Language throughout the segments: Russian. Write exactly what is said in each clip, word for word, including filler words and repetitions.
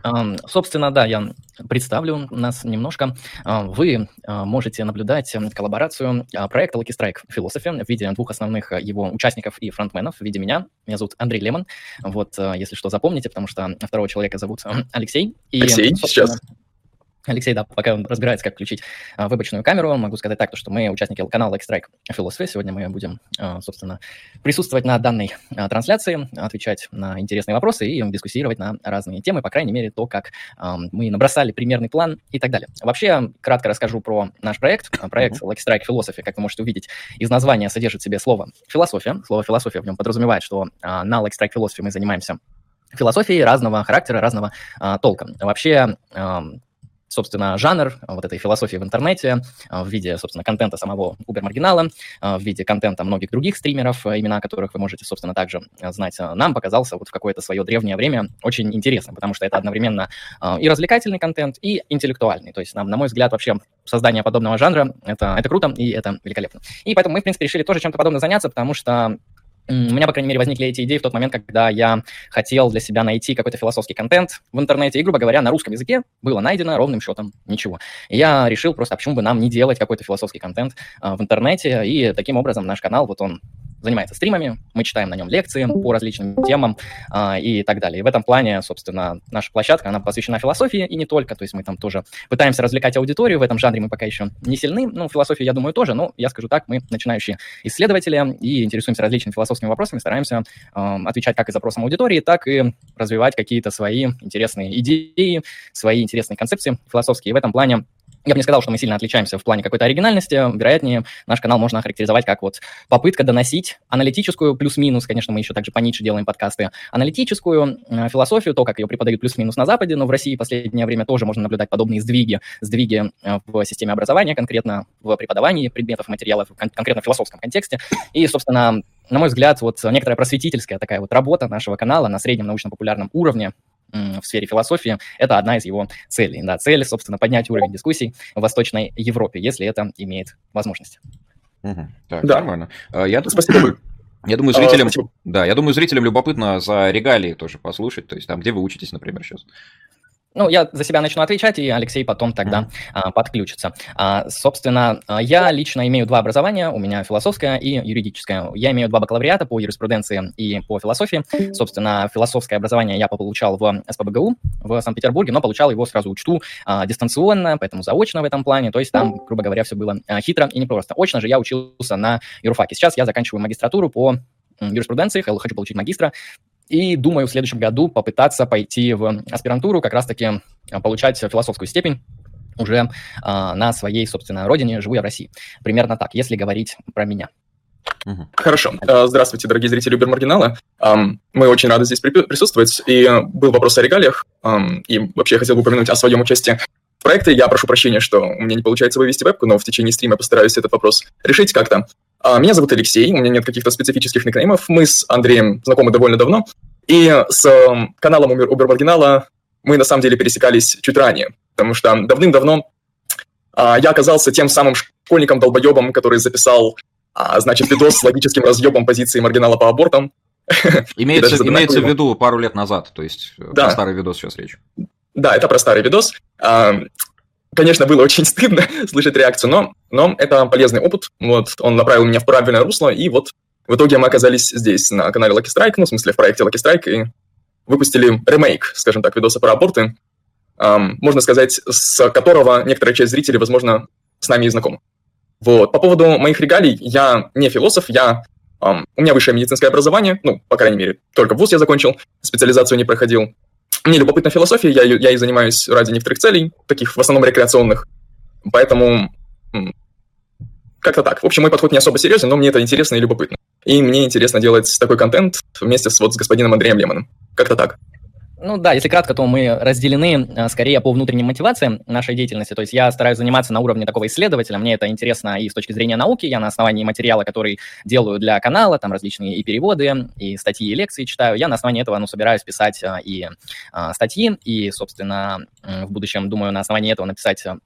Ам, Собственно, да, я представлю нас немножко. А, Вы а, можете наблюдать м, коллаборацию а, проекта Lucky Strike Philosophy в виде двух основных а, его участников и фронтменов в виде меня. Меня зовут Андрей Лемон. Вот, а, если что, запомните, потому что второго человека зовут а, Алексей. И, Алексей, собственно, сейчас. Алексей, да, пока он разбирается, как включить а, выборочную камеру, могу сказать так, то, что мы участники канала Lucky Strike Philosophy. Сегодня мы будем, а, собственно, присутствовать на данной а, трансляции, отвечать на интересные вопросы и дискуссировать на разные темы, по крайней мере, то, как а, мы набросали примерный план и так далее. Вообще, кратко расскажу про наш проект. Проект Lucky Strike Philosophy, как вы можете увидеть, из названия содержит в себе слово «философия». Слово «философия» в нем подразумевает, что а, на Lucky Strike Philosophy мы занимаемся философией разного характера, разного а, толка. Вообще, а, собственно, жанр вот этой философии в интернете в виде, собственно, контента самого Убер-маргинала, в виде контента многих других стримеров, имена которых вы можете, собственно, также знать, нам показался вот в какое-то свое древнее время очень интересным, потому что это одновременно и развлекательный контент, и интеллектуальный. То есть, на, на мой взгляд, вообще создание подобного жанра это, это круто и это великолепно. И поэтому мы, в принципе, решили тоже чем-то подобным заняться, потому что у меня, по крайней мере, возникли эти идеи в тот момент, когда я хотел для себя найти какой-то философский контент в интернете, и, грубо говоря, на русском языке было найдено ровным счетом ничего. И я решил просто, а почему бы нам не делать какой-то философский контент а, в интернете, и таким образом наш канал, вот он занимается стримами, мы читаем на нем лекции по различным темам а, и так далее. И в этом плане, собственно, наша площадка, она посвящена философии, и не только, то есть мы там тоже пытаемся развлекать аудиторию, в этом жанре мы пока еще не сильны, ну, философию, я думаю, тоже, но я скажу так, мы начинающие исследователи и интересуемся различными философскими вопросами, стараемся э, отвечать как и запросам аудитории, так и развивать какие-то свои интересные идеи, свои интересные концепции философские. И в этом плане я бы не сказал, что мы сильно отличаемся в плане какой-то оригинальности. Вероятнее, наш канал можно охарактеризовать как вот попытка доносить аналитическую плюс-минус, конечно, мы еще также по Ницше делаем подкасты, аналитическую э, философию, то, как ее преподают плюс-минус на Западе, но в России в последнее время тоже можно наблюдать подобные сдвиги, сдвиги э, в системе образования, конкретно в преподавании предметов, материалов, кон- конкретно в философском контексте. И, собственно, на мой взгляд, вот некоторая просветительская такая вот работа нашего канала на среднем научно-популярном уровне в сфере философии, это одна из его целей. Да, цель, собственно, поднять уровень дискуссий в Восточной Европе, если это имеет возможность. Угу. Так, Да. нормально. Я, Спасибо. Я думаю, зрителям, А, да, я думаю, зрителям любопытно за регалии тоже послушать, то есть там, где вы учитесь, например, сейчас. Ну, я за себя начну отвечать, и Алексей потом тогда mm-hmm. а, подключится. А, собственно, я лично имею два образования, у меня философское и юридическое. Я имею два бакалавриата по юриспруденции и по философии. Собственно, философское образование я получал в СПбГУ в Санкт-Петербурге, но получал его, сразу учту, а, дистанционно, поэтому заочно в этом плане. То есть там, грубо говоря, все было а, хитро и непросто. Очно же я учился на юрфаке. Сейчас я заканчиваю магистратуру по юриспруденции, хочу получить магистра. И думаю в следующем году попытаться пойти в аспирантуру, как раз-таки получать философскую степень уже а, на своей, собственно, родине, живу я в России. Примерно так, если говорить про меня. Хорошо. Здравствуйте, дорогие зрители Убер-маргинала. Мы очень рады здесь присутствовать. И был вопрос о регалиях. И вообще я хотел бы упомянуть о своем участии в проекте. Я прошу прощения, что у меня не получается вывести вебку, но в течение стрима постараюсь этот вопрос решить как-то. Меня зовут Алексей, у меня нет каких-то специфических никнеймов. Мы с Андреем знакомы довольно давно. И с каналом Убер-маргинала мы на самом деле пересекались чуть ранее. Потому что давным-давно я оказался тем самым школьником-долбоебом, который записал, значит, видос с логическим разъебом позиции маргинала по абортам. Имеется, имеется в виду пару лет назад, то есть да. Про старый видос сейчас речь. Да, это про старый видос. Конечно, было очень стыдно слышать реакцию, но, но это полезный опыт. Вот, он направил меня в правильное русло, и вот в итоге мы оказались здесь, на канале Lucky Strike, ну, в смысле, в проекте Lucky Strike, и выпустили ремейк, скажем так, видоса про аборты, эм, можно сказать, с которого некоторая часть зрителей, возможно, с нами и знакома. Вот. По поводу моих регалий, я не философ, я, эм, у меня высшее медицинское образование, ну, по крайней мере, только вуз я закончил, специализацию не проходил. Мне любопытна философия, я, я и занимаюсь ради некоторых целей, таких в основном рекреационных, поэтому как-то так. В общем, мой подход не особо серьезен, но мне это интересно и любопытно. И мне интересно делать такой контент вместе с, вот, с господином Андреем Лемоном. Как-то так. Ну да, если кратко, то мы разделены а, скорее по внутренним мотивациям нашей деятельности. То есть я стараюсь заниматься на уровне такого исследователя. Мне это интересно и с точки зрения науки. Я на основании материала, который делаю для канала, там различные и переводы, и статьи, и лекции читаю. Я на основании этого ну, собираюсь писать а, и а, статьи, и, собственно, в будущем, думаю, на основании этого написать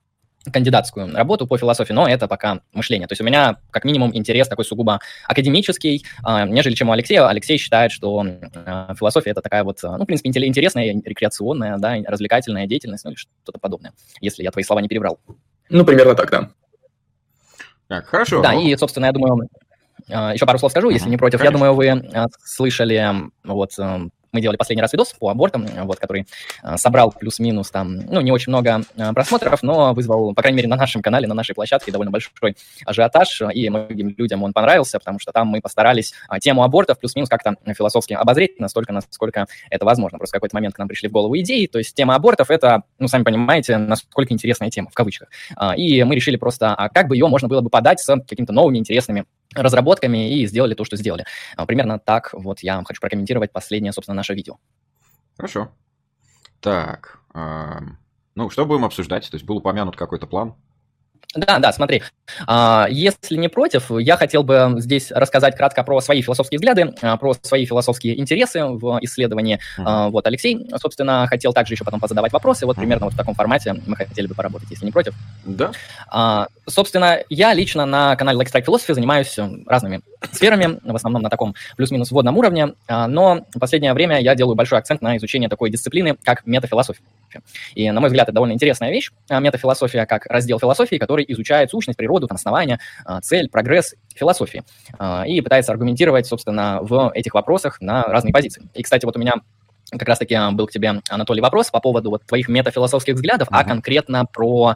кандидатскую работу по философии, но это пока мышление. То есть у меня как минимум интерес такой сугубо академический, э, нежели чем у Алексея. Алексей считает, что э, философия – это такая вот, ну, в принципе, интересная, рекреационная, да, развлекательная деятельность, ну, или что-то подобное, если я твои слова не перебрал. Ну, примерно так, да. Так, хорошо. Да, ну... и, собственно, я думаю, э, еще пару слов скажу, если Угу, не против. конечно. Я думаю, вы э, слышали, вот, э, мы делали последний раз видос по абортам, вот, который э, собрал плюс-минус там, ну, не очень много э, просмотров, но вызвал, по крайней мере, на нашем канале, на нашей площадке довольно большой ажиотаж, и многим людям он понравился, потому что там мы постарались э, тему абортов плюс-минус как-то философски обозреть настолько, насколько это возможно. Просто в какой-то момент к нам пришли в голову идеи, то есть тема абортов – это, ну, сами понимаете, насколько интересная тема, в кавычках. Э, и мы решили просто, а как бы ее можно было бы подать с какими-то новыми интересными разработками, и сделали то, что сделали. Примерно так вот я хочу прокомментировать последнее, собственно, наше видео. Хорошо. Так, э, ну, что будем обсуждать? То есть был упомянут какой-то план? Да, да, смотри, если не против, я хотел бы здесь рассказать кратко про свои философские взгляды, про свои философские интересы в исследовании. Uh-huh. Вот Алексей, собственно, хотел также еще потом позадавать вопросы. Вот uh-huh. примерно вот в таком формате мы хотели бы поработать, если не против. Да. Собственно, я лично на канале Like Strike Philosophy занимаюсь разными сферами, в основном на таком плюс-минус вводном уровне, но в последнее время я делаю большой акцент на изучение такой дисциплины, как метафилософия. И, на мой взгляд, это довольно интересная вещь, метафилософия как раздел философии, который изучает сущность, природу, там, основания, цель, прогресс философии и пытается аргументировать, собственно, в этих вопросах на разные позиции. И, кстати, вот у меня как раз-таки был к тебе, Анатолий, вопрос по поводу вот твоих метафилософских взглядов, uh-huh. а конкретно про...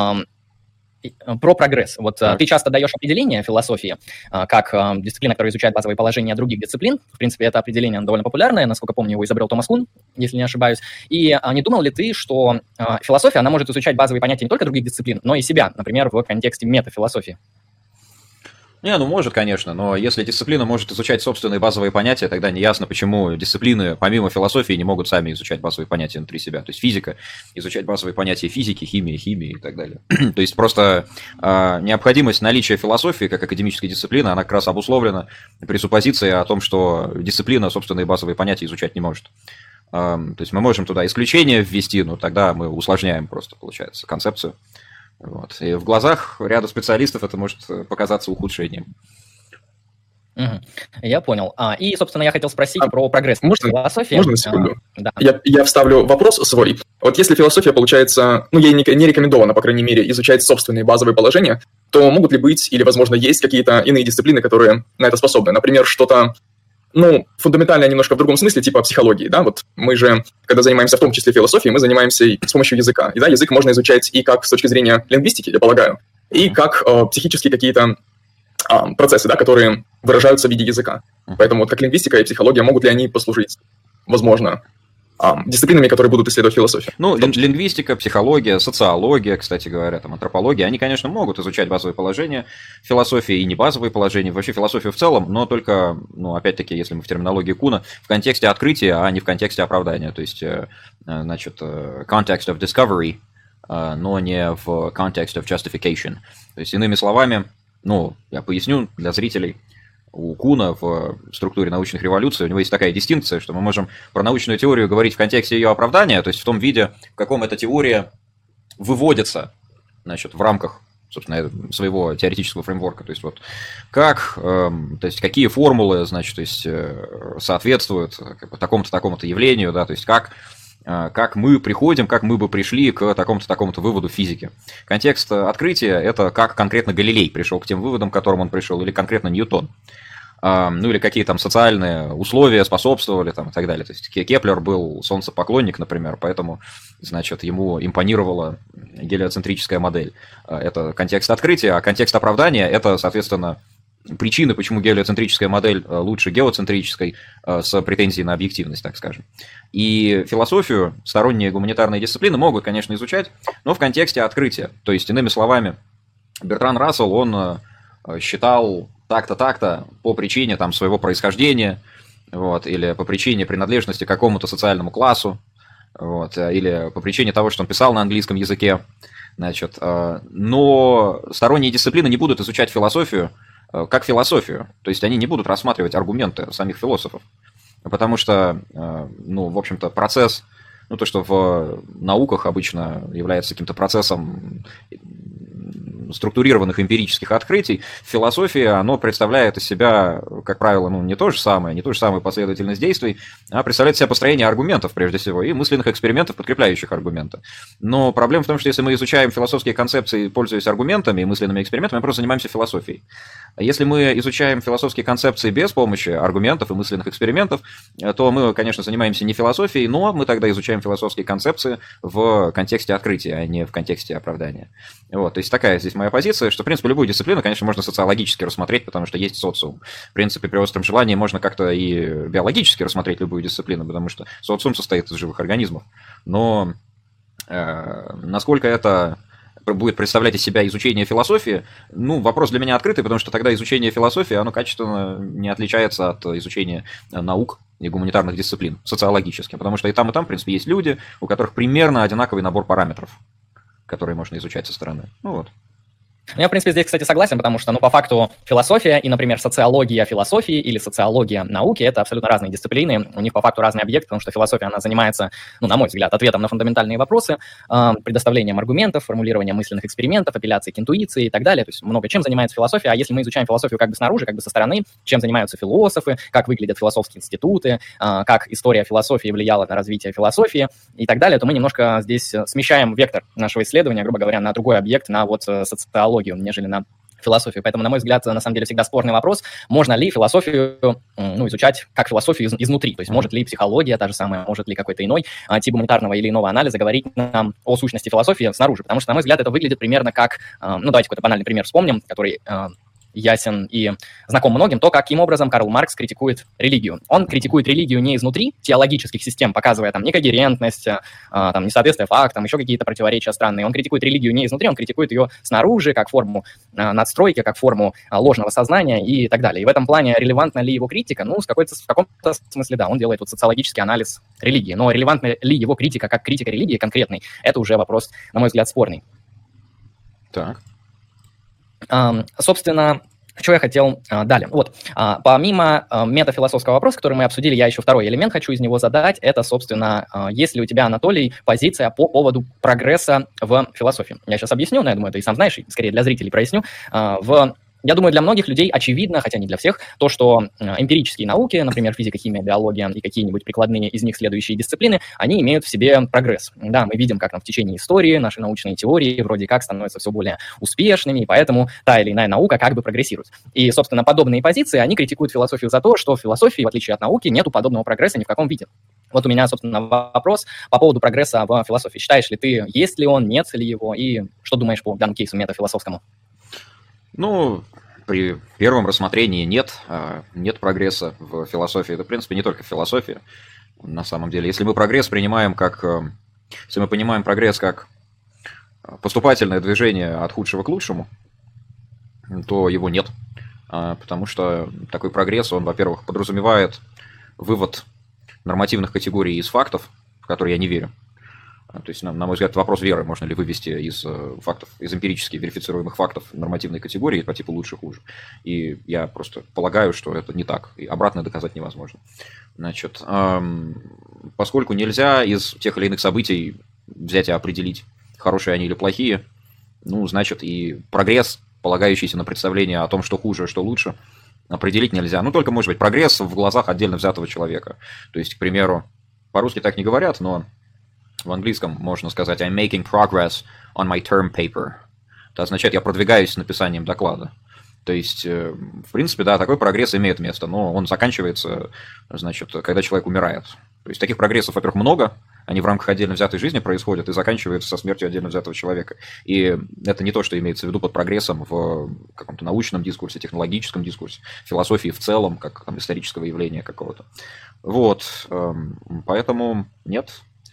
Про прогресс. Вот так. Ты часто даешь определение философии как дисциплина, которая изучает базовые положения других дисциплин. В принципе, это определение довольно популярное. Насколько помню, его изобрел Томас Кун, если не ошибаюсь. И не думал ли ты, что философия, она может изучать базовые понятия не только других дисциплин, но и себя, например, в контексте метафилософии? Не, ну может, конечно, но если дисциплина может изучать собственные базовые понятия, тогда неясно, почему дисциплины, помимо философии, не могут сами изучать базовые понятия внутри себя. То есть физика, изучать базовые понятия физики, химии, химии и так далее. То есть просто э, необходимость наличия философии как академической дисциплины, она как раз обусловлена пресуппозицией о том, что дисциплина собственные базовые понятия изучать не может. Э, то есть мы можем туда исключение ввести, но тогда мы усложняем просто, получается, концепцию. Вот. И в глазах ряда специалистов это может показаться ухудшением. Угу. Я понял. А, и, собственно, я хотел спросить а, про прогресс можно, философии. Можно на секунду? А, да. я, я вставлю вопрос свой. Вот если философия, получается, ну, ей не, не рекомендовано, по крайней мере, изучать собственные базовые положения, то могут ли быть или, возможно, есть какие-то иные дисциплины, которые на это способны? Например, что-то, ну, фундаментальное немножко в другом смысле, типа психологии, да? Вот мы же, когда занимаемся в том числе философией, мы занимаемся и с помощью языка. И да, язык можно изучать и как с точки зрения лингвистики, я полагаю, и как э, психические какие-то э, процессы, да, которые выражаются в виде языка. Поэтому вот как лингвистика и психология, могут ли они послужить, возможно, а, дисциплинами, которые будут исследовать философию? Ну, лингвистика, психология, социология, кстати говоря, там, антропология, они, конечно, могут изучать базовые положения философии и не базовые положения, вообще философию в целом, но только, ну, опять-таки, если мы в терминологии Куна, в контексте открытия, а не в контексте оправдания, то есть, значит, context of discovery, но не в context of justification. То есть, иными словами, ну, я поясню для зрителей, у Куна в структуре научных революций у него есть такая дистинкция, что мы можем про научную теорию говорить в контексте ее оправдания, то есть в том виде, в каком эта теория выводится, значит, в рамках, собственно, своего теоретического фреймворка. То есть вот как, э, то есть какие формулы, значит, то есть, э, соответствуют как бы, такому-то, такому-то явлению, да, то есть как как мы приходим, как мы бы пришли к такому-то, такому-то выводу физики. Контекст открытия – это как конкретно Галилей пришел к тем выводам, к которым он пришел, или конкретно Ньютон. Ну, или какие там социальные условия способствовали там, и так далее. То есть Кеплер был солнцепоклонник, например, поэтому, значит, ему импонировала гелиоцентрическая модель. Это контекст открытия, а контекст оправдания – это, соответственно, причины, почему гелиоцентрическая модель лучше геоцентрической, с претензией на объективность, так скажем. И философию сторонние гуманитарные дисциплины могут, конечно, изучать, но в контексте открытия. То есть, иными словами, Бертран Рассел, он считал так-то, так-то по причине там, своего происхождения, вот, или по причине принадлежности к какому-то социальному классу, вот, или по причине того, что он писал на английском языке. Значит, но сторонние дисциплины не будут изучать философию как философию, то есть они не будут рассматривать аргументы самих философов, потому что, ну, в общем-то, процесс ну, то, что в науках обычно является каким-то процессом структурированных эмпирических открытий, в философии оно представляет из себя, как правило, ну, не то же самое, не ту же самую последовательность действий, а представляет из себя построение аргументов, прежде всего, и мысленных экспериментов, подкрепляющих аргументы. Но проблема в том, что если мы изучаем философские концепции, пользуясь аргументами и мысленными экспериментами, мы просто занимаемся философией. А если мы изучаем философские концепции без помощи аргументов и мысленных экспериментов, то мы, конечно, занимаемся не философией, но мы тогда изучаем философские концепции в контексте открытия, а не в контексте оправдания. Вот, то есть такая здесь моя позиция, что, в принципе, любую дисциплину, конечно, можно социологически рассмотреть, потому что есть социум. В принципе, при остром желании можно как-то и биологически рассмотреть любую дисциплину, потому что социум состоит из живых организмов. Но э, насколько это будет представлять из себя изучение философии, ну, вопрос для меня открытый, потому что тогда изучение философии, оно качественно не отличается от изучения наук и гуманитарных дисциплин, социологически, потому что и там, и там, в принципе, есть люди, у которых примерно одинаковый набор параметров, которые можно изучать со стороны. Ну вот. Я, в принципе, здесь, кстати, согласен, потому что, ну, по факту, философия и, например, социология философии или социология науки – это абсолютно разные дисциплины, у них по факту разный объект, потому что философия, она занимается, ну, на мой взгляд, ответом на фундаментальные вопросы, э, предоставлением аргументов, формулированием мысленных экспериментов, апелляцией к интуиции и так далее, то есть много чем занимается философия, а если мы изучаем философию как бы снаружи, как бы со стороны, чем занимаются философы, как выглядят философские институты, э, как история философии влияла на развитие философии и так далее, то мы немножко здесь смещаем вектор нашего исследования, грубо говоря, на другой объект, на вот социологию, нежели на философию. Поэтому, на мой взгляд, на самом деле всегда спорный вопрос, можно ли философию, ну, изучать как философию из, изнутри, то есть может ли психология та же самая, может ли какой-то иной а, тип гуманитарного или иного анализа говорить нам о сущности философии снаружи, потому что, на мой взгляд, это выглядит примерно как, а, ну, давайте какой-то банальный пример вспомним, который а, ясен и знаком многим, то, каким образом Карл Маркс критикует религию. Он критикует религию не изнутри теологических систем, показывая там некогерентность, а, там, несоответствие фактам, еще какие-то противоречия странные. Он критикует религию не изнутри, он критикует ее снаружи, как форму а, надстройки, как форму а, ложного сознания и так далее. И в этом плане релевантна ли его критика? Ну, с какой-то, в каком-то смысле, да, он делает вот социологический анализ религии. Но релевантна ли его критика как критика религии конкретной, это уже вопрос, на мой взгляд, спорный. Так. Um, собственно, что я хотел uh, далее. Вот, uh, помимо uh, метафилософского вопроса, который мы обсудили, я еще второй элемент хочу из него задать. Это, собственно, uh, есть ли у тебя, Анатолий, позиция по поводу прогресса в философии? Я сейчас объясню, но я думаю, ты и сам знаешь, и скорее для зрителей проясню. Uh, в Я думаю, для многих людей очевидно, хотя не для всех, то, что эмпирические науки, например, физика, химия, биология и какие-нибудь прикладные из них следующие дисциплины, они имеют в себе прогресс. Да, мы видим, как там в течение истории наши научные теории вроде как становятся все более успешными, и поэтому та или иная наука как бы прогрессирует. И, собственно, подобные позиции, они критикуют философию за то, что в философии, в отличие от науки, нету подобного прогресса ни в каком виде. Вот у меня, собственно, вопрос по поводу прогресса в философии. Считаешь ли ты, есть ли он, нет ли его, и что думаешь по данному кейсу метафилософскому? Ну, при первом рассмотрении нет, нет прогресса в философии. Это, в принципе, не только философия, на самом деле. Если мы прогресс принимаем как... Если мы понимаем прогресс как поступательное движение от худшего к лучшему, то его нет. Потому что такой прогресс, он, во-первых, подразумевает вывод нормативных категорий из фактов, в которые я не верю. То есть, на мой взгляд, вопрос веры, можно ли вывести из фактов, из эмпирически верифицируемых фактов нормативной категории по типу лучше-хуже. И я просто полагаю, что это не так, и обратно доказать невозможно. Значит, поскольку нельзя из тех или иных событий взять и определить, хорошие они или плохие, ну, значит, и прогресс, полагающийся на представление о том, что хуже, что лучше, определить нельзя. Ну, только, может быть, прогресс в глазах отдельно взятого человека. То есть, к примеру, по-русски так не говорят, но в английском можно сказать I'm making progress on my term paper. Это означает, я продвигаюсь с написанием доклада. То есть, в принципе, да, такой прогресс имеет место, но он заканчивается, значит, когда человек умирает. То есть, таких прогрессов, во-первых, много, они в рамках отдельно взятой жизни происходят и заканчиваются со смертью отдельно взятого человека. И это не то, что имеется в виду под прогрессом в каком-то научном дискурсе, технологическом дискурсе, философии в целом, как там, исторического явления какого-то. Вот, поэтому нет.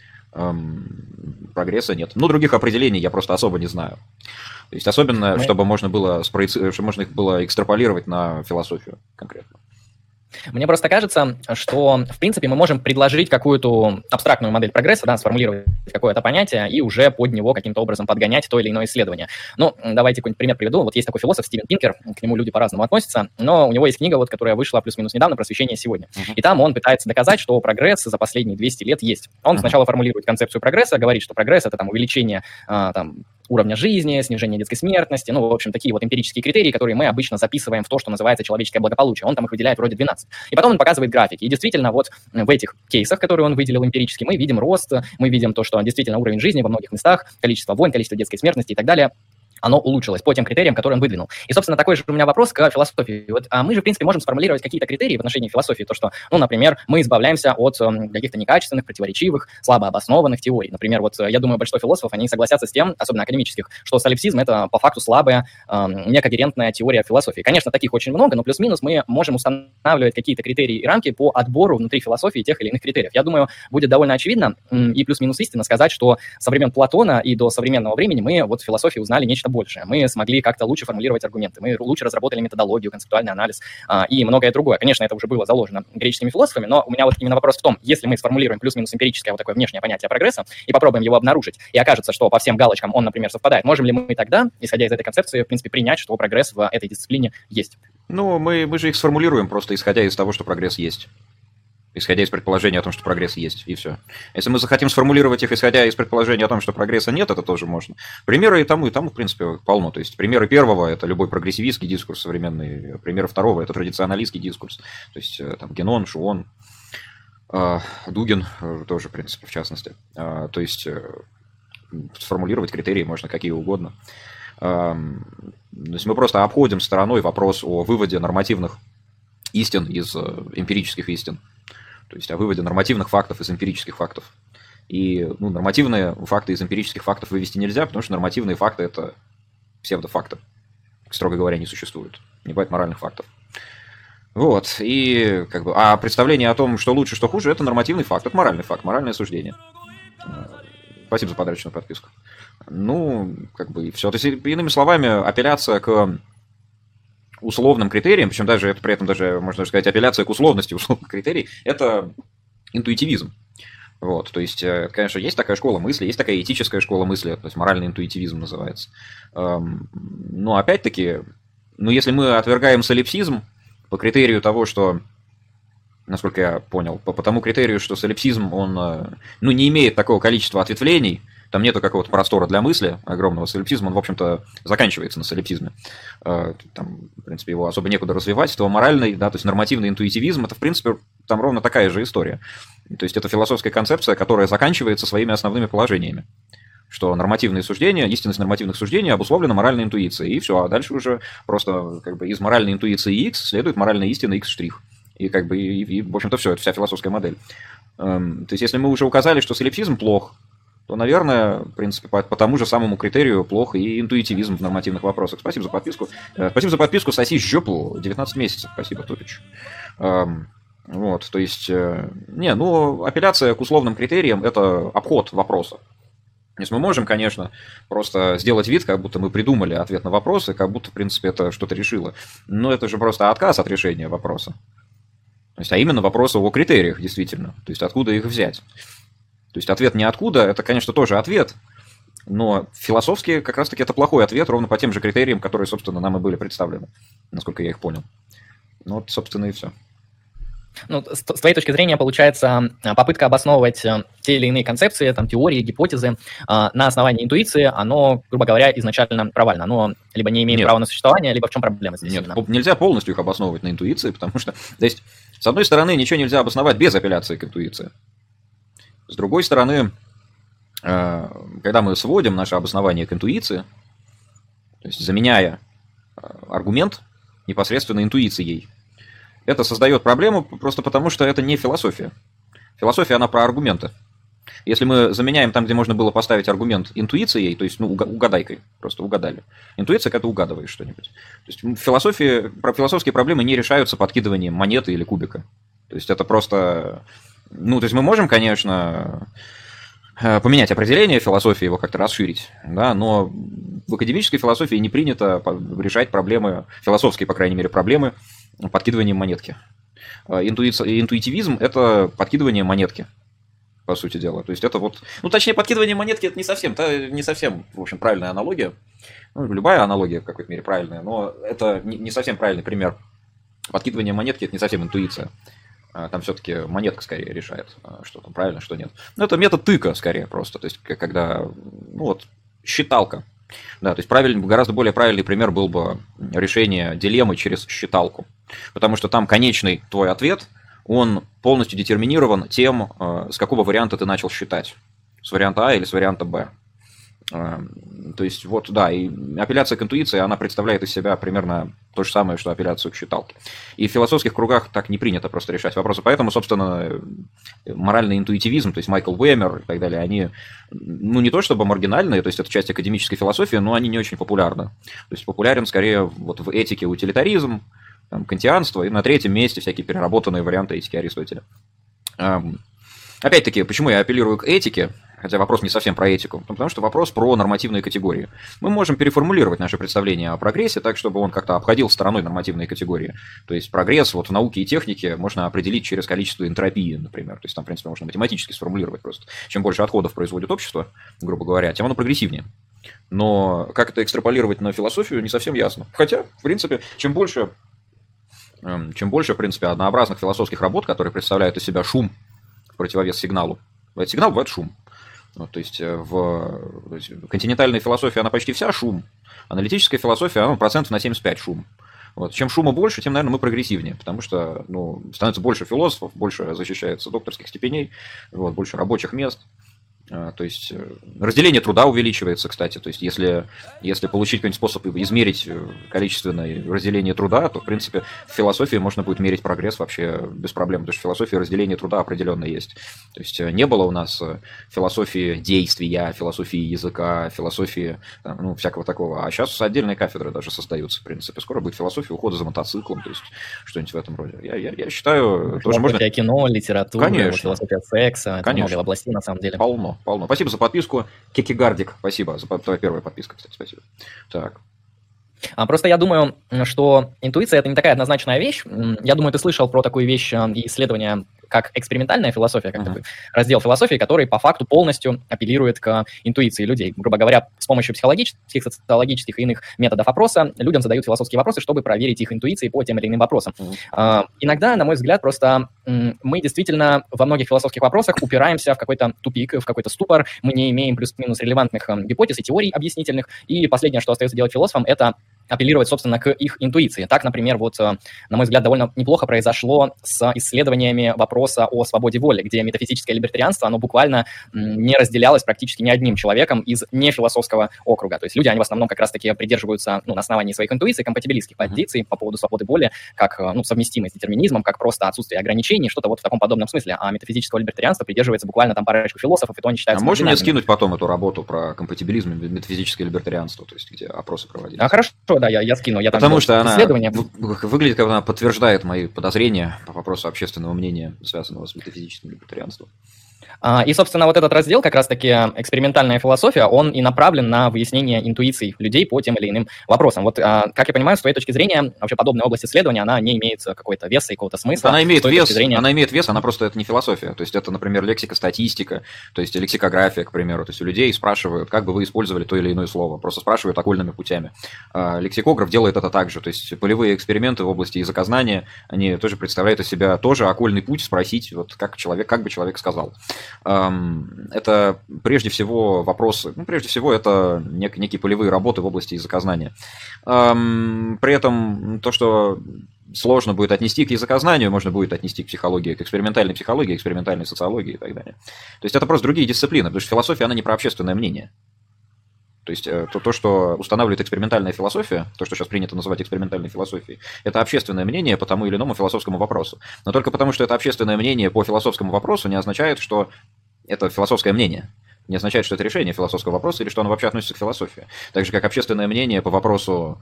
Прогресса нет. Ну, других определений я просто особо не знаю. То есть, особенно, Мы... чтобы можно было, спроеци... чтобы можно их было экстраполировать на философию конкретно. Мне просто кажется, что, в принципе, мы можем предложить какую-то абстрактную модель прогресса, да, сформулировать какое-то понятие и уже под него каким-то образом подгонять то или иное исследование. Ну, давайте какой-нибудь пример приведу. Вот есть такой философ Стивен Пинкер, к нему люди по-разному относятся, но у него есть книга, вот, которая вышла плюс-минус недавно, «Просвещение сегодня». Uh-huh. И там он пытается доказать, что прогресс за последние двести лет есть. Он uh-huh. сначала формулирует концепцию прогресса, говорит, что прогресс — это там увеличение а, там, уровня жизни, снижение детской смертности, ну, в общем, такие вот эмпирические критерии, которые мы обычно записываем в то, что называется человеческое благополучие. Он там их выделяет вроде двенадцать. И потом он показывает графики. И действительно, вот в этих кейсах, которые он выделил эмпирически, мы видим рост, мы видим то, что действительно уровень жизни во многих местах, количество войн, количество детской смертности и так далее, оно улучшилось по тем критериям, которые он выдвинул. И, собственно, такой же у меня вопрос к философии. Вот, а мы же, в принципе, можем сформулировать какие-то критерии в отношении философии, то, что, ну, например, мы избавляемся от э, каких-то некачественных, противоречивых, слабо обоснованных теорий. Например, вот я думаю, большинство философов, они согласятся с тем, особенно академических, что солипсизм — это по факту слабая, э, некогерентная теория философии. Конечно, таких очень много, но плюс-минус мы можем устанавливать какие-то критерии и рамки по отбору внутри философии тех или иных критериев. Я думаю, будет довольно очевидно и плюс-минус истинно сказать, что со времен Платона и до современного времени мы вот в философии узнали нечто большее. Мы смогли как-то лучше формулировать аргументы, мы лучше разработали методологию, концептуальный анализ а, и многое другое. Конечно, это уже было заложено греческими философами, но у меня вот именно вопрос в том, если мы сформулируем плюс-минус эмпирическое вот такое внешнее понятие прогресса и попробуем его обнаружить, и окажется, что по всем галочкам он, например, совпадает, можем ли мы тогда, исходя из этой концепции, в принципе, принять, что прогресс в этой дисциплине есть? Ну, мы, мы же их сформулируем просто исходя из того, что прогресс есть. Исходя из предположения о том, что прогресс есть, и все. Если мы захотим сформулировать их, исходя из предположения о том, что прогресса нет, это тоже можно. Примеры и тому, и тому, в принципе, полно. То есть примеры первого – это любой прогрессивистский дискурс современный, примеры второго – это традиционалистский дискурс. То есть там Генон, Шуон, Дугин тоже, в принципе, в частности. То есть сформулировать критерии можно какие угодно. То есть мы просто обходим стороной вопрос о выводе нормативных истин из эмпирических истин. То есть о выводе нормативных фактов из эмпирических фактов. И ну, нормативные факты из эмпирических фактов вывести нельзя, потому что нормативные факты – это псевдофакты. Строго говоря, не существует. Не бывает моральных фактов. Вот. И, как бы, а представление о том, что лучше, что хуже – это нормативный факт, это моральный факт, моральное суждение. Спасибо за подарочную подписку. Ну, как бы и все. То есть, иными словами, апелляция к условным критериям, причем даже это при этом даже, можно даже сказать, апелляция к условности условных критерий, это интуитивизм. Вот, то есть, конечно, есть такая школа мысли, есть такая этическая школа мысли, то есть моральный интуитивизм называется. Но опять-таки, ну, если мы отвергаем солипсизм по критерию того, что, насколько я понял, по, по тому критерию, что солипсизм, он, ну, не имеет такого количества ответвлений, там нету какого-то простора для мысли огромного. Солипсизм, он, в общем-то, заканчивается на солипсизме. Там, в принципе, его особо некуда развивать. То моральный, да, то есть нормативный интуитивизм, это, в принципе, там ровно такая же история. То есть это философская концепция, которая заканчивается своими основными положениями. Что нормативные суждения, истинность нормативных суждений обусловлена моральной интуицией. И все, а дальше уже просто как бы из моральной интуиции X следует моральная истина X'. И, как бы, и, и, в общем-то, все, это вся философская модель. То есть если мы уже указали, что солипсизм плох, то, наверное, в принципе, по, по тому же самому критерию плохо и интуитивизм в нормативных вопросах. Спасибо за подписку. Спасибо за подписку, соси жопу, девятнадцать месяцев. Спасибо, Тупич. Вот, то есть, не, ну, апелляция к условным критериям – это обход вопроса. То есть мы можем, конечно, просто сделать вид, как будто мы придумали ответ на вопрос, и как будто, в принципе, это что-то решило. Но это же просто отказ от решения вопроса. То есть, а именно вопрос о критериях, действительно. То есть, откуда их взять. То есть ответ «ниоткуда» – это, конечно, тоже ответ, но философски как раз-таки это плохой ответ, ровно по тем же критериям, которые, собственно, нам и были представлены, насколько я их понял. Ну вот, собственно, и все. Ну, с твоей точки зрения, получается, попытка обосновывать те или иные концепции, там, теории, гипотезы на основании интуиции, оно, грубо говоря, изначально провально. Оно либо не имеет Нет. права на существование, либо в чем проблема здесь? Нет, именно? Нельзя полностью их обосновывать на интуиции, потому что, то есть, с одной стороны, ничего нельзя обосновать без апелляции к интуиции. С другой стороны, когда мы сводим наше обоснование к интуиции, то есть заменяя аргумент непосредственно интуицией, это создает проблему просто потому, что это не философия. Философия, она про аргументы. Если мы заменяем там, где можно было поставить аргумент интуицией, то есть ну, угадайкой, просто угадали. Интуиция, когда угадываешь что-нибудь. То есть в философии, философские проблемы не решаются подкидыванием монеты или кубика. То есть это просто... Ну, то есть мы можем, конечно, поменять определение философии, его как-то расширить, да, но в академической философии не принято решать проблемы, философские, по крайней мере, проблемы подкидыванием монетки. Интуиция, интуитивизм – это подкидывание монетки, по сути дела. То есть это вот, ну точнее, подкидывание монетки – это не совсем, это не совсем, в общем, правильная аналогия. Ну, любая аналогия в какой-то мере правильная, но это не совсем правильный пример. Подкидывание монетки – это не совсем интуиция. Там все-таки монетка скорее решает, что там правильно, что нет. Но это метод тыка скорее просто. То есть когда, ну вот, считалка. Да, то есть правильный, гораздо более правильный пример был бы решение дилеммы через считалку. Потому что там конечный твой ответ, он полностью детерминирован тем, с какого варианта ты начал считать. С варианта А или с варианта Б. То есть, вот, да, и апелляция к интуиции, она представляет из себя примерно то же самое, что апелляцию к считалке. И в философских кругах так не принято просто решать вопросы. Поэтому, собственно, моральный интуитивизм, то есть Майкл Уэмер и так далее, они, ну, не то чтобы маргинальные, то есть это часть академической философии, но они не очень популярны. То есть популярен скорее вот в этике утилитаризм, там, кантианство, и на третьем месте всякие переработанные варианты этики Аристотеля. Опять-таки, почему я апеллирую к этике? Хотя вопрос не совсем про этику, потому что вопрос про нормативные категории. Мы можем переформулировать наше представление о прогрессе так, чтобы он как-то обходил стороной нормативные категории. То есть прогресс вот в науке и технике можно определить через количество энтропии, например. То есть там, в принципе, можно математически сформулировать просто. Чем больше отходов производит общество, грубо говоря, тем оно прогрессивнее. Но как это экстраполировать на философию, не совсем ясно. Хотя, в принципе, чем больше, чем больше, в принципе, однообразных философских работ, которые представляют из себя шум в противовес сигналу. Бывает сигнал, бывает шум. Вот, то есть в то есть, континентальной философии она почти вся шум, аналитическая философия, она процентов на семьдесят пять шум. Вот. Чем шума больше, тем, наверное, мы прогрессивнее, потому что ну, становится больше философов, больше защищается докторских степеней, вот, больше рабочих мест. То есть разделение труда увеличивается, кстати. То есть если, если получить какой-нибудь способ измерить количественное разделение труда, то, в принципе, в философии можно будет мерить прогресс вообще без проблем. Потому что в философии разделение труда определенно есть. То есть не было у нас философии действия, философии языка, философии ну, всякого такого. А сейчас отдельные кафедры даже создаются, в принципе. Скоро будет философия ухода за мотоциклом, то есть что-нибудь в этом роде. Я, я, я считаю... Философия можно... кино, литература, Конечно. философия секса. Это Конечно. много областей, на самом деле. Полно. Полно. Спасибо за подписку. Кикигардик, спасибо. За твоя первая подписка, кстати, спасибо. Так. А просто я думаю, что интуиция – это не такая однозначная вещь. Я думаю, ты слышал про такую вещь и исследование, как экспериментальная философия, как uh-huh. такой раздел философии, который по факту полностью апеллирует к интуиции людей. Грубо говоря, с помощью психологических, социологических и иных методов опроса людям задают философские вопросы, чтобы проверить их интуиции по тем или иным вопросам. Uh-huh. А, иногда, на мой взгляд, просто м, мы действительно во многих философских вопросах упираемся в какой-то тупик, в какой-то ступор, мы не имеем плюс-минус релевантных м, гипотез и теорий объяснительных, и последнее, что остается делать философам, это апеллировать, собственно, к их интуиции. Так, например, вот, на мой взгляд, довольно неплохо произошло с исследованиями вопроса о свободе воли, где метафизическое либертарианство, оно буквально не разделялось практически ни одним человеком из нефилософского округа. То есть люди, они в основном как раз-таки придерживаются ну, на основании своих интуиций, компатибилистских позиций mm-hmm. по поводу свободы воли, как ну, совместимой с детерминизмом, как просто отсутствие ограничений, что-то вот в таком подобном смысле. А метафизического либертарианства придерживается буквально там парочку философов, и то они считаются... А можно мне скинуть потом эту работу про компатибилизм и метафизическое либертарианство, то есть где опросы проводились? А хорошо, да, я, я скину. Я там Потому что она выглядит, как она подтверждает мои подозрения по вопросу общественного мнения, связанного с метафизическим либертарианством. И, собственно, вот этот раздел, как раз-таки экспериментальная философия, он и направлен на выяснение интуиций людей по тем или иным вопросам. Вот, как я понимаю, с твоей точки зрения, вообще подобная область исследования, она не имеет какой-то веса и какого-то смысла. Она имеет вес, зрения... она имеет вес, она просто это не философия. То есть это, например, лексика, статистика, то есть лексикография, к примеру. То есть у людей спрашивают, как бы вы использовали то или иное слово. Просто спрашивают окольными путями. Лексикограф делает это также. То есть полевые эксперименты в области языкознания, они тоже представляют из себя тоже окольный путь спросить, вот как человек, как бы человек сказал. Это прежде всего вопросы, ну, прежде всего это нек- некие полевые работы в области языкознания. При этом то, что сложно будет отнести к языкознанию, можно будет отнести к психологии, к экспериментальной психологии, экспериментальной социологии и так далее. То есть это просто другие дисциплины, потому что философия, она не про общественное мнение. То есть то, то, что устанавливает экспериментальная философия, то, что сейчас принято называть экспериментальной философией, это общественное мнение по тому или иному философскому вопросу. Но только потому, что это общественное мнение по философскому вопросу, не означает, что это философское мнение. Не означает, что это решение философского вопроса или что оно вообще относится к философии. Так же, как общественное мнение по вопросу,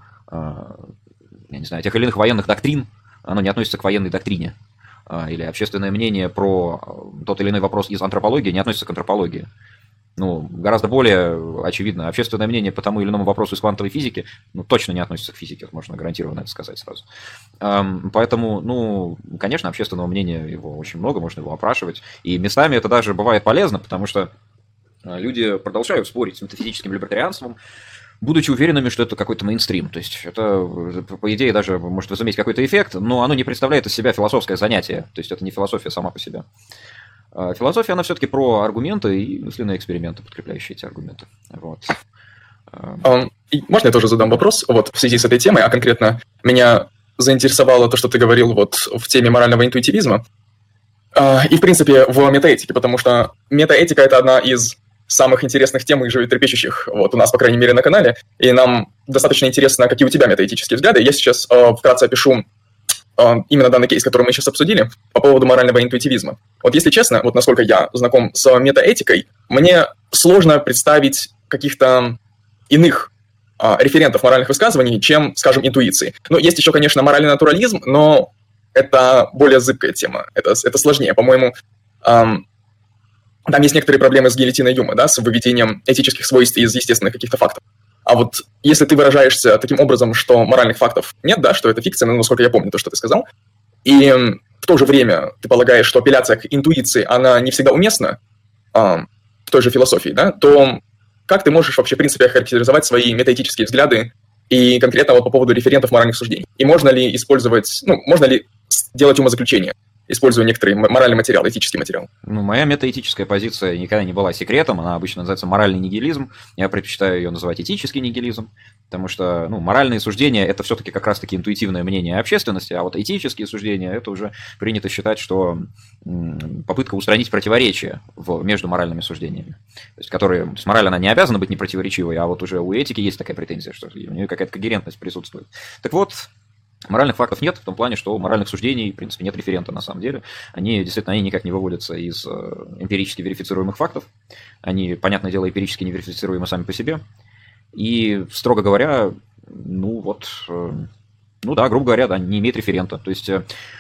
я не знаю, тех или иных военных доктрин, оно не относится к военной доктрине. Или общественное мнение про тот или иной вопрос из антропологии не относится к антропологии. Ну, гораздо более очевидно. Общественное мнение по тому или иному вопросу из квантовой физики, ну, точно не относится к физике, можно гарантированно это сказать сразу. Поэтому, ну, конечно, общественного мнения его очень много, можно его опрашивать. И местами это даже бывает полезно, потому что люди продолжают спорить с метафизическим либертарианством, будучи уверенными, что это какой-то мейнстрим. То есть это, по идее, даже может возыметь какой-то эффект, но оно не представляет из себя философское занятие. То есть это не философия сама по себе. Философия, она все-таки про аргументы и мысленные эксперименты, подкрепляющие эти аргументы. Вот. И можно я тоже задам вопрос вот, в связи с этой темой, а конкретно меня заинтересовало то, что ты говорил вот в теме морального интуитивизма и, в принципе, в метаэтике, потому что метаэтика – это одна из самых интересных тем и животрепещущих вот, у нас, по крайней мере, на канале, и нам достаточно интересно, какие у тебя метаэтические взгляды. Я сейчас э, вкратце опишу э, именно данный кейс, который мы сейчас обсудили, по поводу морального интуитивизма. Вот если честно, вот насколько я знаком с метаэтикой, мне сложно представить каких-то иных э, референтов моральных высказываний, чем, скажем, интуиции. Ну, есть еще, конечно, моральный натурализм, но это более зыбкая тема, это, это сложнее. По-моему, эм, там есть некоторые проблемы с гильотиной Юма, да, с выведением этических свойств из естественных каких-то фактов. А вот если ты выражаешься таким образом, что моральных фактов нет, да, что это фикция, ну, насколько я помню то, что ты сказал, и в то же время ты полагаешь, что апелляция к интуиции, она не всегда уместна э, в той же философии, да, то как ты можешь вообще, в принципе, охарактеризовать свои метаэтические взгляды и конкретно вот по поводу референтов моральных суждений? И можно ли использовать, ну, можно ли делать умозаключение, используя некоторый моральный материал, этический материал? Ну, моя метаэтическая позиция никогда не была секретом, она обычно называется моральный нигилизм, я предпочитаю ее называть этический нигилизм, потому что, ну, моральные суждения – это все-таки как раз-таки интуитивное мнение общественности, а вот этические суждения – это уже принято считать, что попытка устранить противоречия в, между моральными суждениями, то есть, которые, то есть мораль, она не обязана быть непротиворечивой, а вот уже у этики есть такая претензия, что у нее какая-то когерентность присутствует. Так вот, моральных фактов нет, в том плане, что моральных суждений, в принципе, нет референта на самом деле. Они действительно они никак не выводятся из эмпирически верифицируемых фактов. Они, понятное дело, эмпирически не верифицируемы сами по себе. И, строго говоря, ну вот, ну да, грубо говоря, да, не имеет референта. То есть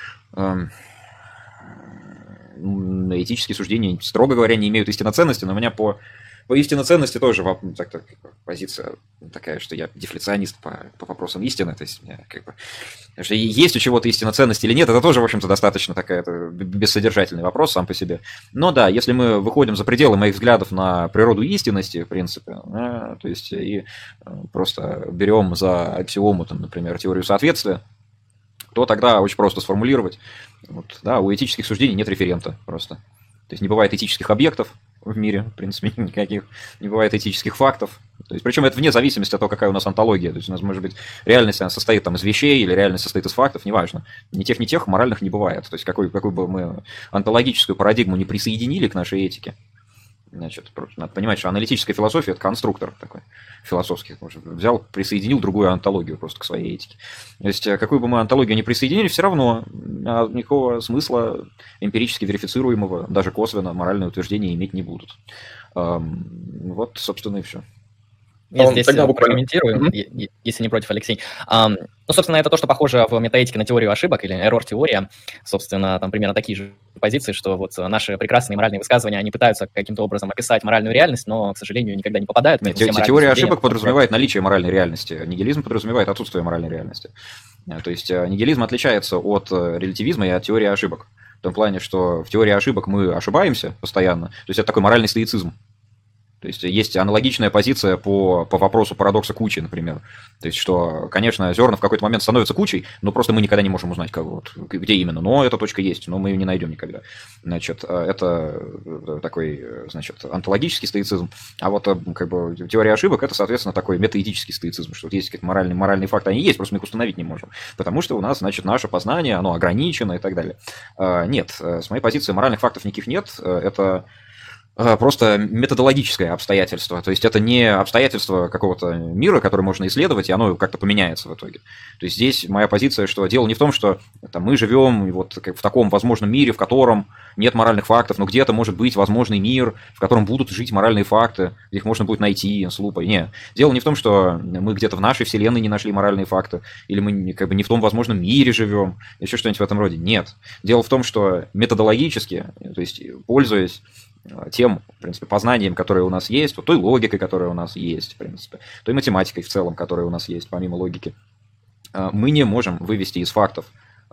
этические суждения, строго говоря, не имеют истинной ценности, но у меня по... По истинной ценности тоже так, так, позиция такая, что я дефляционист по, по вопросам истины. То есть, как бы, что есть у чего-то истинная ценность или нет, это тоже, в общем-то, достаточно такая, это бессодержательный вопрос сам по себе. Но да, если мы выходим за пределы моих взглядов на природу истинности, в принципе, да, то есть и просто берем за аксиому, там, например, теорию соответствия, то тогда очень просто сформулировать. Вот, да, у этических суждений нет референта просто. То есть не бывает этических объектов в мире, в принципе, никаких, не бывает этических фактов. То есть, причем это вне зависимости от того, какая у нас онтология. То есть у нас, может быть, реальность она состоит там, из вещей или реальность состоит из фактов, неважно. Ни тех, ни тех моральных не бывает. То есть какой, какую бы мы онтологическую парадигму не присоединили к нашей этике, значит, надо понимать, что аналитическая философия – это конструктор такой философский. Взял, присоединил другую онтологию просто к своей этике. То есть, какую бы мы онтологию ни присоединили, все равно никакого смысла эмпирически верифицируемого, даже косвенно, моральные утверждения иметь не будут. Вот, собственно, и все. Я здесь прокомментирую, mm-hmm. если не против, Алексей. Um, ну, собственно, это то, что похоже в метаэтике на теорию ошибок или error-теория. Собственно, там примерно такие же позиции, что вот наши прекрасные моральные высказывания, они пытаются каким-то образом описать моральную реальность, но, к сожалению, никогда не попадают. Нет, те, теория ошибок подразумевает наличие моральной реальности, нигилизм подразумевает отсутствие моральной реальности. То есть нигилизм отличается от релятивизма и от теории ошибок. В том плане, что в теории ошибок мы ошибаемся постоянно. То есть это такой моральный стоицизм. То есть есть аналогичная позиция по, по вопросу парадокса кучи, например. То есть, что, конечно, зерна в какой-то момент становятся кучей, но просто мы никогда не можем узнать, как, вот, где именно. Но эта точка есть, но мы ее не найдем никогда. Значит, это такой, значит, онтологический стоицизм. А вот как бы, теория ошибок – это, соответственно, такой метаэтический стоицизм, что вот есть какие-то моральные, моральные факты, они есть, просто мы их установить не можем. Потому что у нас, значит, наше познание, оно ограничено и так далее. Нет, с моей позиции моральных фактов никаких нет. Это просто методологическое обстоятельство. То есть это не обстоятельство какого-то мира, которое можно исследовать, и оно как-то поменяется в итоге. То есть здесь моя позиция, что дело не в том, что там, мы живем вот как в таком возможном мире, в котором нет моральных фактов, но где-то может быть возможный мир, в котором будут жить моральные факты, их можно будет найти с лупой. Нет. Дело не в том, что мы где-то в нашей вселенной не нашли моральные факты, или мы как бы не в том возможном мире живем, еще что-нибудь в этом роде. Нет. Дело в том, что методологически, то есть пользуясь тем, в принципе, познанием, которое у нас есть, вот той логикой, которая у нас есть, в принципе, той математикой в целом, которая у нас есть, помимо логики, мы не можем вывести из фактов,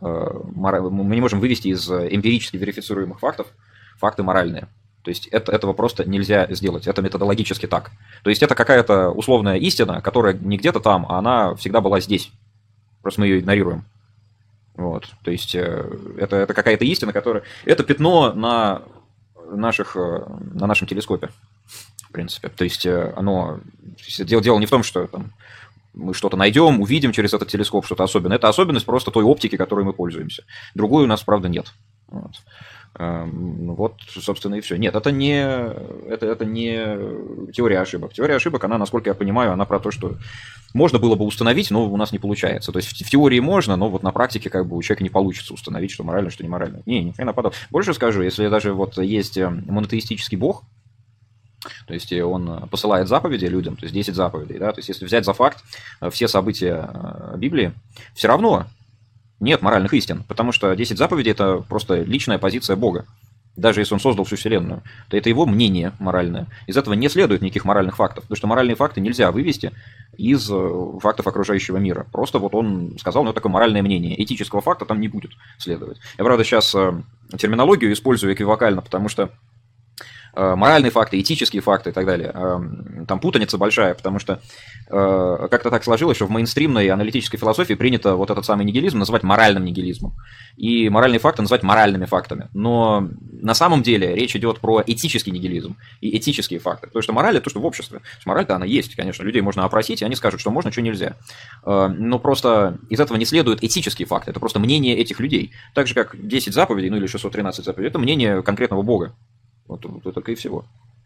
мы не можем вывести из эмпирически верифицируемых фактов факты моральные. То есть это, этого просто нельзя сделать, это методологически так. То есть это какая-то условная истина, которая не где-то там, а она всегда была здесь. Просто мы ее игнорируем. Вот. То есть это, это какая-то истина, которая... Это пятно на, наших, на нашем телескопе, в принципе. То есть оно... Дело, дело не в том, что там, мы что-то найдем, увидим через этот телескоп что-то особенное. Это особенность просто той оптики, которой мы пользуемся. Другой у нас, правда, нет. Вот. Вот, собственно, и все. Нет, это не, это, это не теория ошибок. Теория ошибок, она, насколько я понимаю, она про то, что можно было бы установить, но у нас не получается. То есть в теории можно, но вот на практике как бы у человека не получится установить, что морально, что не морально. Не, ни хрена подобного. Больше скажу, если даже вот есть монотеистический бог, то есть он посылает заповеди людям, то есть десять заповедей, да, то есть если взять за факт все события Библии, все равно нет моральных истин, потому что десять заповедей – это просто личная позиция Бога. Даже если он создал всю Вселенную, то это его мнение моральное. Из этого не следует никаких моральных фактов, потому что моральные факты нельзя вывести из фактов окружающего мира. Просто вот он сказал, ну, это такое моральное мнение. Этического факта там не будет следовать. Я, правда, сейчас терминологию использую эквивокально, потому что моральные факты, этические факты и так далее, там путаница большая, потому что как-то так сложилось, что в мейнстримной аналитической философии принято вот этот самый нигилизм называть моральным нигилизмом, и моральные факты называть моральными фактами. Но на самом деле речь идет про этический нигилизм и этические факты, потому что мораль – это то, что в обществе. Мораль-то она есть, конечно, людей можно опросить, и они скажут, что можно, что нельзя. Но просто из этого не следуют этические факты, это просто мнение этих людей. Так же, как десять заповедей, ну или шестьсот тринадцать заповедей, это мнение конкретного Бога. Вот, вот только и всего.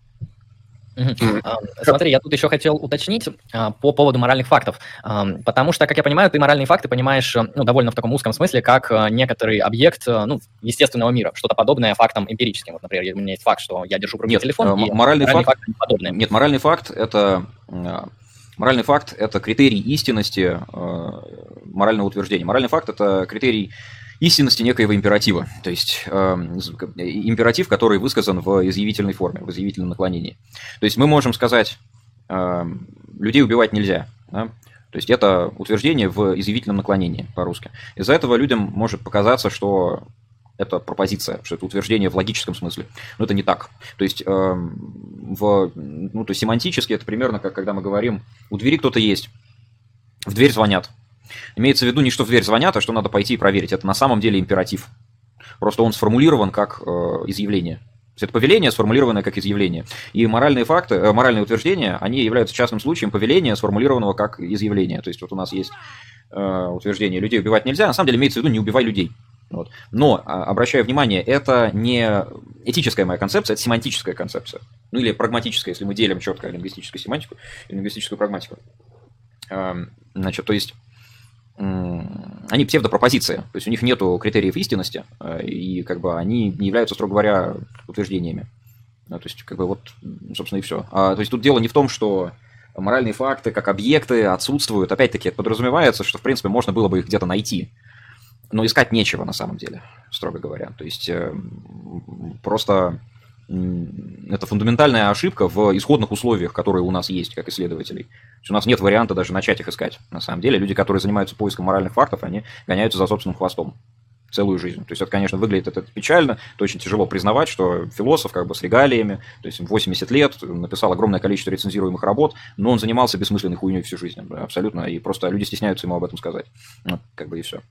Смотри, я тут еще хотел уточнить по поводу моральных фактов, потому что, как я понимаю, ты моральные факты понимаешь, ну, довольно в таком узком смысле, как некоторый объект, ну, естественного мира, что-то подобное фактам эмпирическим. Вот, например, у меня есть факт, что я держу в руке телефон, и моральный факт, факт подобное. Нет, моральный факт это моральный факт это критерий истинности морального утверждения. Моральный факт это критерий истинности некоего императива, то есть э, императив, который высказан в изъявительной форме, в изъявительном наклонении. То есть мы можем сказать, э, людей убивать нельзя, да? То есть это утверждение в изъявительном наклонении по-русски. Из-за этого людям может показаться, что это пропозиция, что это утверждение в логическом смысле. Но это не так. То есть, э, в, ну, то есть семантически это примерно как когда мы говорим, у двери кто-то есть, в дверь звонят. Имеется в виду не что в дверь звонят, а что надо пойти и проверить. Это на самом деле императив. Просто он сформулирован как э, изъявление. То есть это повеление, сформулированное как изъявление. И моральные факты, э, моральные утверждения, они являются частным случаем повеления, сформулированного как изъявление. То есть вот у нас есть э, утверждение «людей убивать нельзя», на самом деле имеется в виду «не убивай людей». Вот. Но, обращаю внимание, это не этическая моя концепция, это семантическая концепция. Ну или прагматическая, если мы делим четко лингвистическую семантику и лингвистическую прагматику. Э, значит, то есть они псевдопропозиции, то есть у них нет критериев истинности, и как бы они не являются, строго говоря, утверждениями. То есть, как бы вот, собственно, и все. А, то есть тут дело не в том, что моральные факты как объекты отсутствуют. Опять-таки, это подразумевается, что, в принципе, можно было бы их где-то найти. Но искать нечего, на самом деле, строго говоря. То есть просто это фундаментальная ошибка в исходных условиях, которые у нас есть, как исследователей. То есть у нас нет варианта даже начать их искать. На самом деле, люди, которые занимаются поиском моральных фактов, они гоняются за собственным хвостом целую жизнь. То есть это, конечно, выглядит это печально, это очень тяжело признавать, что философ как бы с регалиями, то есть восемьдесят лет, написал огромное количество рецензируемых работ, но он занимался бессмысленной хуйней всю жизнь, абсолютно, и просто люди стесняются ему об этом сказать. Ну, как бы и все.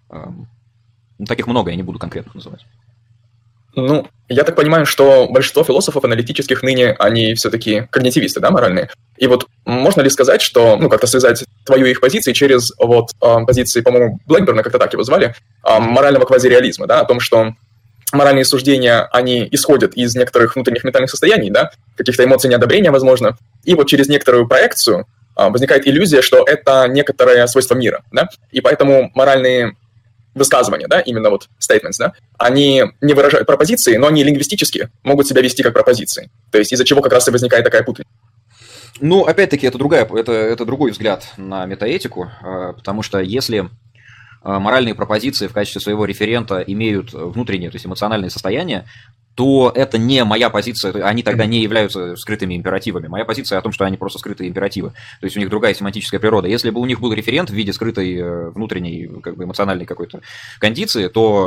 Ну, таких много, я не буду конкретных называть. Ну, я так понимаю, что большинство философов аналитических ныне, они все-таки когнитивисты, да, моральные. И вот можно ли сказать, что, ну, как-то связать твою их позиции через вот э, позиции, по-моему, Блэкберна, как-то так его звали, э, морального квазиреализма, да, о том, что моральные суждения, они исходят из некоторых внутренних ментальных состояний, да, каких-то эмоций неодобрения, возможно, и вот через некоторую проекцию э, возникает иллюзия, что это некоторое свойство мира, да, и поэтому моральные высказывания, да, именно вот statements, да, они не выражают пропозиции, но они лингвистически могут себя вести как пропозиции. То есть из-за чего как раз и возникает такая путаница. Ну, опять-таки, это, другая, это, это другой взгляд на метаэтику, потому что если моральные пропозиции в качестве своего референта имеют внутреннее, то есть эмоциональное состояние, то это не моя позиция, они тогда не являются скрытыми императивами. Моя позиция о том, что они просто скрытые императивы, то есть у них другая семантическая природа. Если бы у них был референт в виде скрытой внутренней, как бы эмоциональной какой-то кондиции,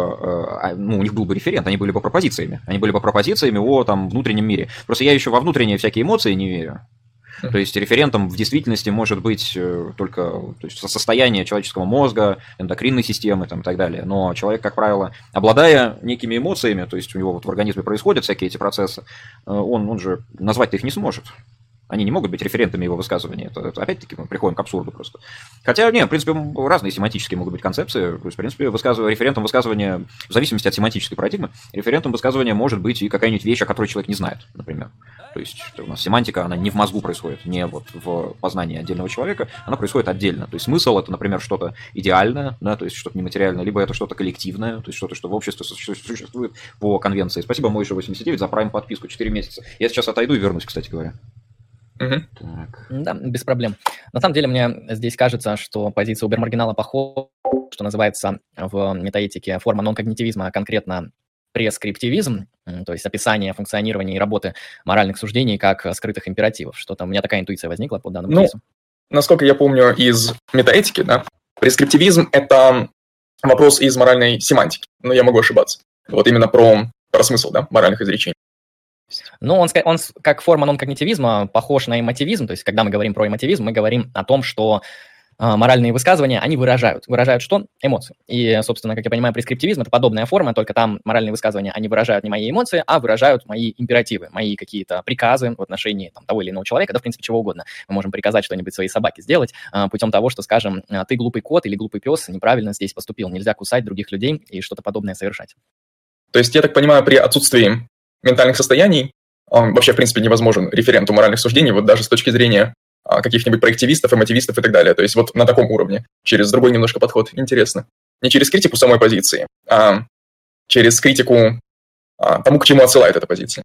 то ну, у них был бы референт, они были бы пропозициями. Они были бы пропозициями о там, внутреннем мире. Просто я еще во внутренние всякие эмоции не верю. То есть референтом в действительности может быть только то есть, состояние человеческого мозга, эндокринной системы там, и так далее. Но человек, как правило, обладая некими эмоциями, то есть у него вот в организме происходят всякие эти процессы, он, он же назвать-то их не сможет. Они не могут быть референтами его высказывания. Это, это опять-таки мы приходим к абсурду просто. Хотя, нет, в принципе, разные семантические могут быть концепции. То есть, в принципе, высказыв... референтом высказывания, в зависимости от семантической парадигмы, референтом высказывания может быть и какая-нибудь вещь, о которой человек не знает, например. То есть у нас семантика, она не в мозгу происходит, не вот в познании отдельного человека, она происходит отдельно. То есть смысл – это, например, что-то идеальное, да, то есть что-то нематериальное, либо это что-то коллективное, то есть что-то, что в обществе существует по конвенции. Спасибо, Мойша восемьдесят девять, за прайм-подписку, четыре месяца. Я сейчас отойду и вернусь, кстати говоря. Угу. Так. Да, без проблем. На самом деле, мне здесь кажется, что позиция убер-маргинала похожа, что называется в метаэтике форма нон-когнитивизма, а конкретно прескриптивизм, то есть описание функционирования и работы моральных суждений как скрытых императивов. Что-то у меня такая интуиция возникла по данному ну, кейсу. Насколько я помню из метаэтики, да, прескриптивизм – это вопрос из моральной семантики, но я могу ошибаться. Вот именно про, про смысл, да, моральных изречений. Ну, он, он как форма нон-когнитивизма похож на эмотивизм, то есть когда мы говорим про эмотивизм, мы говорим о том, что э, моральные высказывания, они выражают. Выражают что? Эмоции. И, собственно, как я понимаю, прескриптивизм – это подобная форма, только там моральные высказывания, они выражают не мои эмоции, а выражают мои императивы, мои какие-то приказы в отношении там, того или иного человека, да, в принципе, чего угодно. Мы можем приказать что-нибудь своей собаке сделать э, путем того, что скажем, ты глупый кот или глупый пес неправильно здесь поступил, нельзя кусать других людей и что-то подобное совершать. То есть, я так понимаю, при отсутствии ментальных состояний он вообще, в принципе, невозможен референту моральных суждений, вот даже с точки зрения а, каких-нибудь проективистов, эмотивистов и так далее. То есть вот на таком уровне, через другой немножко подход. Интересно. Не через критику самой позиции, а через критику а, тому, к чему отсылает эта позиция.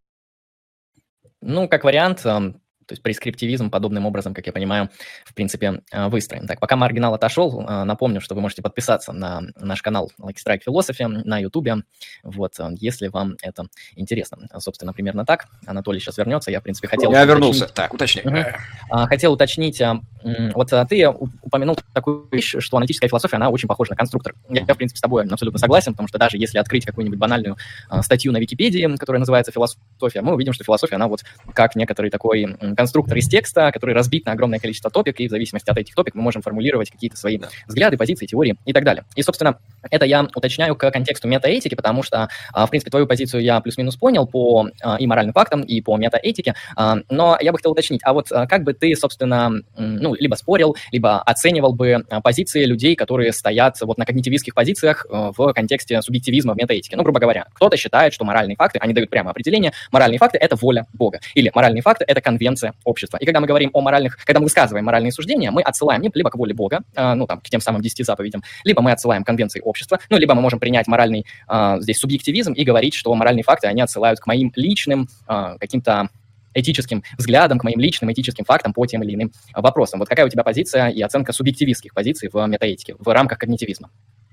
Ну, как вариант, то есть прескриптивизм подобным образом, как я понимаю, в принципе, выстроен. Так, пока маргинал отошел, напомню, что вы можете подписаться на наш канал Lucky Strike Philosophy на YouTube, вот, если вам это интересно. Собственно, примерно так. Анатолий сейчас вернется. Я, в принципе, хотел... Я вернулся. Так, уточни. Угу. Хотел уточнить. Вот ты упомянул такую вещь, что аналитическая философия, она очень похожа на конструктор. Я, в принципе, с тобой абсолютно согласен, потому что даже если открыть какую-нибудь банальную статью на Википедии, которая называется «Философия», мы увидим, что философия, она вот как некоторый такой конструктор из текста, который разбит на огромное количество топик, и в зависимости от этих топик мы можем формулировать какие-то свои да. взгляды, позиции, теории и так далее. И, собственно, это я уточняю к контексту метаэтики, потому что, в принципе, твою позицию я плюс-минус понял по и моральным фактам, и по метаэтике, но я бы хотел уточнить, а вот как бы ты, собственно, ну, либо спорил, либо оценивал бы позиции людей, которые стоят вот на когнитивистских позициях в контексте субъективизма в метаэтике. Ну, грубо говоря, кто-то считает, что моральные факты, они дают прямо определение, моральные факты – это воля Бога, или моральные факты – это конвенция общества. И когда мы говорим о моральных, когда мы высказываем моральные суждения, мы отсылаем либо к воле Бога, э, ну, там, к тем самым десяти заповедям, либо мы отсылаем к конвенции общества, ну, либо мы можем принять моральный, э, здесь, субъективизм и говорить, что моральные факты, они отсылают к моим личным э, каким-то этическим взглядам, к моим личным этическим фактам по тем или иным вопросам. Вот какая у тебя позиция и оценка субъективистских позиций в метаэтике, в рамках когнитивизма?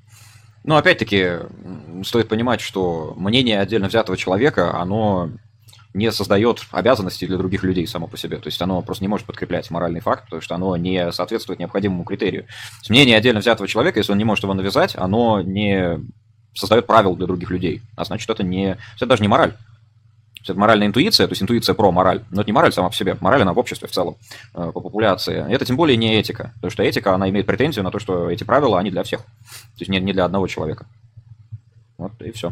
Ну, опять-таки, стоит понимать, что мнение отдельно взятого человека, оно не создает обязанностей для других людей само по себе. То есть оно просто не может подкреплять моральный факт, потому что оно не соответствует необходимому критерию. Мнение отдельно взятого человека, если он не может его навязать, оно не создает правил для других людей. А значит, это, не, это даже не мораль. Это моральная интуиция, то есть интуиция про мораль, но это не мораль сама по себе, мораль она в обществе в целом, по популяции. Это тем более не этика, потому что этика, она имеет претензию на то, что эти правила, они для всех, то есть не, не для одного человека. Вот и все.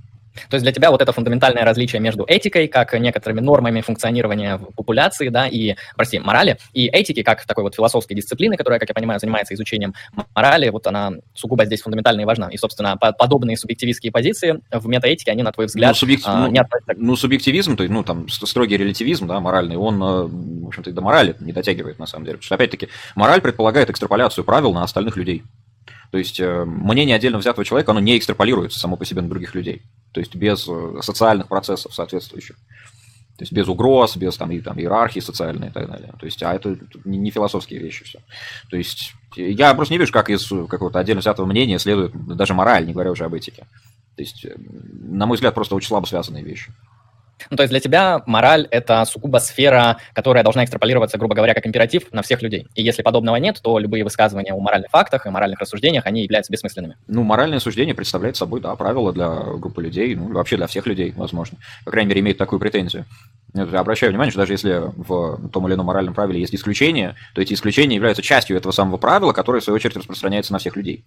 То есть для тебя вот это фундаментальное различие между этикой, как некоторыми нормами функционирования в популяции, да, и, прости, морали, и этики, как такой вот философской дисциплины, которая, как я понимаю, занимается изучением морали, вот она сугубо здесь фундаментальна и важна. И, собственно, подобные субъективистские позиции в метаэтике, они, на твой взгляд, ну, субъект... а, ну, не относятся... Ну, субъективизм, то есть, ну, там, строгий релятивизм, да, моральный, он, в общем-то, и до морали не дотягивает, на самом деле. Потому что, опять-таки, мораль предполагает экстраполяцию правил на остальных людей. То есть мнение отдельно взятого человека, оно не экстраполируется само по себе на других людей. То есть без социальных процессов соответствующих. То есть без угроз, без там, и, там, иерархии социальной и так далее. То есть, а это не философские вещи все. То есть я просто не вижу, как из какого-то отдельно взятого мнения следует даже мораль, не говоря уже об этике. То есть, на мой взгляд, просто очень слабо связанные вещи. Ну, то есть для тебя мораль – это сугубо сфера, которая должна экстраполироваться, грубо говоря, как императив на всех людей. И если подобного нет, то любые высказывания о моральных фактах и моральных рассуждениях, они являются бессмысленными. Ну, моральное суждение представляет собой, да, правила для группы людей, ну, вообще для всех людей, возможно. По крайней мере, имеет такую претензию. Я обращаю внимание, что даже если в том или ином моральном правиле есть исключения, то эти исключения являются частью этого самого правила, которое, в свою очередь, распространяется на всех людей.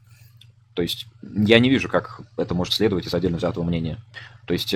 То есть я не вижу, как это может следовать из отдельно взятого мнения. То есть...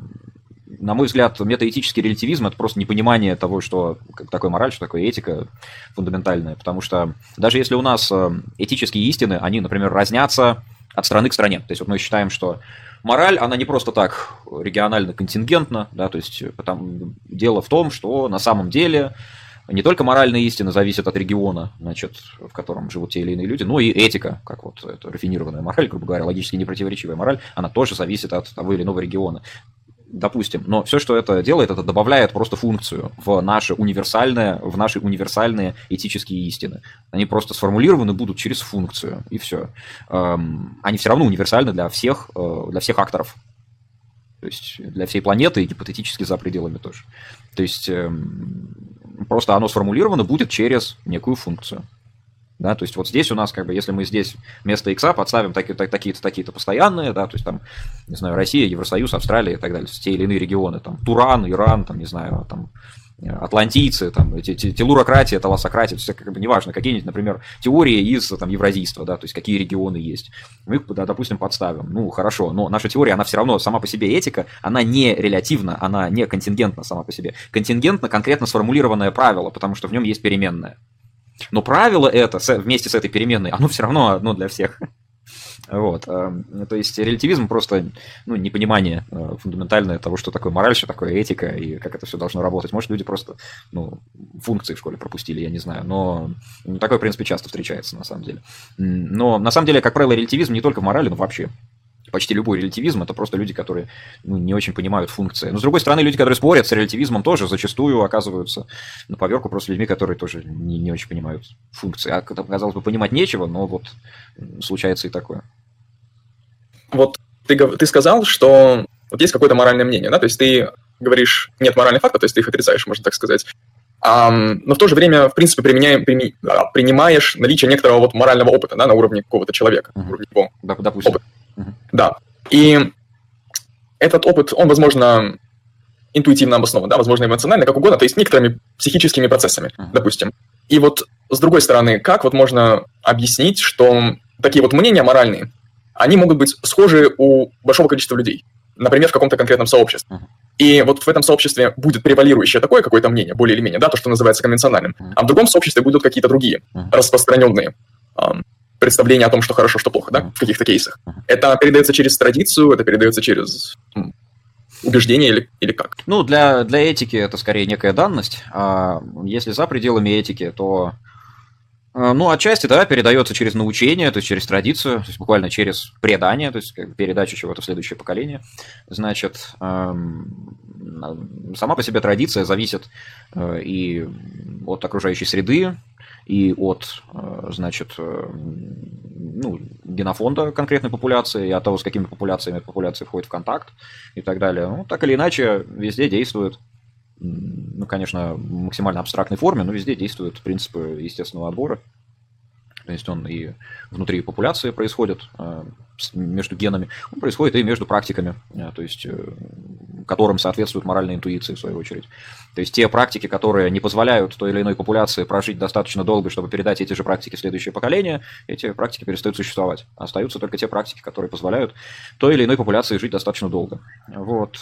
На мой взгляд, метаэтический релятивизм – это просто непонимание того, что такое мораль, что такое этика фундаментальная. Потому что даже если у нас этические истины, они, например, разнятся от страны к стране. То есть вот мы считаем, что мораль, она не просто так регионально-контингентна, да, то есть потому, дело в том, что на самом деле не только моральные истины зависят от региона, значит, в котором живут те или иные люди, но и этика, как вот эта рафинированная мораль, грубо говоря, логически непротиворечивая мораль, она тоже зависит от того или иного региона. Допустим, но все, что это делает, это добавляет просто функцию в наши универсальные, в наши универсальные этические истины. Они просто сформулированы будут через функцию, и все. Они все равно универсальны для всех, для всех акторов. То есть для всей планеты и гипотетически за пределами тоже. То есть просто оно сформулировано будет через некую функцию. Да, то есть вот здесь у нас, как бы, если мы здесь вместо икса подставим такие, так, такие-то, такие-то постоянные, да, то есть там, не знаю, Россия, Евросоюз, Австралия и так далее, те или иные регионы, там, Туран, Иран, там, не знаю, там, атлантийцы, там, телурократия, талассократия, то есть, как бы, неважно, какие-нибудь, например, теории из, там, евразийства, да, то есть какие регионы есть, мы их, да, допустим, подставим, ну, хорошо, но наша теория, она все равно сама по себе этика, она не релятивна, она не контингентна сама по себе, контингентно конкретно сформулированное правило, потому что в нем есть переменная. Но правило это, вместе с этой переменной, оно все равно одно для всех. Вот. То есть релятивизм просто, ну, непонимание фундаментальное того, что такое мораль, что такое этика и как это все должно работать. Может, люди просто, ну, функции в школе пропустили, я не знаю. Но такое, в принципе, часто встречается на самом деле. Но на самом деле, как правило, релятивизм не только в морали, но вообще. Почти любой релятивизм – это просто люди, которые, ну, не очень понимают функции. Но, с другой стороны, люди, которые спорят с релятивизмом, тоже зачастую оказываются на поверку просто людьми, которые тоже не, не очень понимают функции. А, казалось бы, понимать нечего, но вот случается и такое. Вот ты, ты сказал, что вот есть какое-то моральное мнение, да? То есть ты говоришь, нет моральных фактов, то есть ты их отрицаешь, можно так сказать. А, но в то же время, в принципе, применяем, прими, принимаешь наличие некоторого вот морального опыта, да, на уровне какого-то человека, uh-huh. на уровне его Допустим. опыта. Uh-huh. Да. И этот опыт, он, возможно, интуитивно обоснован, да, возможно, эмоционально, как угодно, то есть некоторыми психическими процессами, uh-huh. допустим. И вот с другой стороны, как вот можно объяснить, что такие вот мнения моральные, они могут быть схожи у большого количества людей, например, в каком-то конкретном сообществе. Uh-huh. И вот в этом сообществе будет превалирующее такое какое-то мнение, более или менее, да, то, что называется конвенциональным, uh-huh. а в другом сообществе будут какие-то другие, uh-huh. распространенные um, представления о том, что хорошо, что плохо, да, uh-huh. в каких-то кейсах. Uh-huh. Это передается через традицию, это передается через м, убеждение или, или как? Ну, для, для этики это скорее некая данность, а если за пределами этики, то, ну, отчасти, да, передается через научение, то есть через традицию, то есть буквально через предание, то есть как бы передачу чего-то в следующее поколение. Значит, эм, сама по себе традиция зависит э, и от окружающей среды, и от, значит, ну, генофонда конкретной популяции, и от того, с какими популяциями популяция входит в контакт и так далее. Ну, так или иначе, везде действует, ну, конечно, в максимально абстрактной форме, но везде действуют принципы естественного отбора. То есть он и внутри популяции происходит, между генами, он происходит и между практиками, то есть которым соответствуют моральные интуиции, в свою очередь. То есть те практики, которые не позволяют той или иной популяции прожить достаточно долго, чтобы передать эти же практики в следующее поколение, эти практики перестают существовать. Остаются только те практики, которые позволяют той или иной популяции жить достаточно долго. Вот.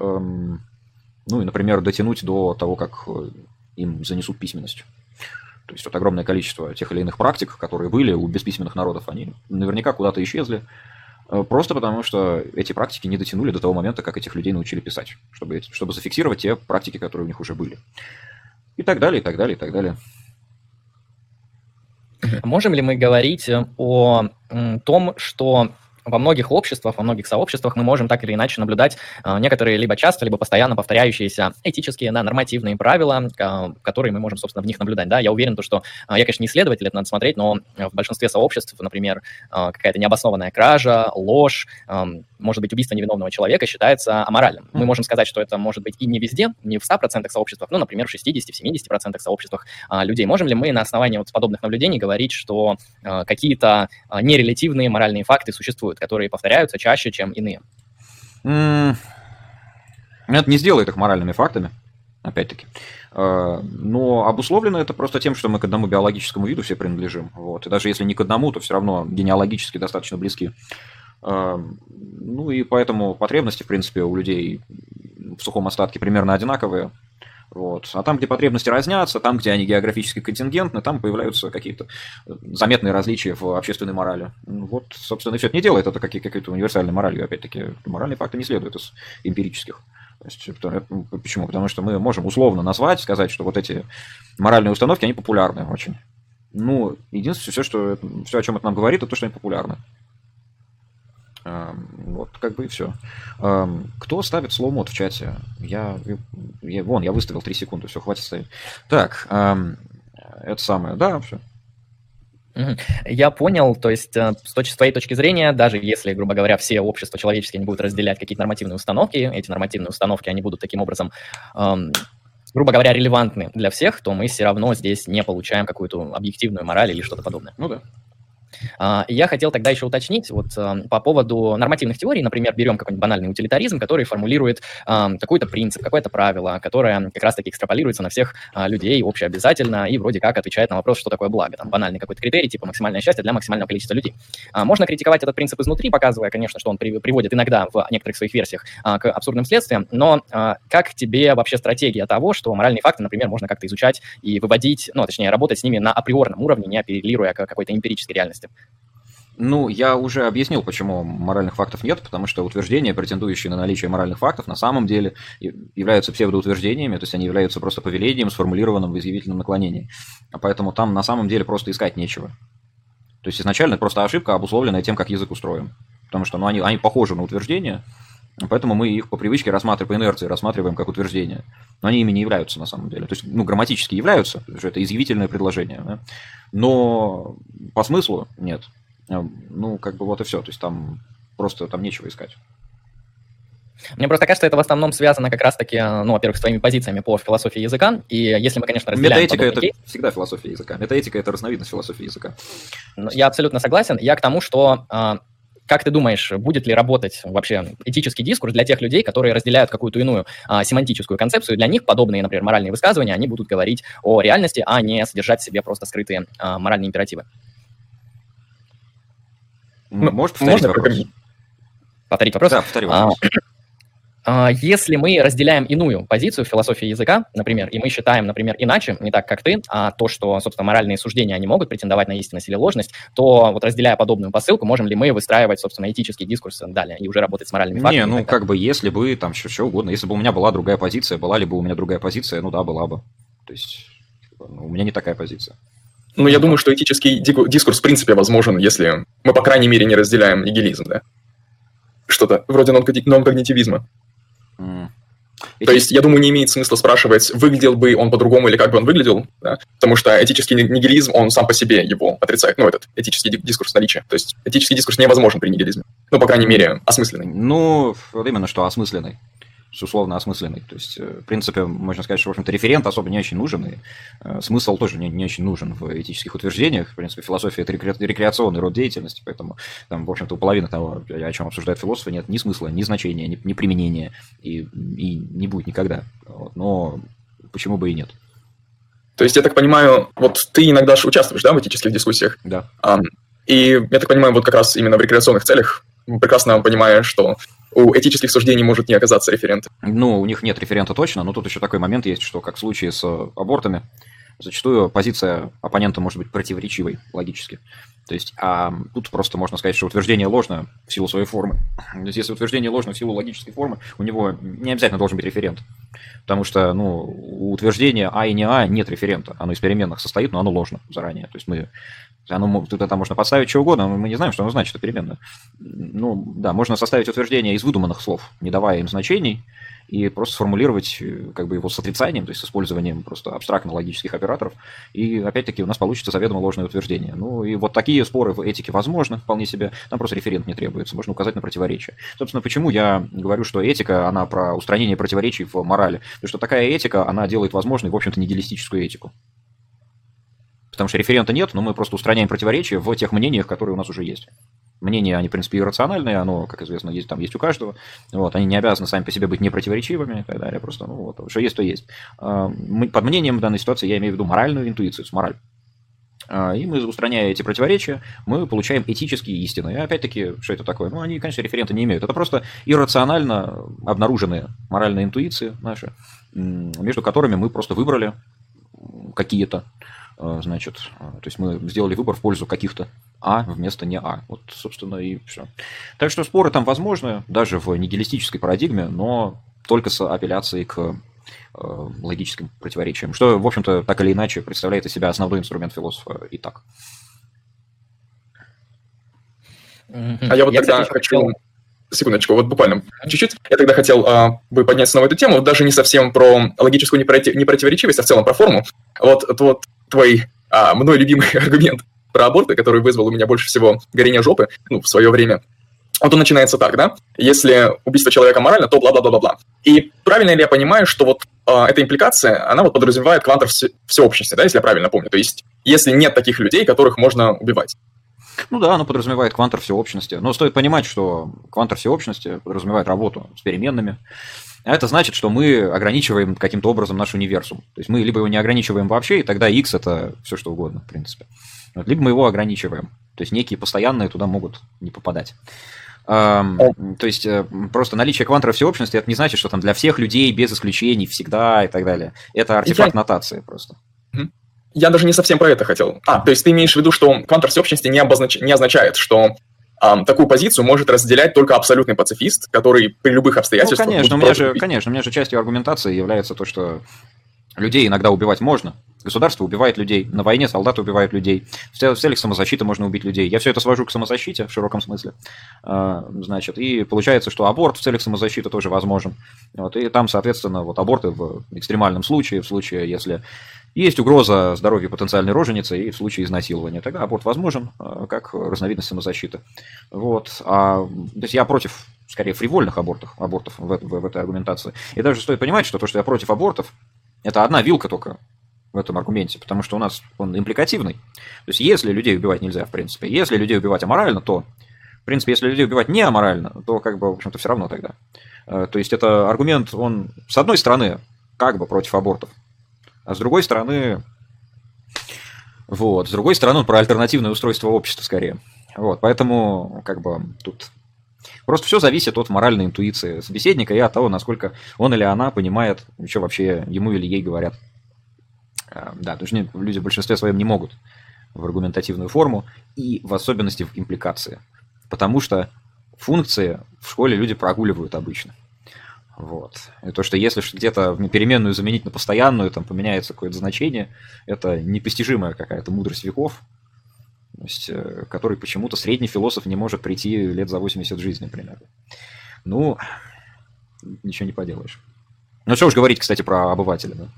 Ну и, например, дотянуть до того, как им занесут письменность. То есть вот огромное количество тех или иных практик, которые были у бесписьменных народов, они наверняка куда-то исчезли, просто потому что эти практики не дотянули до того момента, как этих людей научили писать, чтобы, чтобы зафиксировать те практики, которые у них уже были. И так далее, и так далее, и так далее. Можем ли мы говорить о том, что во многих обществах, во многих сообществах мы можем так или иначе наблюдать э, некоторые либо часто, либо постоянно повторяющиеся этические, да, нормативные правила, э, которые мы можем, собственно, в них наблюдать. Да? Я уверен, что э, я, конечно, не исследователь, это надо смотреть, но в большинстве сообществ, например, э, какая-то необоснованная кража, ложь, э, может быть, убийство невиновного человека считается аморальным. Мы можем сказать, что это может быть и не везде, не в ста процентах сообществах, ну, например, в шестидесяти-семидесяти процентах сообществах э, людей. Можем ли мы на основании вот подобных наблюдений говорить, что э, какие-то э, нерелятивные моральные факты существуют, которые повторяются чаще, чем иные? Mm. Это не сделает их моральными фактами, опять-таки. Но обусловлено это просто тем, что мы к одному биологическому виду все принадлежим. Вот. И даже если не к одному, то все равно генеалогически достаточно близки. Ну и поэтому потребности, в принципе, у людей в сухом остатке примерно одинаковые. Вот. А там, где потребности разнятся, там, где они географически контингентны, там появляются какие-то заметные различия в общественной морали. Вот, собственно, и все это не делает это какой-то универсальной моралью. Опять-таки, моральные факты не следуют из эмпирических. То есть, почему? Потому что мы можем условно назвать, сказать, что вот эти моральные установки, они популярны очень. Ну, единственное, все, что, все, о чем это нам говорит, это то, что они популярны. Вот, как бы и все. Кто ставит слоу-мод в чате? Я, я, вон, я выставил три секунды, все, хватит ставить. Так, это самое, да, все. Я понял, то есть с твоей точки зрения, даже если, грубо говоря, все общества человеческие не будут разделять какие-то нормативные установки, эти нормативные установки, они будут таким образом, эм, грубо говоря, релевантны для всех, то мы все равно здесь не получаем какую-то объективную мораль или что-то подобное. Ну да. Я хотел тогда еще уточнить вот по поводу нормативных теорий, например, берем какой-нибудь банальный утилитаризм, который формулирует какой-то принцип, какое-то правило, которое как раз-таки экстраполируется на всех людей общеобязательно и вроде как отвечает на вопрос, что такое благо. Там банальный какой-то критерий, типа максимальное счастье для максимального количества людей. Можно критиковать этот принцип изнутри, показывая, конечно, что он при, приводит иногда в некоторых своих версиях к абсурдным следствиям, но как тебе вообще стратегия того, что моральные факты, например, можно как-то изучать и выводить, ну, точнее, работать с ними на априорном уровне, не апеллируя к какой-то эмпирической реальности? Ну, я уже объяснил, почему моральных фактов нет, потому что утверждения, претендующие на наличие моральных фактов, на самом деле являются псевдоутверждениями, то есть они являются просто повелением, сформулированным в изъявительном наклонении. Поэтому там на самом деле просто искать нечего. То есть изначально это просто ошибка, обусловленная тем, как язык устроен. Потому что ну, они, они похожи на утверждения, поэтому мы их по привычке рассматриваем, по инерции рассматриваем как утверждения. Но они ими не являются на самом деле. То есть, ну, грамматически являются, потому что это изъявительное предложение. Да? Но по смыслу нет. Ну, как бы вот и все. То есть там просто там нечего искать. Мне просто кажется, это в основном связано как раз-таки, ну, во-первых, с твоими позициями по философии языка, и если мы, конечно, разделяем... Метаэтика – это кейс, всегда философия языка. Метаэтика – это разновидность философии языка. Я абсолютно согласен. Я к тому, что... Как ты думаешь, будет ли работать вообще этический дискурс для тех людей, которые разделяют какую-то иную а, семантическую концепцию? Для них подобные, например, моральные высказывания, они будут говорить о реальности, а не содержать в себе просто скрытые а, моральные императивы. Ну, можешь повторить Можно вопрос? Повторить вопрос? Да, повтори вопрос. А, если мы разделяем иную позицию в философии языка, например, и мы считаем, например, иначе, не так, как ты, а то, что, собственно, моральные суждения, они могут претендовать на истинность или ложность, то вот разделяя подобную посылку, можем ли мы выстраивать, собственно, этический дискурс далее и уже работать с моральными фактами? Не, ну, как бы, если бы, там, что, что угодно, если бы у меня была другая позиция, была ли бы у меня другая позиция, ну да, была бы. То есть, у меня не такая позиция. Ну, я думаю, что этический дискурс в принципе возможен, если мы, по крайней мере, не разделяем нигилизм, да? Что-то вроде нон-когнитивизма. Mm. То есть, я думаю, не имеет смысла спрашивать, выглядел бы он по-другому или как бы он выглядел, да? Потому что этический нигилизм, он сам по себе его отрицает, ну, этот этический дискурс наличия. То есть, этический дискурс невозможен при нигилизме. Ну, по крайней мере, осмысленный. Ну, вот именно что осмысленный. Условно осмысленный. То есть, в принципе, можно сказать, что, в общем-то, референт особо не очень нужен, и э, смысл тоже не, не очень нужен в этических утверждениях. В принципе, философия – это рекре- рекреационный род деятельности, поэтому, там, в общем-то, у половины того, о чем обсуждают философы, нет ни смысла, ни значения, ни, ни применения, и, и не будет никогда. Вот. Но почему бы и нет? То есть, я так понимаю, вот ты иногда же участвуешь, да, в этических дискуссиях? Да. Um, и, я так понимаю, вот как раз именно в рекреационных целях, прекрасно понимая, что у этических суждений может не оказаться референта. Ну, у них нет референта точно, но тут еще такой момент есть, что, как в случае с абортами, зачастую позиция оппонента может быть противоречивой логически. То есть, а тут просто можно сказать, что утверждение ложно в силу своей формы. То есть, если утверждение ложно в силу логической формы, у него не обязательно должен быть референт. Потому что, ну, у утверждения А и не А нет референта. Оно из переменных состоит, но оно ложно заранее. То есть, мы... Оно, тут там можно подставить что угодно, но мы не знаем, что оно значит, это переменная. Ну, да, можно составить утверждение из выдуманных слов, не давая им значений, и просто сформулировать как бы его с отрицанием, то есть с использованием просто абстрактно-логических операторов, и опять-таки у нас получится заведомо ложное утверждение. Ну, и вот такие споры в этике возможны вполне себе, там просто референт не требуется, можно указать на противоречие. Собственно, почему я говорю, что этика, она про устранение противоречий в морали? Потому что такая этика, она делает возможной, в общем-то, нигилистическую этику. Потому что референта нет, но мы просто устраняем противоречия в тех мнениях, которые у нас уже есть. Мнения, они, в принципе, иррациональные, оно, как известно, есть, там есть у каждого. Вот, они не обязаны сами по себе быть непротиворечивыми и так далее. Просто, ну, вот, что есть, то есть. Под мнением в данной ситуации я имею в виду моральную интуицию, мораль. И мы, устраняя эти противоречия, мы получаем этические истины. И опять-таки, что это такое? Ну, они, конечно, референта не имеют. Это просто иррационально обнаруженные моральные интуиции наши, между которыми мы просто выбрали какие-то. Значит, то есть мы сделали выбор в пользу каких-то А вместо не А. Вот, собственно, и все. Так что споры там возможны, даже в нигилистической парадигме, но только с апелляцией к э, логическим противоречиям, что, в общем-то, так или иначе представляет из себя основной инструмент философа и так. А я вот я, тогда кстати, хочу... Хотел... Секундочку, вот буквально чуть-чуть. Я тогда хотел а, бы поднять снова эту тему, даже не совсем про логическую непроти... непротиворечивость, а в целом про форму. Вот, вот твой а, мной любимый аргумент про аборты, который вызвал у меня больше всего горение жопы, ну, в свое время. Вот он начинается так, да? Если убийство человека морально, то бла-бла-бла-бла-бла. И правильно ли я понимаю, что вот а, эта импликация, она вот подразумевает квантор все... всеобщности, да, если я правильно помню? То есть, если нет таких людей, которых можно убивать. Ну да, оно подразумевает квантор всеобщности. Но стоит понимать, что квантор всеобщности подразумевает работу с переменными. А это значит, что мы ограничиваем каким-то образом наш универсум. То есть мы либо его не ограничиваем вообще, и тогда x это все что угодно, в принципе. Вот, либо мы его ограничиваем. То есть некие постоянные туда могут не попадать. Um, то есть просто наличие квантора всеобщности это не значит, что там для всех людей без исключений всегда и так далее. Это артефакт нотации просто. Я даже не совсем про это хотел. А, то есть ты имеешь в виду, что квантор всеобщности не, обознач... не означает, что а, такую позицию может разделять только абсолютный пацифист, который при любых обстоятельствах... Ну, конечно, у меня же, конечно, у меня же частью аргументации является то, что людей иногда убивать можно. Государство убивает людей, на войне солдаты убивают людей, в целях самозащиты можно убить людей. Я все это свожу к самозащите в широком смысле. Значит, и получается, что аборт в целях самозащиты тоже возможен. Вот, и там, соответственно, вот аборты в экстремальном случае, в случае, если есть угроза здоровью потенциальной роженицы, и в случае изнасилования, тогда аборт возможен как разновидность самозащиты. Вот. А, то есть я против, скорее, фривольных абортов, абортов в, в, в этой аргументации. И даже стоит понимать, что то, что я против абортов, это одна вилка только в этом аргументе, потому что у нас он импликативный. То есть если людей убивать нельзя, в принципе, если людей убивать аморально, то, в принципе, если людей убивать не аморально, то, как бы, в общем-то, все равно тогда. То есть это аргумент, он, с одной стороны, как бы против абортов, а с другой стороны, вот, с другой стороны, он про альтернативное устройство общества, скорее. Вот, поэтому, как бы, тут просто все зависит от моральной интуиции собеседника и от того, насколько он или она понимает, что вообще ему или ей говорят. Да, потому что люди в большинстве своем не могут в аргументативную форму и в особенности в импликации. Потому что функции в школе люди прогуливают обычно. Вот. И то, что если где-то переменную заменить на постоянную, там поменяется какое-то значение, это непостижимая какая-то мудрость веков, то есть, к которой почему-то средний философ не может прийти лет за восемьдесят жизни примерно. Ну, ничего не поделаешь. Ну, что уж говорить, кстати, про обывателя, да?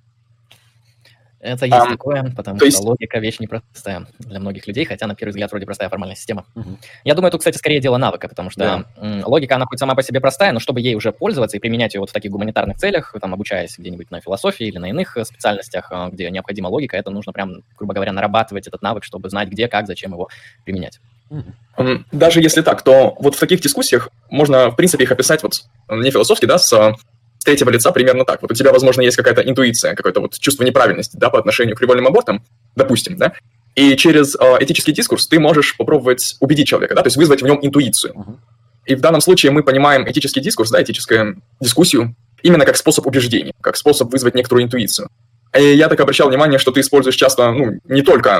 Это есть um, такое, потому что есть... логика вещь непростая для многих людей, хотя на первый взгляд вроде простая формальная система. Uh-huh. Я думаю, тут, кстати, скорее дело навыка, потому что yeah. логика, она хоть сама по себе простая, но чтобы ей уже пользоваться и применять ее вот в таких гуманитарных целях, там, обучаясь где-нибудь на философии или на иных специальностях, где необходима логика, это нужно прям, грубо говоря, нарабатывать этот навык, чтобы знать, где, как, зачем его применять. Uh-huh. Даже если так, то вот в таких дискуссиях можно, в принципе, их описать вот не философски, да, с третьего лица примерно так. Вот у тебя, возможно, есть какая-то интуиция, какое-то вот чувство неправильности, да, по отношению к фривольным абортам, допустим, да, и через э, этический дискурс ты можешь попробовать убедить человека, да, то есть вызвать в нем интуицию. Uh-huh. И в данном случае мы понимаем этический дискурс, да, этическую дискуссию именно как способ убеждения, как способ вызвать некоторую интуицию. И я так обращал внимание, что ты используешь часто, ну, не только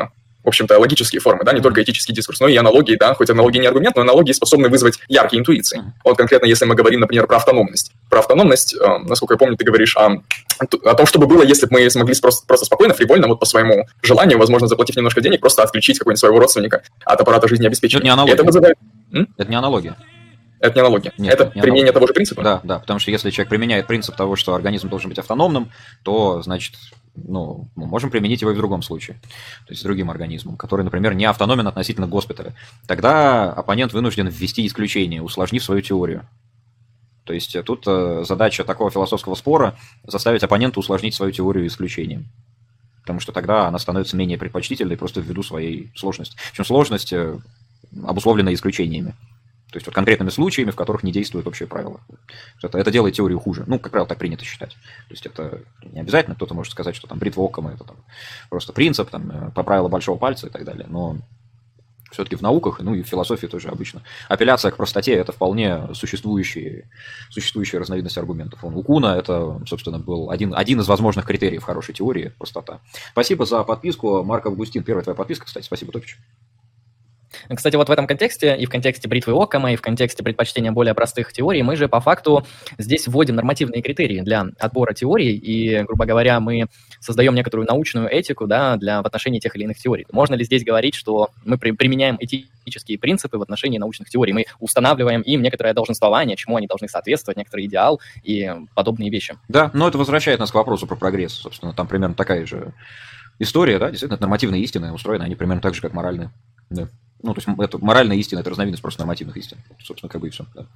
в общем-то, логические формы, да, не только этический дискурс, но и аналогии, да, хоть аналогии не аргумент, но аналогии способны вызвать яркие интуиции. Вот конкретно, если мы говорим, например, про автономность. Про автономность, э, насколько я помню, ты говоришь о, о том, чтобы было, если бы мы смогли просто, просто спокойно, фривольно, вот по своему желанию, возможно, заплатив немножко денег, просто отключить какого-нибудь своего родственника от аппарата жизнеобеспечения. Это не аналогия. Это вызывает... Это не аналогия. Это не аналогия. Нет, это не применение аналогия. того же принципа? Да, да, потому что если человек применяет принцип того, что организм должен быть автономным, то, значит, ну, мы можем применить его и в другом случае, то есть с другим организмом, который, например, не автономен относительно госпиталя. Тогда оппонент вынужден ввести исключение, усложнив свою теорию. То есть тут задача такого философского спора заставить оппонента усложнить свою теорию исключением. Потому что тогда она становится менее предпочтительной просто ввиду своей сложности. Причем сложность обусловлена исключениями. То есть вот конкретными случаями, в которых не действуют общие правила. Это, это делает теорию хуже. Ну, как правило, так принято считать. То есть это не обязательно. Кто-то может сказать, что там бритва Оккама – это там, просто принцип, там, по правилу большого пальца и так далее. Но все-таки в науках, ну и в философии тоже обычно, апелляция к простоте – это вполне существующие, существующие разновидности аргументов. Он, у Куна это, собственно, был один, один из возможных критериев хорошей теории – простота. Спасибо за подписку, Марк Августин. Первая твоя подписка, кстати. Спасибо, Топич. Кстати, вот в этом контексте, и в контексте бритвы Оккама, и в контексте предпочтения более простых теорий, мы же по факту здесь вводим нормативные критерии для отбора теорий, и, грубо говоря, мы создаем некоторую научную этику, да, для, в отношении тех или иных теорий. Можно ли здесь говорить, что мы при, применяем этические принципы в отношении научных теорий, мы устанавливаем им некоторое долженствование, чему они должны соответствовать, некоторый идеал и подобные вещи? Да, но это возвращает нас к вопросу про прогресс. Собственно, там примерно такая же история, да, действительно, нормативные истины устроены, они примерно так же, как моральные, да. Ну, то есть это моральная истина, это разновидность просто нормативных истин. Собственно, как бы и все. Да.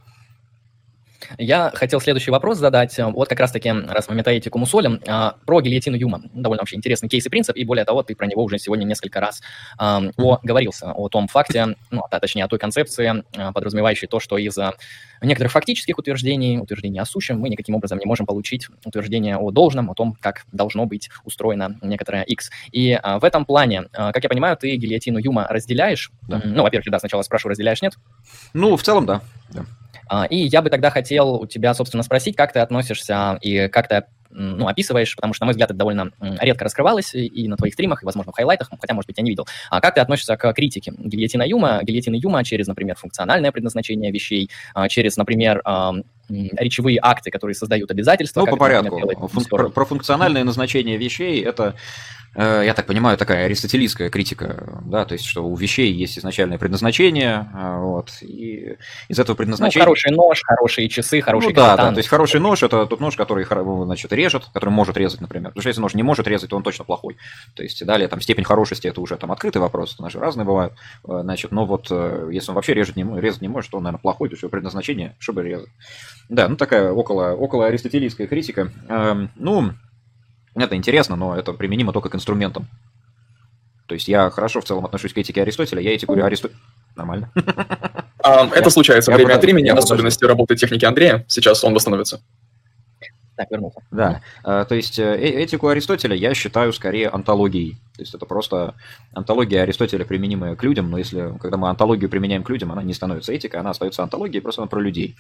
Я хотел следующий вопрос задать. Вот как раз-таки, раз мы метаэтику мусолим, про гильотину Юма. Довольно вообще интересный кейс и принцип, и более того, ты про него уже сегодня несколько раз оговорился, о том факте, ну, а точнее, о той концепции, подразумевающей то, что из некоторых фактических утверждений, утверждений о сущем, мы никаким образом не можем получить утверждение о должном, о том, как должно быть устроено некоторое X. И в этом плане, как я понимаю, ты гильотину Юма разделяешь? Да. Ну, во-первых, да, сначала спрашиваю, разделяешь, нет? Ну, в целом, да. да. И я бы тогда хотел у тебя, собственно, спросить, как ты относишься и как ты, ну, описываешь, потому что, на мой взгляд, это довольно редко раскрывалось и на твоих стримах, и, возможно, в хайлайтах, хотя, может быть, я не видел. А как ты относишься к критике гильотина Юма, гильотины Юма через, например, функциональное предназначение вещей, через, например, речевые акты, которые создают обязательства? Ну, по порядку. Фун- про, про функциональное назначение вещей – это, я так понимаю, такая аристотелийская критика, да, то есть, что у вещей есть изначальное предназначение, вот, и из этого предназначения… Ну, хороший нож, хорошие часы, хороший ну, да, катан. да, то есть, хороший нож – это тот нож, который, значит, режет, который может резать, например, потому что если нож не может резать, то он точно плохой, то есть, далее, там, степень хорошести – это уже, там, открытый вопрос, наши разные бывают, значит, но вот, если он вообще резать не, резать не может, то он, наверное, плохой, то есть, его предназначение, чтобы резать. Да, ну, такая около, около аристотелийская критика, эм, ну… Это интересно, но это применимо только к инструментам. То есть я хорошо в целом отношусь к этике Аристотеля, я этику Аристотеля... Нормально. Это случается время от времени, в особенности работы техники Андрея. Сейчас он восстановится. Так, вернулся. Да, то есть этику Аристотеля я считаю скорее онтологией. То есть это просто онтология Аристотеля, применимая к людям, но если, когда мы онтологию применяем к людям, она не становится этикой, она остается онтологией, просто она про людей.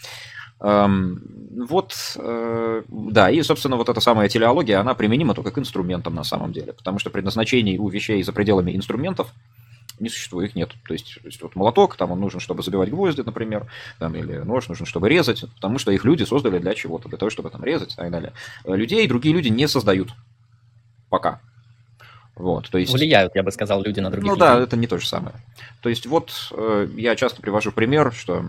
Вот, да, и, собственно, вот эта самая телеология, она применима только к инструментам на самом деле, потому что предназначений у вещей за пределами инструментов не существует, их нет. То есть, то есть вот молоток, там он нужен, чтобы забивать гвозди, например, там, или нож нужен, чтобы резать, потому что их люди создали для чего-то, для того, чтобы там резать и так далее. Людей другие люди не создают пока. Вот, то есть... Влияют, я бы сказал, люди на других ну, людей. Ну да, это не то же самое. То есть вот я часто привожу пример, что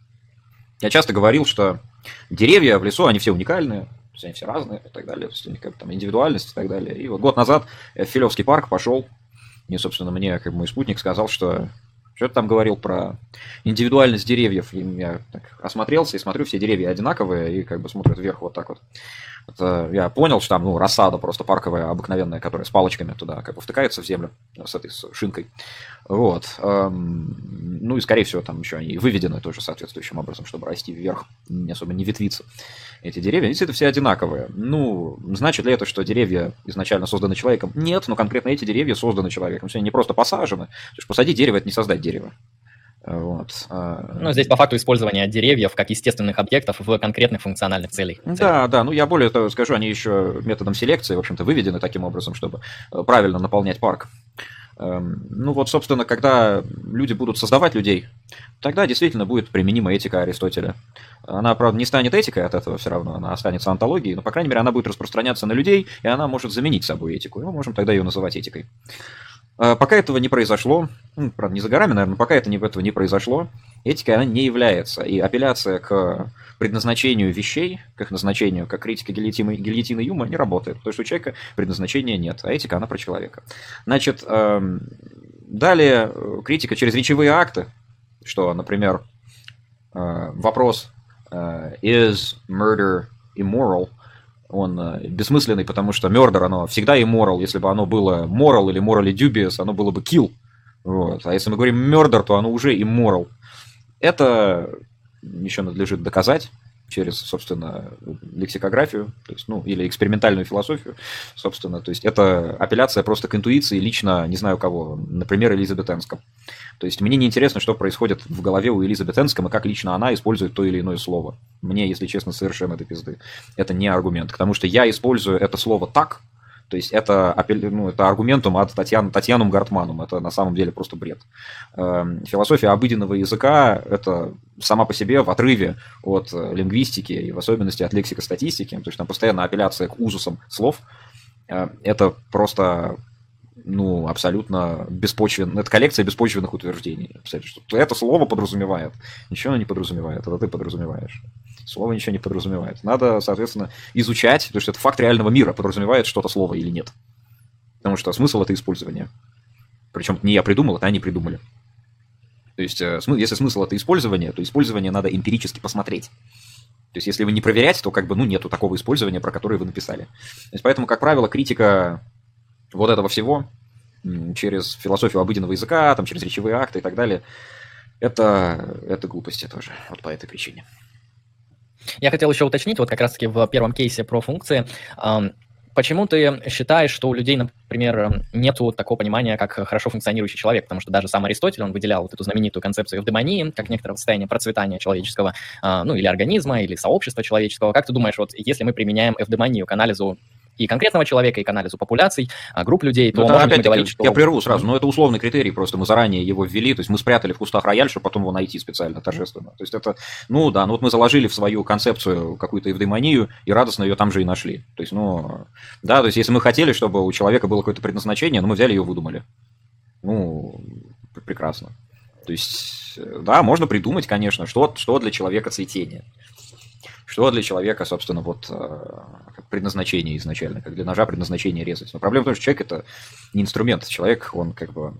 я часто говорил, что деревья в лесу, они все уникальные, то есть они все разные и так далее, то есть у них как бы там индивидуальность и так далее. И вот год назад в Филевский парк пошел, и, собственно, мне как бы мой спутник сказал, что что-то там говорил про индивидуальность деревьев. И я так осмотрелся и смотрю, все деревья одинаковые и как бы смотрят вверх вот так вот. Это я понял, что там ну, рассада просто парковая, обыкновенная, которая с палочками туда как бы втыкается в землю с этой с шинкой. Вот. Ну и, скорее всего, там еще они выведены тоже соответствующим образом, чтобы расти вверх, не особо не ветвиться. Эти деревья, если это все одинаковые. Ну, значит ли это, что деревья изначально созданы человеком? Нет, но конкретно эти деревья созданы человеком. Они не просто посажены. То есть посадить дерево – это не создать дерево. Вот. Ну, здесь по факту использования деревьев как естественных объектов в конкретных функциональных целях. Да, да, ну я более того скажу, они еще методом селекции, в общем-то, выведены таким образом, чтобы правильно наполнять парк. Ну вот, собственно, когда люди будут создавать людей, тогда действительно будет применима этика Аристотеля. Она, правда, не станет этикой от этого все равно, она останется онтологией, но, по крайней мере, она будет распространяться на людей, и она может заменить собой этику, и мы можем тогда ее называть этикой. Пока этого не произошло, ну, правда, не за горами, наверное, но пока это не, этого не произошло, этикой она не является. И апелляция к предназначению вещей, к их назначению, как критика гильотины, гильотины Юма, не работает, потому что у человека предназначения нет, а этика, она про человека. Значит, далее критика через речевые акты, что, например, вопрос «Is murder immoral?» он бессмысленный, потому что murder, оно всегда immoral. Если бы оно было moral или morally dubious, оно было бы kill. Вот. А если мы говорим murder, то оно уже immoral. Это еще надлежит доказать через, собственно, лексикографию, то есть, ну, или экспериментальную философию, собственно. То есть это апелляция просто к интуиции лично, не знаю кого, например, Элизабет Энском. То есть мне не интересно, что происходит в голове у Элизабет Энском и как лично она использует то или иное слово. Мне, если честно, совершенно до пизды. Это не аргумент, потому что я использую это слово так, то есть это, ну, это аргументум от Татьян, Татьянум Гартманум, это на самом деле просто бред. Философия обыденного языка – это сама по себе в отрыве от лингвистики и в особенности от лексикостатистики, то есть там постоянно апелляция к узусам слов. Это просто, ну, абсолютно беспочвенная, это коллекция беспочвенных утверждений. Что это слово подразумевает, ничего оно не подразумевает, это ты подразумеваешь. Слово ничего не подразумевает. Надо, соответственно, изучать, потому что это факт реального мира, подразумевает что-то слово или нет. Потому что смысл – это использование. Причем не я придумал, это они придумали. То есть, если смысл – это использование, то использование надо эмпирически посмотреть. То есть, если вы не проверяете, то как бы, ну, нету такого использования, про которое вы написали. То есть, поэтому, как правило, критика вот этого всего через философию обыденного языка, там, через речевые акты и так далее, это, это глупости тоже, вот по этой причине. Я хотел еще уточнить, вот как раз-таки в первом кейсе про функции, почему ты считаешь, что у людей, например, нету такого понимания, как хорошо функционирующий человек? Потому что даже сам Аристотель, он выделял вот эту знаменитую концепцию эвдемонии, как некоторого состояния процветания человеческого, ну, или организма, или сообщества человеческого. Как ты думаешь, вот если мы применяем эвдемонию к анализу и конкретного человека, и к анализу популяций, групп людей, то ну, можем мы говорить, что... Я прерву сразу, но это условный критерий, просто мы заранее его ввели, то есть мы спрятали в кустах рояль, чтобы потом его найти специально, торжественно. То есть это, ну да, ну вот мы заложили в свою концепцию какую-то эвдемонию и радостно ее там же и нашли. То есть, ну, да, то есть если мы хотели, чтобы у человека было какое-то предназначение, ну мы взяли ее и выдумали. Ну, прекрасно. То есть, да, можно придумать, конечно, что, что для человека цветение. Что для человека, собственно, вот предназначение изначально, как для ножа предназначение резать. Но проблема в том, что человек – это не инструмент. Человек, он как бы,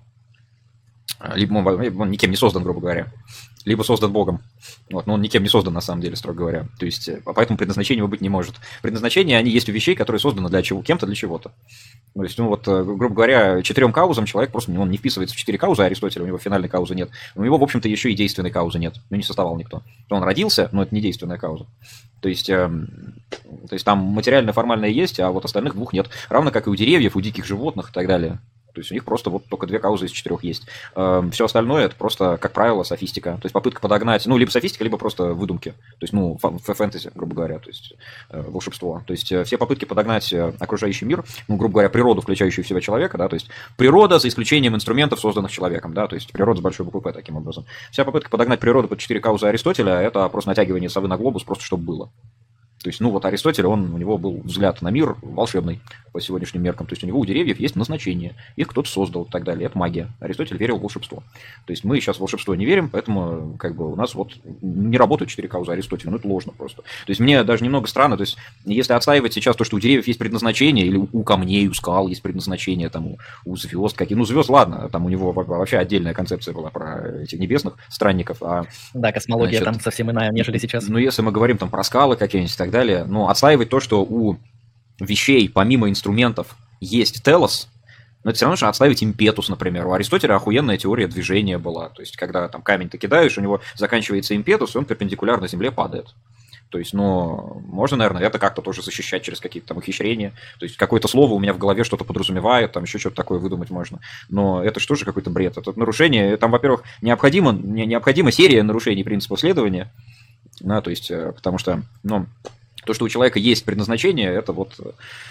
либо он, он никем не создан, грубо говоря, либо создан Богом. Вот, но он никем не создан, на самом деле, строго говоря. То есть, поэтому предназначения его быть не может. Предназначения, они есть у вещей, которые созданы для чего, кем-то для чего-то. То есть, ну вот, грубо говоря, четырем каузам человек просто он не вписывается в четыре каузы Аристотеля, у него финальной каузы нет. У него, в общем-то, еще и действенной каузы нет. Ну, не создавал никто. Он родился, но это не действенная кауза. То есть, э, то есть там материальное, формальное есть, а вот остальных двух нет. Равно как и у деревьев, у диких животных и так далее. То есть у них просто вот только две каузы из четырех есть. Э, все остальное это просто, как правило, софистика. То есть попытка подогнать, ну, либо софистика, либо просто выдумки. То есть, ну, фэнтези, грубо говоря, то есть э, волшебство. То есть все попытки подогнать окружающий мир, ну, грубо говоря, природу, включающую в себя человека, да, то есть природа за исключением инструментов, созданных человеком, да, то есть природа с большой буквы П таким образом. Вся попытка подогнать природу под четыре каузы Аристотеля – это просто натягивание совы на глобус, просто чтобы было. То есть, ну вот Аристотель, он, у него был взгляд на мир волшебный по сегодняшним меркам. То есть у него у деревьев есть назначение, их кто-то создал и так далее. Это магия. Аристотель верил в волшебство. То есть мы сейчас в волшебство не верим, поэтому как бы у нас вот не работают четыре каузы Аристотеля, ну это ложно просто. То есть мне даже немного странно, то есть если отстаивать сейчас то, что у деревьев есть предназначение, или у камней, у скал есть предназначение, там у, у звезд какие, ну звезд, ладно, там у него вообще отдельная концепция была про этих небесных странников. А, да, космология значит, там совсем иная, нежели сейчас. Ну если мы говорим там про скалы какие-нибудь и так далее, ну отстаивать то, что у вещей помимо инструментов есть телос, но это все равно нужно отставить импетус, например. У Аристотеля охуенная теория движения была. То есть, когда там камень ты кидаешь, у него заканчивается импетус, и он перпендикулярно земле падает. То есть, ну, можно, наверное, это как-то тоже защищать через какие-то там ухищрения. То есть, какое-то слово у меня в голове что-то подразумевает, там еще что-то такое выдумать можно. Но это что же какой-то бред? Это нарушение. Там, во-первых, необходимо, необходима серия нарушений принципа следования. Да, то есть, потому что, ну, то, что у человека есть предназначение, это вот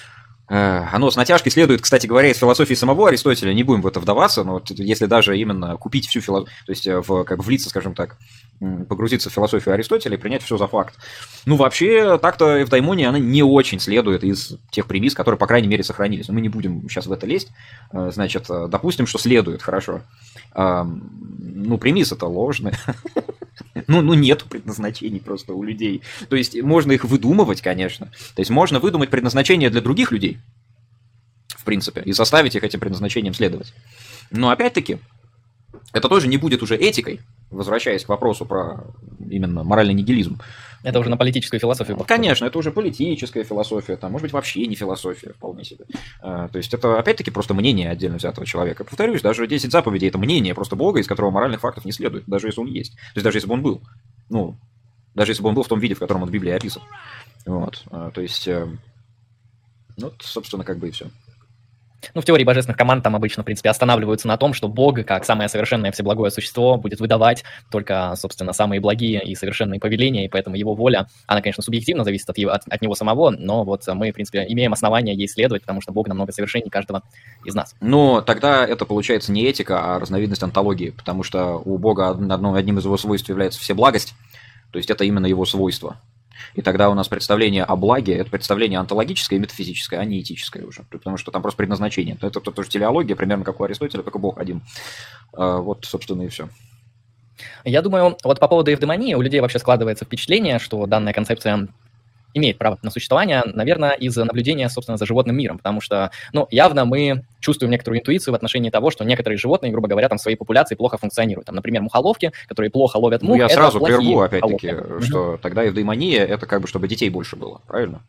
Оно с натяжкой следует, кстати говоря, из философии самого Аристотеля, не будем в это вдаваться, но вот если даже именно купить всю философию, то есть в, как влиться, скажем так, погрузиться в философию Аристотеля и принять все за факт. Ну, вообще, так-то эвдаймония, она не очень следует из тех премис, которые, по крайней мере, сохранились. Но мы не будем сейчас в это лезть. Значит, допустим, что следует, хорошо. Ну, премисы-то ложные. Ну, ну, нету предназначений просто у людей. То есть можно их выдумывать, конечно. То есть можно выдумать предназначение для других людей, в принципе, и заставить их этим предназначением следовать. Но опять-таки, это тоже не будет уже этикой, возвращаясь к вопросу про именно моральный нигилизм. Это уже на политическую философию. Конечно, это уже политическая философия, там, может быть, вообще не философия, вполне себе. А, то есть это, опять-таки, просто мнение отдельно взятого человека. Повторюсь, даже десять заповедей – это мнение просто Бога, из которого моральных фактов не следует, даже если он есть. То есть даже если бы он был. Ну, даже если бы он был в том виде, в котором он в Библии описан. Вот. А, то есть, э, ну, собственно, как бы и все. Ну, в теории божественных команд там обычно, в принципе, останавливаются на том, что Бог, как самое совершенное всеблагое существо, будет выдавать только, собственно, самые благие и совершенные повеления, и поэтому его воля, она, конечно, субъективно зависит от, его, от, от него самого, но вот мы, в принципе, имеем основания ей следовать, потому что Бог намного совершеннее каждого из нас. Но тогда это, получается, не этика, а разновидность онтологии, потому что у Бога одно, одним из его свойств является всеблагость, то есть это именно его свойство. И тогда у нас представление о благе – это представление онтологическое и метафизическое, а не этическое уже. Потому что там просто предназначение. Это, это тоже телеология, примерно как у Аристотеля, только Бог один. Вот, собственно, и все. Я думаю, вот по поводу эвдемонии у людей вообще складывается впечатление, что данная концепция имеет право на существование, наверное, из наблюдения, собственно, за животным миром, потому что, ну, явно мы чувствуем некоторую интуицию в отношении того, что некоторые животные, грубо говоря, там в своей популяции плохо функционируют. Там, например, мухоловки, которые плохо ловят мух. Ну, я это сразу прерву, опять-таки, мухоловки. что mm-hmm. тогда эвдемония – это как бы чтобы детей больше было, правильно?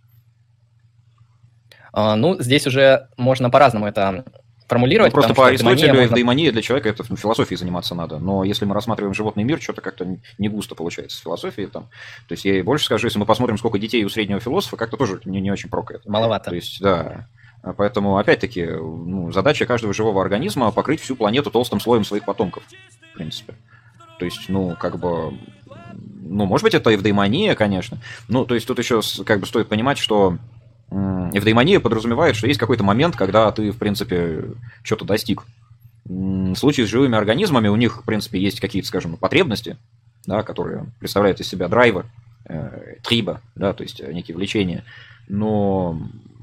А, ну, здесь уже можно по-разному это формулировать. Ну, просто по Аристотелю можно... эвдемония для человека – это ну, философией заниматься надо. Но если мы рассматриваем животный мир, что-то как-то не густо получается с философией. Там. То есть я больше скажу, если мы посмотрим, сколько детей у среднего философа, как-то тоже не, не очень прок это. Маловато. То есть, да. Поэтому, опять-таки, ну, задача каждого живого организма – покрыть всю планету толстым слоем своих потомков, в принципе. То есть, ну, как бы… Ну, может быть, это эвдемония, конечно. Ну, то есть тут еще как бы стоит понимать, что эвдемония подразумевает, что есть какой-то момент, когда ты, в принципе, что-то достиг. В случае с живыми организмами у них, в принципе, есть какие-то, скажем, потребности, да, которые представляют из себя драйвы, э, триба, да, то есть некие влечения, но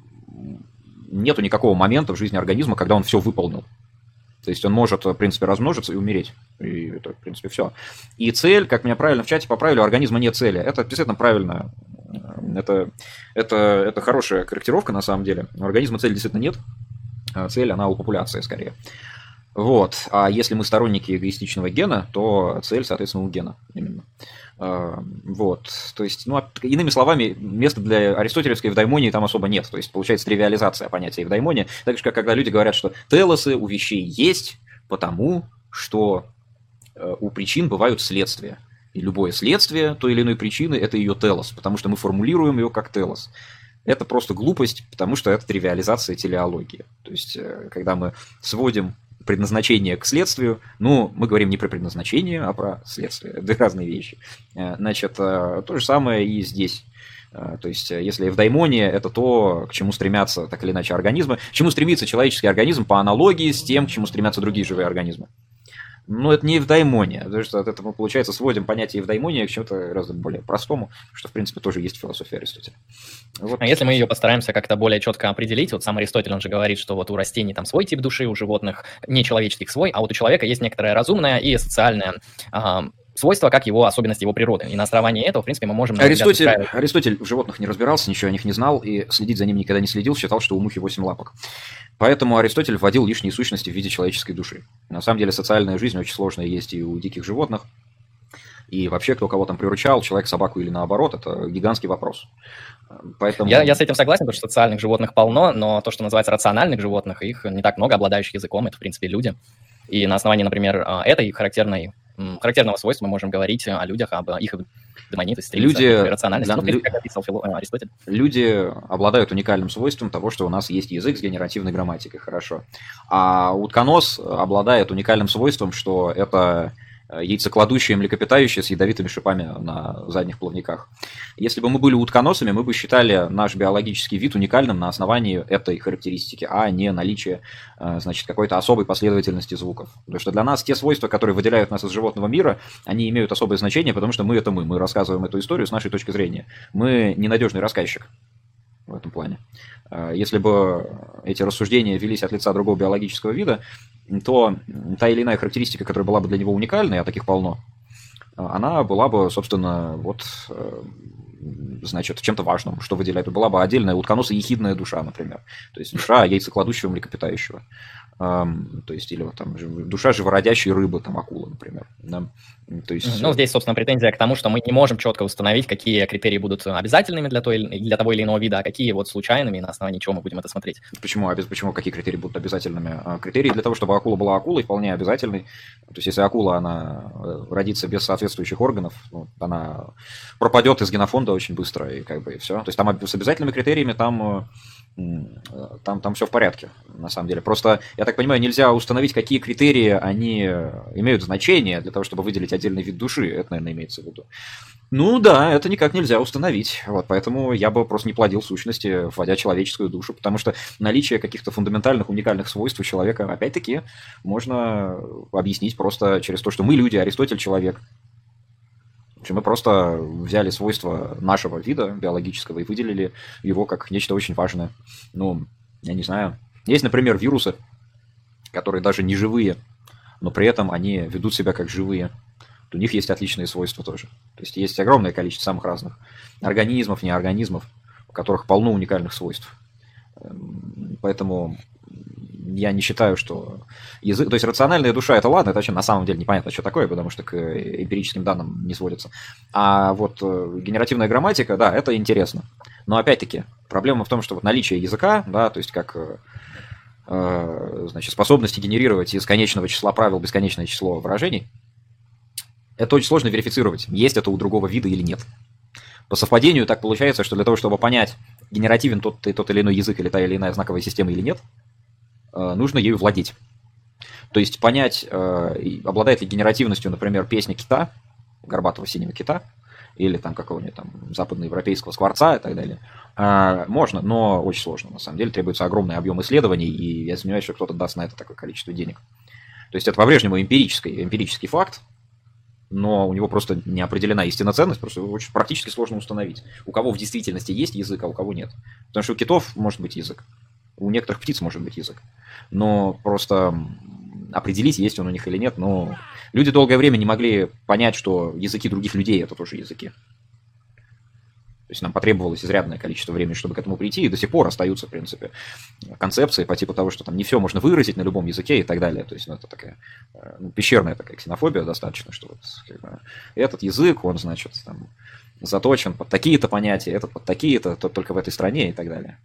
нету никакого момента в жизни организма, когда он все выполнил. То есть он может, в принципе, размножиться и умереть. И это, в принципе, все. И цель, как меня правильно в чате поправили, у организма нет цели. Это действительно правильно. Это, это, это хорошая корректировка, на самом деле. У организма цели действительно нет. Цель, она у популяции, скорее. Вот. А если мы сторонники эгоистичного гена, то цель, соответственно, у гена именно. Вот. То есть, ну, иными словами, места для аристотелевской эвдаймонии там особо нет. То есть, получается тривиализация понятия эвдаймония. Так же, как когда люди говорят, что телосы у вещей есть, потому что у причин бывают следствия. И любое следствие той или иной причины – это ее телос, потому что мы формулируем ее как телос. Это просто глупость, потому что это тривиализация телеологии. То есть, когда мы сводим предназначение к следствию, ну, мы говорим не про предназначение, а про следствие. Это разные вещи. Значит, то же самое и здесь. То есть, если эвдаймония – это то, к чему стремятся так или иначе организмы, к чему стремится человеческий организм по аналогии с тем, к чему стремятся другие живые организмы. Но это не эвдаймония, потому что от этого мы, получается, сводим понятие эвдаймония к чему-то гораздо более простому, что, в принципе, тоже есть в философии Аристотеля. Вот. А если мы ее постараемся как-то более четко определить, вот сам Аристотель, он же говорит, что вот у растений там свой тип души, у животных не человеческих свой, а вот у человека есть некоторое разумное и социальное а, свойство, как его особенности его природы. И на основании этого, в принципе, мы можем… Аристотель, Аристотель в животных не разбирался, ничего о них не знал, и следить за ними никогда не следил, считал, что у мухи восемь лапок. Поэтому Аристотель вводил лишние сущности в виде человеческой души. На самом деле социальная жизнь очень сложная есть и у диких животных. И вообще, кто кого там приручал, человек, собаку или наоборот, это гигантский вопрос. Поэтому… Я, я с этим согласен, потому что социальных животных полно, но то, что называется рациональных животных, их не так много, обладающих языком, это, в принципе, люди. И на основании, например, этой характерной, характерного свойства мы можем говорить о людях, об их демонии, то есть люди, рациональности. Да, ну, в принципе, как описал Фил... Аристотель. Люди обладают уникальным свойством того, что у нас есть язык с генеративной грамматикой, хорошо. А утконос обладает уникальным свойством, что это яйцекладущие, млекопитающие с ядовитыми шипами на задних плавниках. Если бы мы были утконосами, мы бы считали наш биологический вид уникальным на основании этой характеристики, а не наличия, значит, какой-то особой последовательности звуков. Потому что для нас те свойства, которые выделяют нас из животного мира, они имеют особое значение, потому что мы – это мы. Мы рассказываем эту историю с нашей точки зрения. Мы ненадежный рассказчик в этом плане. Если бы эти рассуждения велись от лица другого биологического вида, то та или иная характеристика, которая была бы для него уникальной, а таких полно, она была бы, собственно, вот, значит, чем-то важным, что выделяет. Была бы отдельная утконосая ехидная душа, например. То есть душа яйцекладущего млекопитающего. То есть, или вот, там, душа живородящей рыбы, там, акула, например. Да? То есть... Ну, здесь, собственно, претензия к тому, что мы не можем четко установить, какие критерии будут обязательными для, той, для того или иного вида, а какие вот случайными, и на основании чего мы будем это смотреть. Почему, почему какие критерии будут обязательными? Критерии для того, чтобы акула была акулой, вполне обязательный. То есть, если акула, она родится без соответствующих органов, ну, она пропадет из генофонда очень быстро, и как бы и все. То есть, там с обязательными критериями там... Там, там все в порядке, на самом деле. Просто, я так понимаю, нельзя установить, какие критерии они имеют значение для того, чтобы выделить отдельный вид души. Это, наверное, имеется в виду. Ну да, это никак нельзя установить. Вот, поэтому я бы просто не плодил сущности, вводя человеческую душу, потому что наличие каких-то фундаментальных, уникальных свойств у человека, опять-таки, можно объяснить просто через то, что мы люди, Аристотель человек. Мы просто взяли свойства нашего вида биологического и выделили его как нечто очень важное. Ну, я не знаю. Есть, например, вирусы, которые даже не живые, но при этом они ведут себя как живые. У них есть отличные свойства тоже. То есть есть огромное количество самых разных организмов, неорганизмов, у которых полно уникальных свойств. Поэтому... Я не считаю, что язык... То есть рациональная душа – это ладно, это вообще на самом деле непонятно, что такое, потому что к эмпирическим данным не сводится. А вот генеративная грамматика, да, это интересно. Но опять-таки, проблема в том, что вот наличие языка, да, то есть как э, значит, способности генерировать из конечного числа правил бесконечное число выражений, это очень сложно верифицировать, есть это у другого вида или нет. По совпадению так получается, что для того, чтобы понять, генеративен тот, тот или иной язык или та или иная знаковая система или нет, нужно ею владеть. То есть понять, обладает ли генеративностью, например, песня кита, горбатого синего кита, или там какого-нибудь там западноевропейского скворца и так далее, можно, но очень сложно. На самом деле требуется огромный объем исследований, и я сомневаюсь, что кто-то даст на это такое количество денег. То есть это по-прежнему эмпирический, эмпирический факт, но у него просто не определена истинная ценность, просто его очень практически сложно установить. У кого в действительности есть язык, а у кого нет. Потому что у китов может быть язык. У некоторых птиц может быть язык. Но просто определить, есть он у них или нет. Но люди долгое время не могли понять, что языки других людей – это тоже языки. То есть нам потребовалось изрядное количество времени, чтобы к этому прийти, и до сих пор остаются, в принципе, концепции по типу того, что там не все можно выразить на любом языке и так далее. То есть ну, это такая ну, пещерная такая ксенофобия достаточно, что вот, как бы, этот язык, он, значит, там, заточен под такие-то понятия, этот под такие-то, тот только в этой стране и так далее.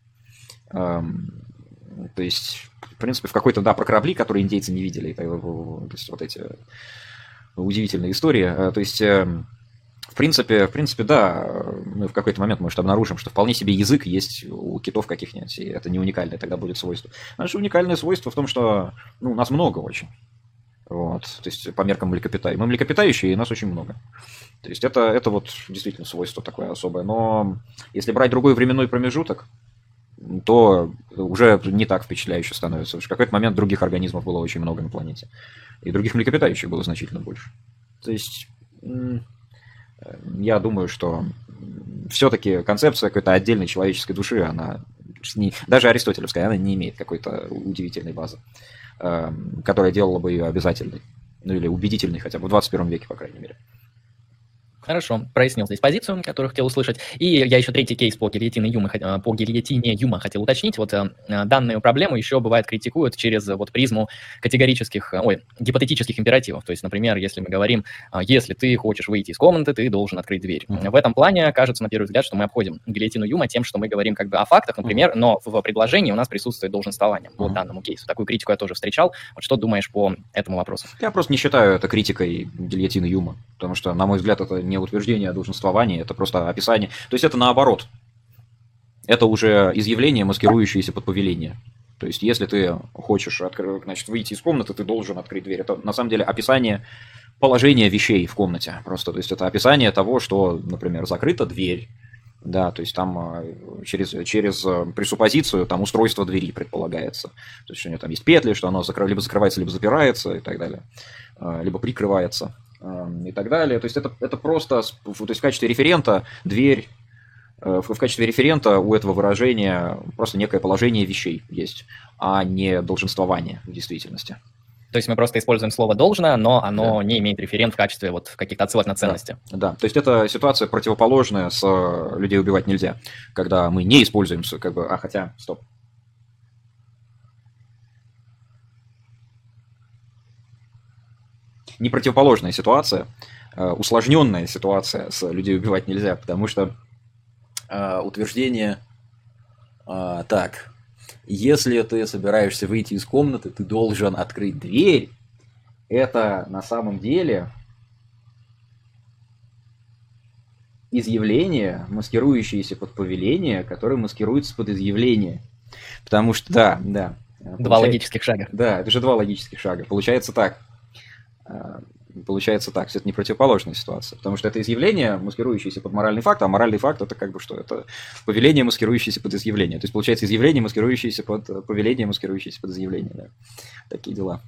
То есть, в принципе, в какой-то, да, про корабли, которые индейцы не видели, то есть вот эти удивительные истории. То есть, в принципе, в принципе, да, мы в какой-то момент, может, обнаружим, что вполне себе язык есть у китов каких-нибудь, и это не уникальное тогда будет свойство. Наше уникальное свойство в том, что ну, у нас много очень. Вот, то есть по меркам млекопитающих. Мы млекопитающие, и нас очень много. То есть это, это вот действительно свойство такое особое. Но если брать другой временной промежуток, то уже не так впечатляюще становится. Потому что в какой-то момент других организмов было очень много на планете. И других млекопитающих было значительно больше. То есть я думаю, что все-таки концепция какой-то отдельной человеческой души, она даже аристотелевская, она не имеет какой-то удивительной базы, которая делала бы ее обязательной. Ну или убедительной хотя бы в двадцать первом веке, по крайней мере. Хорошо, прояснил здесь позицию, которую хотел услышать. И я еще третий кейс по гильотине Юма, по гильотине Юма хотел уточнить. Вот данную проблему еще бывает критикуют через вот призму категорических, ой, гипотетических императивов. То есть, например, если мы говорим, если ты хочешь выйти из комнаты, ты должен открыть дверь. Mm-hmm. В этом плане кажется, на первый взгляд, что мы обходим гильотину Юма тем, что мы говорим как бы о фактах, например, mm-hmm. но в предложении у нас присутствует долженствование по mm-hmm. данному кейсу. Такую критику я тоже встречал. Вот что думаешь по этому вопросу? Я просто не считаю это критикой гильотины Юма, потому что, на мой взгляд, это не утверждение о долженствовании, это просто описание. То есть это наоборот. Это уже изъявление, маскирующееся под повеление. То есть если ты хочешь открыть, значит, выйти из комнаты, ты должен открыть дверь. Это на самом деле описание положение вещей в комнате. Просто, то есть это описание того, что, например, закрыта дверь, да, то есть там через, через пресуппозицию там устройство двери предполагается. То есть у нее там есть петли, что оно закры... либо закрывается, либо запирается и так далее, либо прикрывается и так далее. То есть это, это просто, то есть в качестве референта дверь, в качестве референта у этого выражения просто некое положение вещей есть, а не долженствование в действительности. То есть мы просто используем слово «должно», но оно да. не имеет референт в качестве вот каких-то отсылок на ценности. Да. да, то есть это ситуация противоположная с «людей убивать нельзя», когда мы не используем, как бы, а хотя, стоп. Не противоположная ситуация, усложненная ситуация с «людей убивать нельзя», потому что э, утверждение э, так... Если ты собираешься выйти из комнаты, ты должен открыть дверь. Это на самом деле изъявление, маскирующееся под повеление, которое маскируется под изъявление. Потому что, да, да. Два получается, логических шага. Да, это же два логических шага. Получается так. Получается так, это не противоположная ситуация, потому что это изъявление, маскирующееся под моральный факт, а моральный факт это как бы что? Это повеление, маскирующееся под изъявление. То есть получается изъявление, маскирующееся под повеление, маскирующееся под изъявление. Да. Такие дела.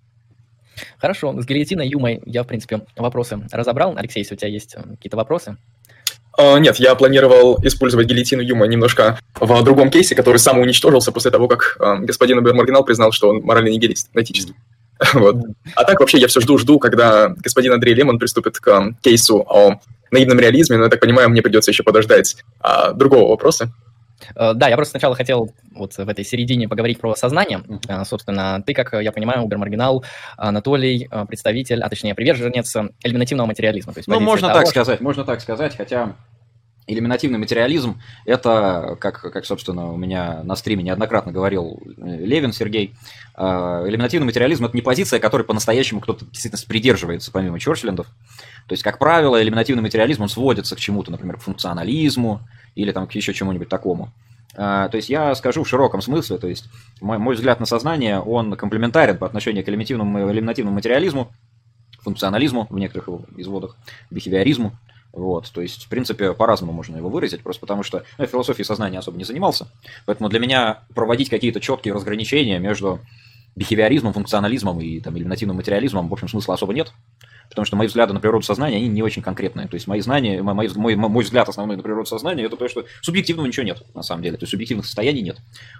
Хорошо, с гильотиной Юмой я, в принципе, вопросы разобрал. Алексей, если у тебя есть какие-то вопросы? Uh, нет, я планировал использовать гильотину Юма немножко в другом кейсе, который самоуничтожился после того, как uh, господин Убер-Маргинал признал, что он моральный нигилист, этический. Вот. А так вообще я все жду-жду, когда господин Андрей Лемон приступит к кейсу о наивном реализме, но я так понимаю, мне придется еще подождать а, другого вопроса. Да, я просто сначала хотел вот в этой середине поговорить про сознание. Собственно, ты, как я понимаю, Убер-Маргинал, Анатолий, представитель, а точнее приверженец элиминативного материализма. То есть ну, можно того, так что... сказать, можно так сказать, хотя... Элиминативный материализм – это, как, как, собственно, у меня на стриме неоднократно говорил Левин Сергей, элиминативный материализм – это не позиция, которой по-настоящему кто-то действительно придерживается, помимо Чорчлендов. То есть, как правило, элиминативный материализм, он сводится к чему-то, например, к функционализму или там, к еще чему-нибудь такому. То есть, я скажу в широком смысле, то есть, мой, мой взгляд на сознание, он комплементарен по отношению к элиминативному, элиминативному материализму, функционализму в некоторых его изводах, бихевиоризму. Вот, то есть, в принципе, по-разному можно его выразить, просто потому что ну, я философией сознания особо не занимался, поэтому для меня проводить какие-то четкие разграничения между бихевиоризмом, функционализмом и там, элиминативным материализмом, в общем, смысла особо нет, потому что мои взгляды на природу сознания, они не очень конкретные, то есть, мои знания, мой, мой, мой взгляд основной на природу сознания, это то, что субъективного ничего нет, на самом деле, то есть, субъективных состояний нет,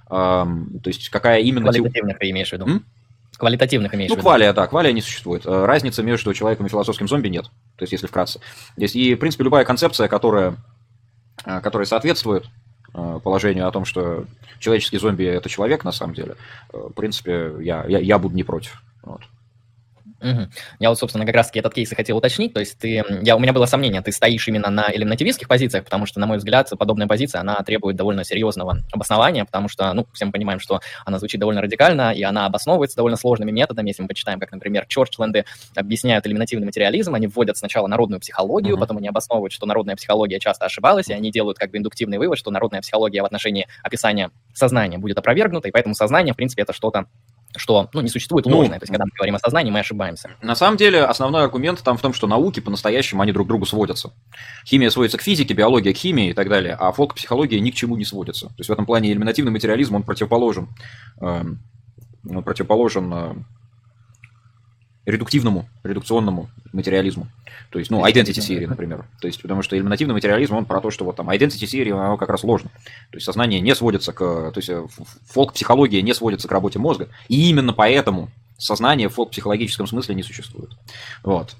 эм, то есть, какая именно... Квалитативных ты имеешь в виду? М? Квалитативных имеешь ну, в виду? квалия, да, квалия не существует. Разницы между человеком и философским зомби нет. То есть, если вкратце. Здесь и, в принципе, любая концепция, которая, которая соответствует положению о том, что человеческий зомби – это человек, на самом деле, в принципе, я, я, я буду не против. Вот. Угу. Я вот, собственно, как раз-таки этот кейс и хотел уточнить, то есть ты, я, у меня было сомнение, ты стоишь именно на элиминативистских позициях, потому что, на мой взгляд, подобная позиция, она требует довольно серьезного обоснования, потому что, ну, все мы понимаем, что она звучит довольно радикально, и она обосновывается довольно сложными методами, если мы почитаем, как, например, Чорчленды объясняют элиминативный материализм, они вводят сначала народную психологию, uh-huh. потом они обосновывают, что народная психология часто ошибалась, и они делают как бы индуктивный вывод, что народная психология в отношении описания сознания будет опровергнута, и поэтому сознание, в принципе, это что-то, что ну, не существует ложное. Ну, то есть, когда мы говорим о сознании, мы ошибаемся. На самом деле, основной аргумент там в том, что науки по-настоящему, они друг к другу сводятся. Химия сводится к физике, биология к химии и так далее, а фолк-психология ни к чему не сводится. То есть, в этом плане элиминативный материализм, он противоположен, э, он противоположен э, редуктивному, редукционному материализму. То есть, ну, identity theory, например. То есть, потому что элиминативный материализм, он про то, что вот там identity theory, оно как раз ложно. То есть, сознание не сводится к... То есть, фолк-психология не сводится к работе мозга. И именно поэтому сознание в фолк-психологическом смысле не существует. Вот.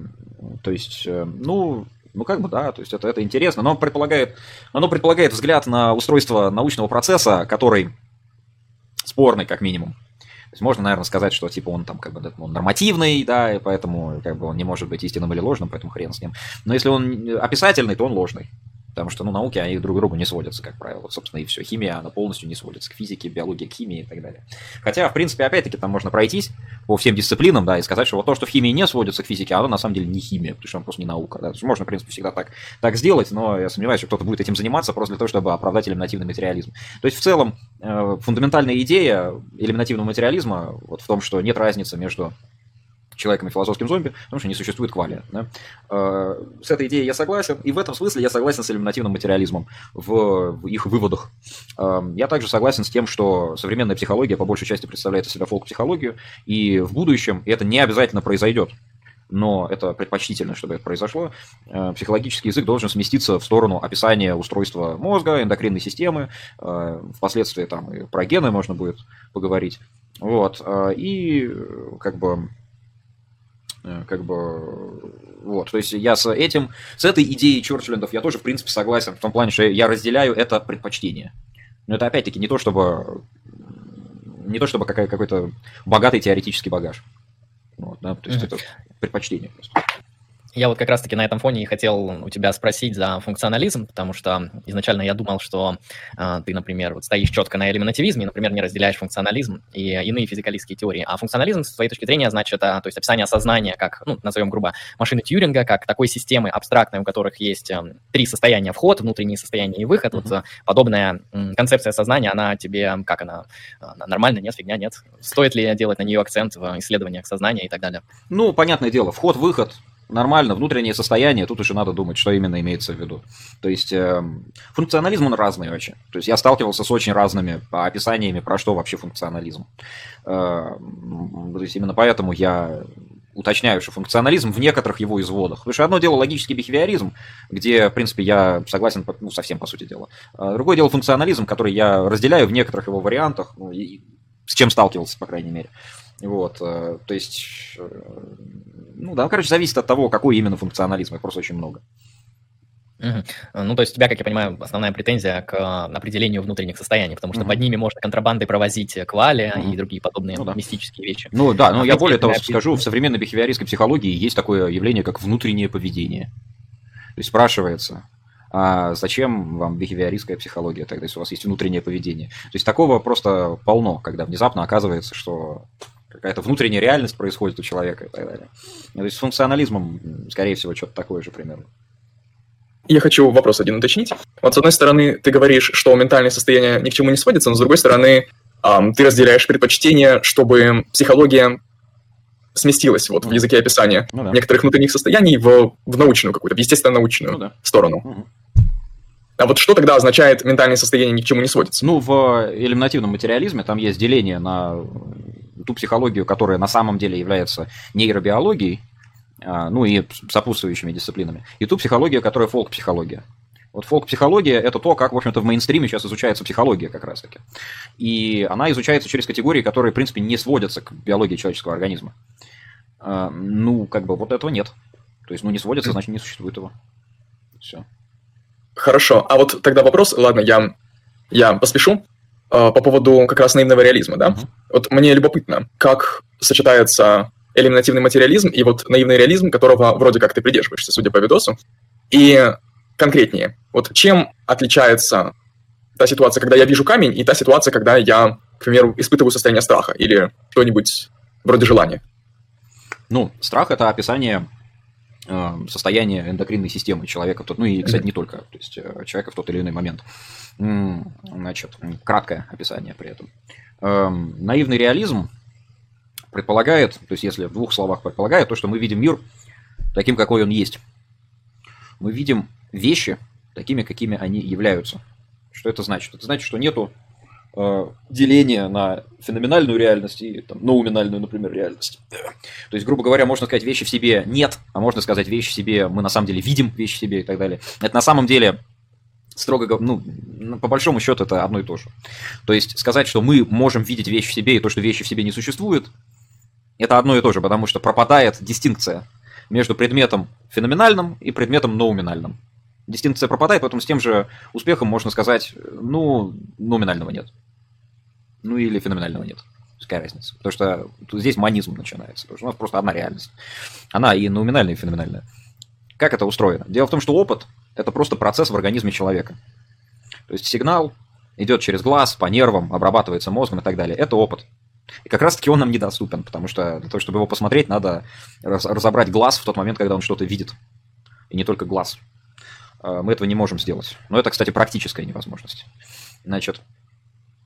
То есть, ну... Ну, как бы, да, то есть это, это интересно, но предполагает, оно предполагает взгляд на устройство научного процесса, который спорный, как минимум. То есть можно, наверное, сказать, что типа он там как бы он нормативный, да, и поэтому как бы он не может быть истинным или ложным, поэтому хрен с ним. Но если он описательный, то он ложный. Потому что, ну, науки, они друг к другу не сводятся, как правило. Вот, собственно, и все. Химия, она полностью не сводится к физике, биологии, к химии и так далее. Хотя, в принципе, опять-таки, там можно пройтись по всем дисциплинам, да, и сказать, что вот то, что в химии не сводится к физике, оно на самом деле не химия, потому что она просто не наука. Да. Можно, в принципе, всегда так, так сделать, но я сомневаюсь, что кто-то будет этим заниматься просто для того, чтобы оправдать элиминативный материализм. То есть, в целом, фундаментальная идея элиминативного материализма вот в том, что нет разницы между человеком и философским зомби, потому что не существует квалия. Да? С этой идеей я согласен, и в этом смысле я согласен с элиминативным материализмом в, в их выводах. Я также согласен с тем, что современная психология по большей части представляет из себя фолк-психологию, и в будущем, и это не обязательно произойдет, но это предпочтительно, чтобы это произошло, психологический язык должен сместиться в сторону описания устройства мозга, эндокринной системы, впоследствии там и про гены можно будет поговорить. Вот. И как бы, как бы, вот. То есть я с этим, с этой идеей Чёрчиллендов я тоже, в принципе, согласен, в том плане, что я разделяю это предпочтение. Но это, опять-таки, не то, чтобы, не то, чтобы какой-то богатый теоретический багаж. Вот, да? То есть mm-hmm. это предпочтение просто. Я вот как раз-таки на этом фоне и хотел у тебя спросить за функционализм, потому что изначально я думал, что э, ты, например, вот стоишь четко на элиминативизме, например, не разделяешь функционализм и иные физикалистские теории. А функционализм, с твоей точки зрения, значит, это, то есть описание сознания как, ну, назовем грубо, машины Тьюринга, как такой системы абстрактной, у которых есть э, три состояния: вход, внутренние состояния и выход. Mm-hmm. Вот э, подобная э, концепция сознания, она тебе, как она, она нормально, нет, фигня, нет? Стоит ли делать на нее акцент в исследованиях сознания и так далее? Ну, понятное дело, вход-выход. Нормально, внутреннее состояние, тут уже надо думать, что именно имеется в виду. То есть э, функционализм, он разный очень. То есть я сталкивался с очень разными описаниями, про что вообще функционализм. Э, то есть именно поэтому я уточняю, что функционализм в некоторых его изводах. Потому что одно дело логический бихевиоризм, где, в принципе, я согласен, ну, совсем по сути дела. А другое дело функционализм, который я разделяю в некоторых его вариантах, ну, и с чем сталкивался, по крайней мере. Вот, то есть, ну да, короче, зависит от того, какой именно функционализм, их просто очень много. Угу. Ну, то есть у тебя, как я понимаю, основная претензия к определению внутренних состояний, потому что угу. под ними можно контрабандой провозить квали угу. и другие подобные ну, да. мистические вещи. Ну да, но а я более того скажу, в современной бихевиористской психологии есть такое явление, как внутреннее поведение. То есть спрашивается, а зачем вам бихевиористская психология тогда, если у вас есть внутреннее поведение? То есть такого просто полно, когда внезапно оказывается, что какая-то внутренняя реальность происходит у человека и так далее. То есть с функционализмом, скорее всего, что-то такое же примерно. Я хочу вопрос один уточнить. Вот с одной стороны, ты говоришь, что ментальное состояние ни к чему не сводится, но с другой стороны, эм, ты разделяешь предпочтение, чтобы психология сместилась вот в языке описания ну, да. некоторых внутренних состояний в, в научную какую-то, в естественно-научную ну, да. сторону. Угу. А вот что тогда означает ментальное состояние ни к чему не сводится? Ну, в элиминативном материализме там есть деление на ту психологию, которая на самом деле является нейробиологией, ну и сопутствующими дисциплинами, и ту психологию, которая фолк-психология. Вот фолк-психология – это то, как, в общем-то, в мейнстриме сейчас изучается психология как раз-таки. И она изучается через категории, которые, в принципе, не сводятся к биологии человеческого организма. Ну, как бы, вот этого нет. То есть, ну, не сводятся, значит, не существует его. Все. Хорошо. А вот тогда вопрос, ладно, я, я поспешу, по поводу как раз наивного реализма, да? Uh-huh. Вот мне любопытно, как сочетается элиминативный материализм и вот наивный реализм, которого вроде как ты придерживаешься, судя по видосу. И конкретнее, вот чем отличается та ситуация, когда я вижу камень, и та ситуация, когда я, к примеру, испытываю состояние страха или что-нибудь вроде желания? Ну, страх – это описание э, состояния эндокринной системы человека, ну и, кстати, не только, то есть человека в тот или иной момент. Значит, краткое описание при этом. Э, наивный реализм предполагает, то есть если в двух словах предполагает, то, что мы видим мир таким, какой он есть. Мы видим вещи такими, какими они являются. Что это значит? Это значит, что нету э, деления на феноменальную реальность и там, ноуминальную, например, реальность. То есть, грубо говоря, можно сказать, вещи в себе нет, а можно сказать, вещи в себе мы на самом деле видим, вещи в себе и так далее. Это на самом деле, строго говоря, ну, по большому счету, это одно и то же. То есть, сказать, что мы можем видеть вещи в себе и то, что вещи в себе не существует, это одно и то же, потому что пропадает дистинкция между предметом феноменальным и предметом ноуминальным. Дистинкция пропадает, поэтому с тем же успехом можно сказать, ну, номинального нет. Ну, или феноменального нет. Какая разница? Потому что здесь монизм начинается. Потому что у нас просто одна реальность. Она и номинальная, и феноменальная. Как это устроено? Дело в том, что опыт – это просто процесс в организме человека. То есть сигнал идет через глаз, по нервам, обрабатывается мозгом и так далее. Это опыт. И как раз-таки он нам недоступен, потому что для того, чтобы его посмотреть, надо разобрать глаз в тот момент, когда он что-то видит. И не только глаз. Мы этого не можем сделать. Но это, кстати, практическая невозможность. Значит,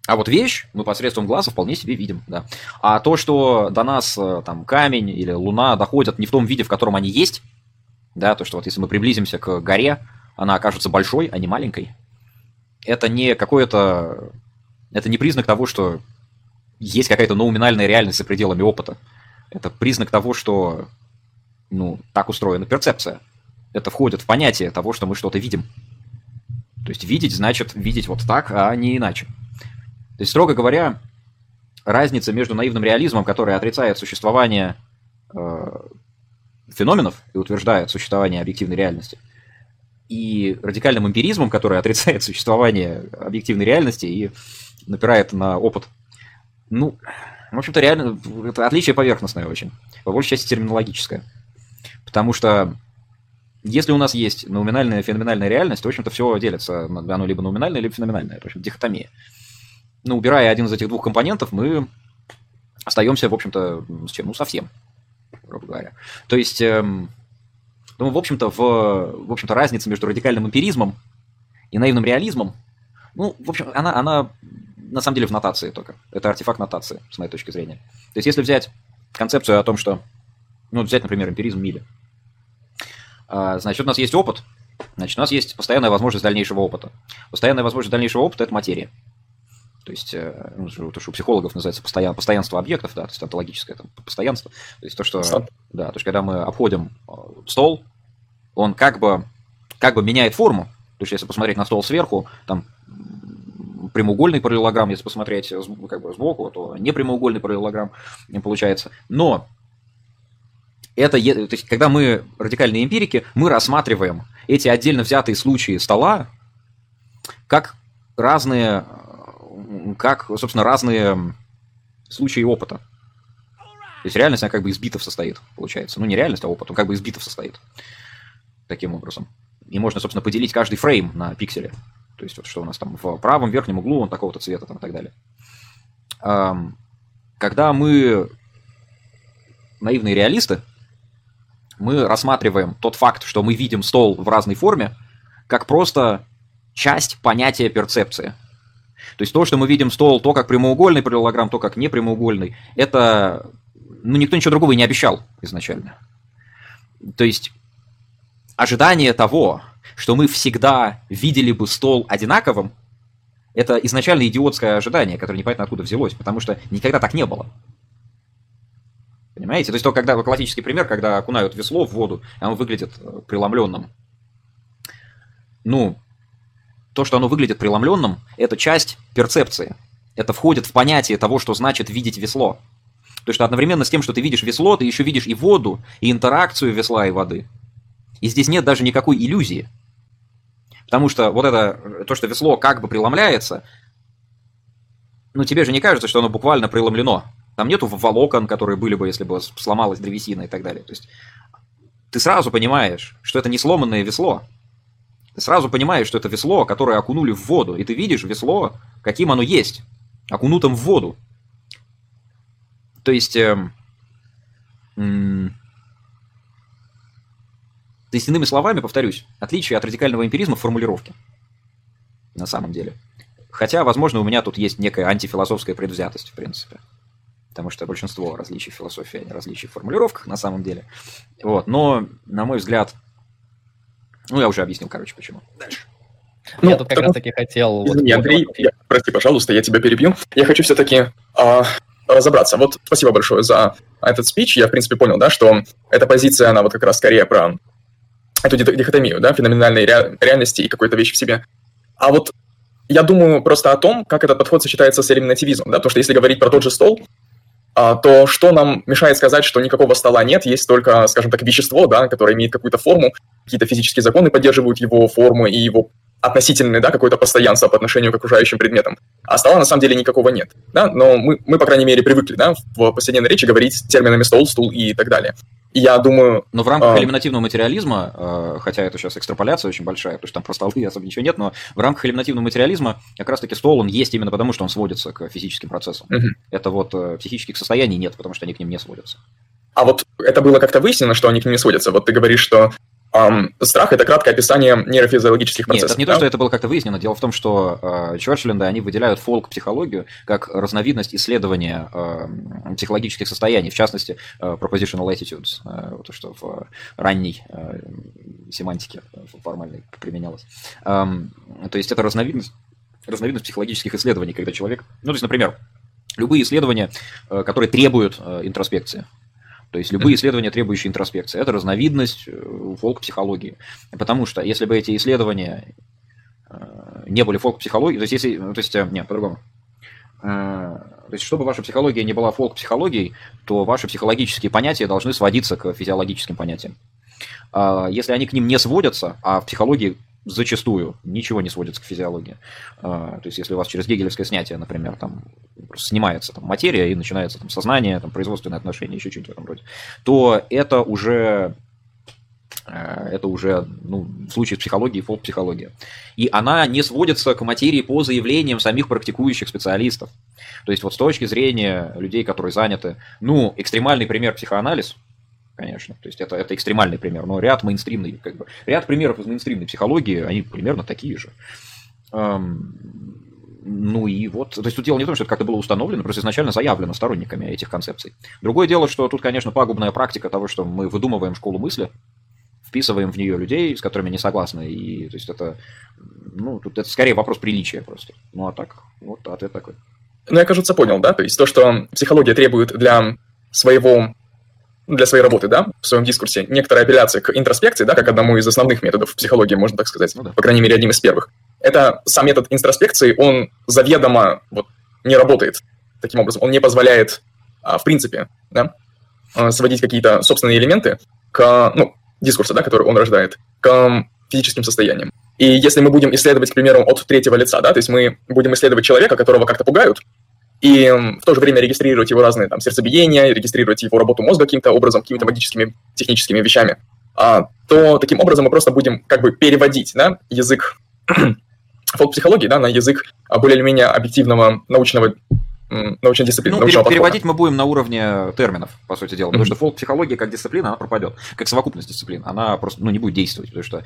А вот вещь мы посредством глаза вполне себе видим, да. А то, что до нас там камень или луна доходят не в том виде, в котором они есть, да, то, что вот если мы приблизимся к горе, она окажется большой, а не маленькой, это не какое-то... Это не признак того, что есть какая-то ноуминальная реальность за пределами опыта. Это признак того, что, ну, так устроена перцепция. Это входит в понятие того, что мы что-то видим. То есть видеть значит видеть вот так, а не иначе. То есть, строго говоря, разница между наивным реализмом, который отрицает существование э, феноменов и утверждает существование объективной реальности, и радикальным эмпиризмом, который отрицает существование объективной реальности и напирает на опыт, ну, в общем-то, реально, это отличие поверхностное очень, по большей части терминологическое. Потому что если у нас есть ноуминальная и феноменальная реальность, то, в общем-то, все делится, оно либо ноуминальное, либо феноменальное, в общем, дихотомия. Ну, убирая один из этих двух компонентов, мы остаемся, в общем-то, с чем? Ну, совсем, грубо говоря. То есть, эм, ну, в общем-то, в, в общем-то, разница между радикальным эмпиризмом и наивным реализмом, ну, в общем, она, она на самом деле в нотации только. Это артефакт нотации, с моей точки зрения. То есть, если взять концепцию о том, что, ну, взять, например, эмпиризм Милля, значит, у нас есть опыт, значит, у нас есть постоянная возможность дальнейшего опыта. Постоянная возможность дальнейшего опыта – это материя. То есть, ну, то, что у психологов называется постоян, постоянство объектов, да, то есть онтологическое там, постоянство. То есть то, что, да, то есть когда мы обходим стол, он как бы, как бы меняет форму. То есть если посмотреть на стол сверху, там прямоугольный параллелограмм, если посмотреть как бы сбоку, то непрямоугольный параллелограмм получается. Но это, то есть, когда мы радикальные эмпирики, мы рассматриваем эти отдельно взятые случаи стола как разные, как, собственно, разные случаи опыта. То есть реальность, она как бы из битов состоит, получается. Ну, не реальность, а опыт, он как бы из битов состоит. Таким образом. И можно, собственно, поделить каждый фрейм на пиксели. То есть вот что у нас там в правом верхнем углу, он такого-то цвета там, и так далее. Когда мы наивные реалисты, мы рассматриваем тот факт, что мы видим стол в разной форме, как просто часть понятия перцепции. То есть то, что мы видим стол то как прямоугольный параллелограмм, то как непрямоугольный, это, ну, никто ничего другого и не обещал изначально. То есть ожидание того, что мы всегда видели бы стол одинаковым, это изначально идиотское ожидание, которое непонятно откуда взялось, потому что никогда так не было. Понимаете? То есть, то, когда классический пример, когда окунают весло в воду, оно выглядит преломленным. Ну, то, что оно выглядит преломленным, это часть перцепции. Это входит в понятие того, что значит видеть весло. То есть, что одновременно с тем, что ты видишь весло, ты еще видишь и воду, и интеракцию весла и воды. И здесь нет даже никакой иллюзии. Потому что вот это, то, что весло как бы преломляется, ну, тебе же не кажется, что оно буквально преломлено. Там нету волокон, которые были бы, если бы сломалась древесина и так далее. То есть ты сразу понимаешь, что это не сломанное весло. Ты сразу понимаешь, что это весло, которое окунули в воду. И ты видишь весло, каким оно есть, окунутым в воду. То есть... Э, э, то есть, иными словами, повторюсь, отличие от радикального эмпиризма в формулировке. На самом деле. Хотя, возможно, у меня тут есть некая антифилософская предвзятость, в принципе. Потому что большинство различий в философии, они различия в формулировках, на самом деле. Вот. Но, на мой взгляд... Ну, я уже объяснил, короче, почему. Дальше. Ну, я тут как раз-таки хотел... Извини, вот, Андрей, я, прости, пожалуйста, я тебя перебью. Я хочу все-таки а, разобраться. Вот спасибо большое за этот спич. Я, в принципе, понял, да, что эта позиция, она вот как раз скорее про эту дихотомию, да, феноменальной ре- реальности и какой-то вещи в себе. А вот я думаю просто о том, как этот подход сочетается с элиминативизмом, да, потому что если говорить про тот же стол, а, то что нам мешает сказать, что никакого стола нет, есть только, скажем так, вещество, да, которое имеет какую-то форму, какие-то физические законы поддерживают его форму и его относительное, да, какое-то постоянство по отношению к окружающим предметам. А стола на самом деле никакого нет, да, но мы, мы по крайней мере, привыкли, да, в повседневной речи говорить терминами стол, стул и так далее. И я думаю... Но в рамках а... элиминативного материализма, хотя это сейчас экстраполяция очень большая, потому что там про столы особо ничего нет, но в рамках элиминативного материализма как раз-таки стол, он есть именно потому, что он сводится к физическим процессам. Угу. Это вот психических состояний нет, потому что они к ним не сводятся. А вот это было как-то выяснено, что они к ним не сводятся? Вот ты говоришь, что Um, страх – это краткое описание нейрофизиологических процессов. Нет, это не да? то, что это было как-то выяснено. Дело в том, что э, Чёрчилленды, они выделяют фолк-психологию как разновидность исследования э, психологических состояний, в частности, э, propositional attitudes, э, то, что в ранней э, семантике формальной применялось. Э, то есть это разновидность, разновидность психологических исследований, когда человек… Ну, то есть, например, любые исследования, э, которые требуют э, интроспекции. То есть любые исследования, требующие интроспекции, это разновидность фолк-психологии. Потому что если бы эти исследования не были фолк-психологией, то есть, если, то есть, нет, по-другому. То есть, чтобы ваша психология не была фолк-психологией, то ваши психологические понятия должны сводиться к физиологическим понятиям. Если они к ним не сводятся, а в психологии зачастую ничего не сводится к физиологии. То есть, если у вас через гегелевское снятие, например, там снимается там, материя и начинается там, сознание, там, производственные отношения, еще что-нибудь в этом роде, то это уже, это уже ну, в случае с психологией, фолк-психология. И она не сводится к материи по заявлениям самих практикующих специалистов. То есть, вот с точки зрения людей, которые заняты, ну, экстремальный пример психоанализ, конечно, то есть это, это экстремальный пример, но ряд мейнстримный, как бы, ряд примеров из мейнстримной психологии, они примерно такие же. Эм, ну и вот, то есть тут дело не в том, что это как-то было установлено, просто изначально заявлено сторонниками этих концепций. Другое дело, что тут, конечно, пагубная практика того, что мы выдумываем школу мысли, вписываем в нее людей, с которыми не согласны, и то есть это, ну, тут это скорее вопрос приличия просто. Ну а так, вот ответ такой. Ну я, кажется, понял, да, то есть то, что психология требует для своего для своей работы, да, в своем дискурсе, некоторая апелляция к интроспекции, да, как одному из основных методов психологии, можно так сказать, ну, да. По крайней мере, одним из первых. Это сам метод интроспекции, он заведомо вот, не работает таким образом, он не позволяет, а, в принципе, да, сводить какие-то собственные элементы к, ну, дискурсу, да, который он рождает, к физическим состояниям. И если мы будем исследовать, к примеру, от третьего лица, да, то есть мы будем исследовать человека, которого как-то пугают, и в то же время регистрировать его разные там сердцебиения, регистрировать его работу мозга каким-то образом, какими-то магическими, техническими вещами, а, то таким образом мы просто будем как бы переводить, да, язык фолк-психологии, да, на язык более или менее объективного научного, научной дисциплины. Ну, пере- переводить мы будем на уровне терминов, по сути дела, потому mm-hmm. что фолк-психология как дисциплина, она пропадет, как совокупность дисциплин, она просто ну, не будет действовать, потому что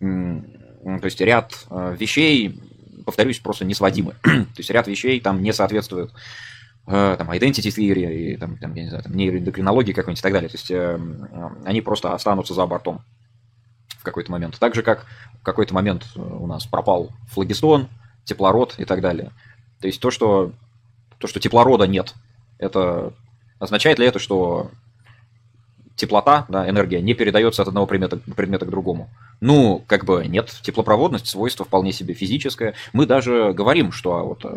то есть ряд вещей, повторюсь, просто несводимы. То есть ряд вещей там не соответствуют э, там, identity theory, и, там, там, я не знаю, там, нейроэндокринологии какой-нибудь и так далее. То есть э, они просто останутся за бортом в какой-то момент. Так же, как в какой-то момент у нас пропал флогистон, теплород и так далее. То есть то, что, то, что теплорода нет, это означает ли это, что теплота, да, энергия не передается от одного предмета, предмета к другому? Ну, как бы нет, теплопроводность, свойство вполне себе физическое. Мы даже говорим, что вот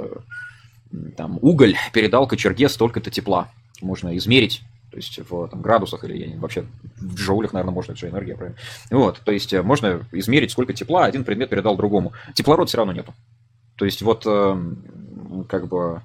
там уголь передал кочерге столько-то тепла. Можно измерить, то есть в там, градусах или вообще в джоулях, наверное, можно, это же энергия, правильно? Вот, то есть можно измерить, сколько тепла один предмет передал другому. Теплорода все равно нету. То есть вот как бы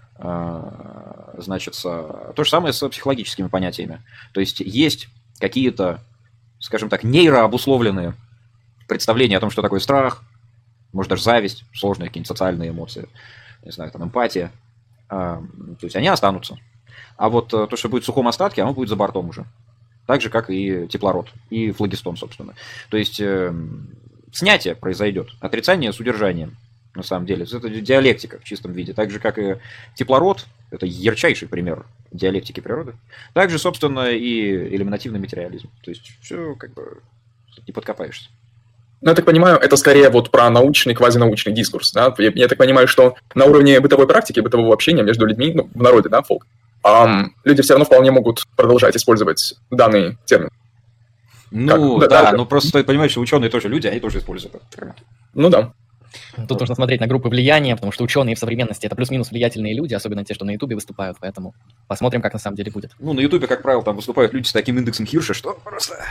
значит, то же самое с психологическими понятиями. То есть есть какие-то, скажем так, нейрообусловленные представления о том, что такое страх, может даже зависть, сложные какие-нибудь социальные эмоции, не знаю, там эмпатия. То есть они останутся. А вот то, что будет в сухом остатке, оно будет за бортом уже. Так же, как и теплород, и флогистон, собственно. То есть снятие произойдет, отрицание с удержанием. На самом деле, это диалектика в чистом виде. Так же, как и теплород, это ярчайший пример диалектики природы. Также, собственно, и элиминативный материализм. То есть, все как бы не подкопаешься. Ну, я так понимаю, это скорее вот про научный, квазинаучный дискурс. Да? Я, я так понимаю, что на уровне бытовой практики, бытового общения между людьми, ну, в народе, да, фолк, эм, люди все равно вполне могут продолжать использовать данный термин. Ну, как? да, да, да, но просто стоит понимать, что ученые тоже люди, они тоже используют этот термин. Ну да. Тут нужно смотреть на группы влияния, потому что ученые в современности – это плюс-минус влиятельные люди, особенно те, что на Ютубе выступают, поэтому посмотрим, как на самом деле будет. Ну, на Ютубе, как правило, там выступают люди с таким индексом Хирша, что просто…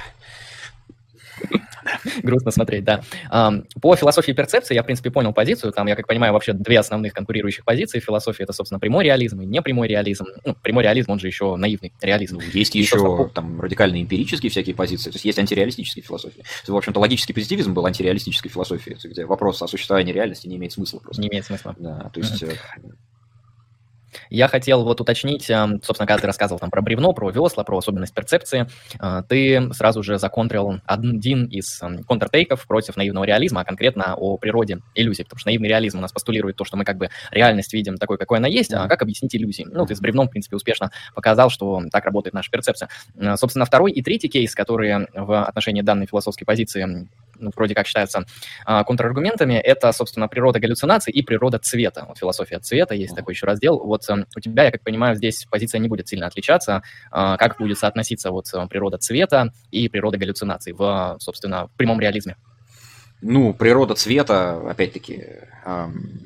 Грустно смотреть, да. По философии перцепции я, в принципе, понял позицию. Там, я как понимаю, вообще две основных конкурирующих позиции в философии. Это, собственно, прямой реализм и непрямой реализм. Ну, прямой реализм, он же еще наивный реализм. Ну, есть и еще собственно, там радикальные эмпирические всякие позиции. То есть есть антиреалистические философии. В общем-то, логический позитивизм был антиреалистической философией, где вопрос о существовании реальности не имеет смысла просто. Не имеет смысла. Да, то есть… Я хотел вот уточнить, э, собственно, когда ты рассказывал там про бревно, про весла, про особенность перцепции, э, ты сразу же законтрил один из э, контртейков против наивного реализма, а конкретно о природе иллюзий, потому что наивный реализм у нас постулирует то, что мы как бы реальность видим такой, какой она есть, а как объяснить иллюзии? Ну, ты с бревном, в принципе, успешно показал, что так работает наша перцепция. Э, собственно, второй и третий кейс, которые в отношении данной философской позиции ну, вроде как считаются а, контраргументами, это, собственно, природа галлюцинаций и природа цвета. Вот философия цвета, есть такой еще раздел. Вот а, у тебя, я как понимаю, здесь позиция не будет сильно отличаться. А, как будет соотноситься вот природа цвета и природа галлюцинаций в, собственно, в прямом реализме? Ну, природа цвета, опять-таки, эм,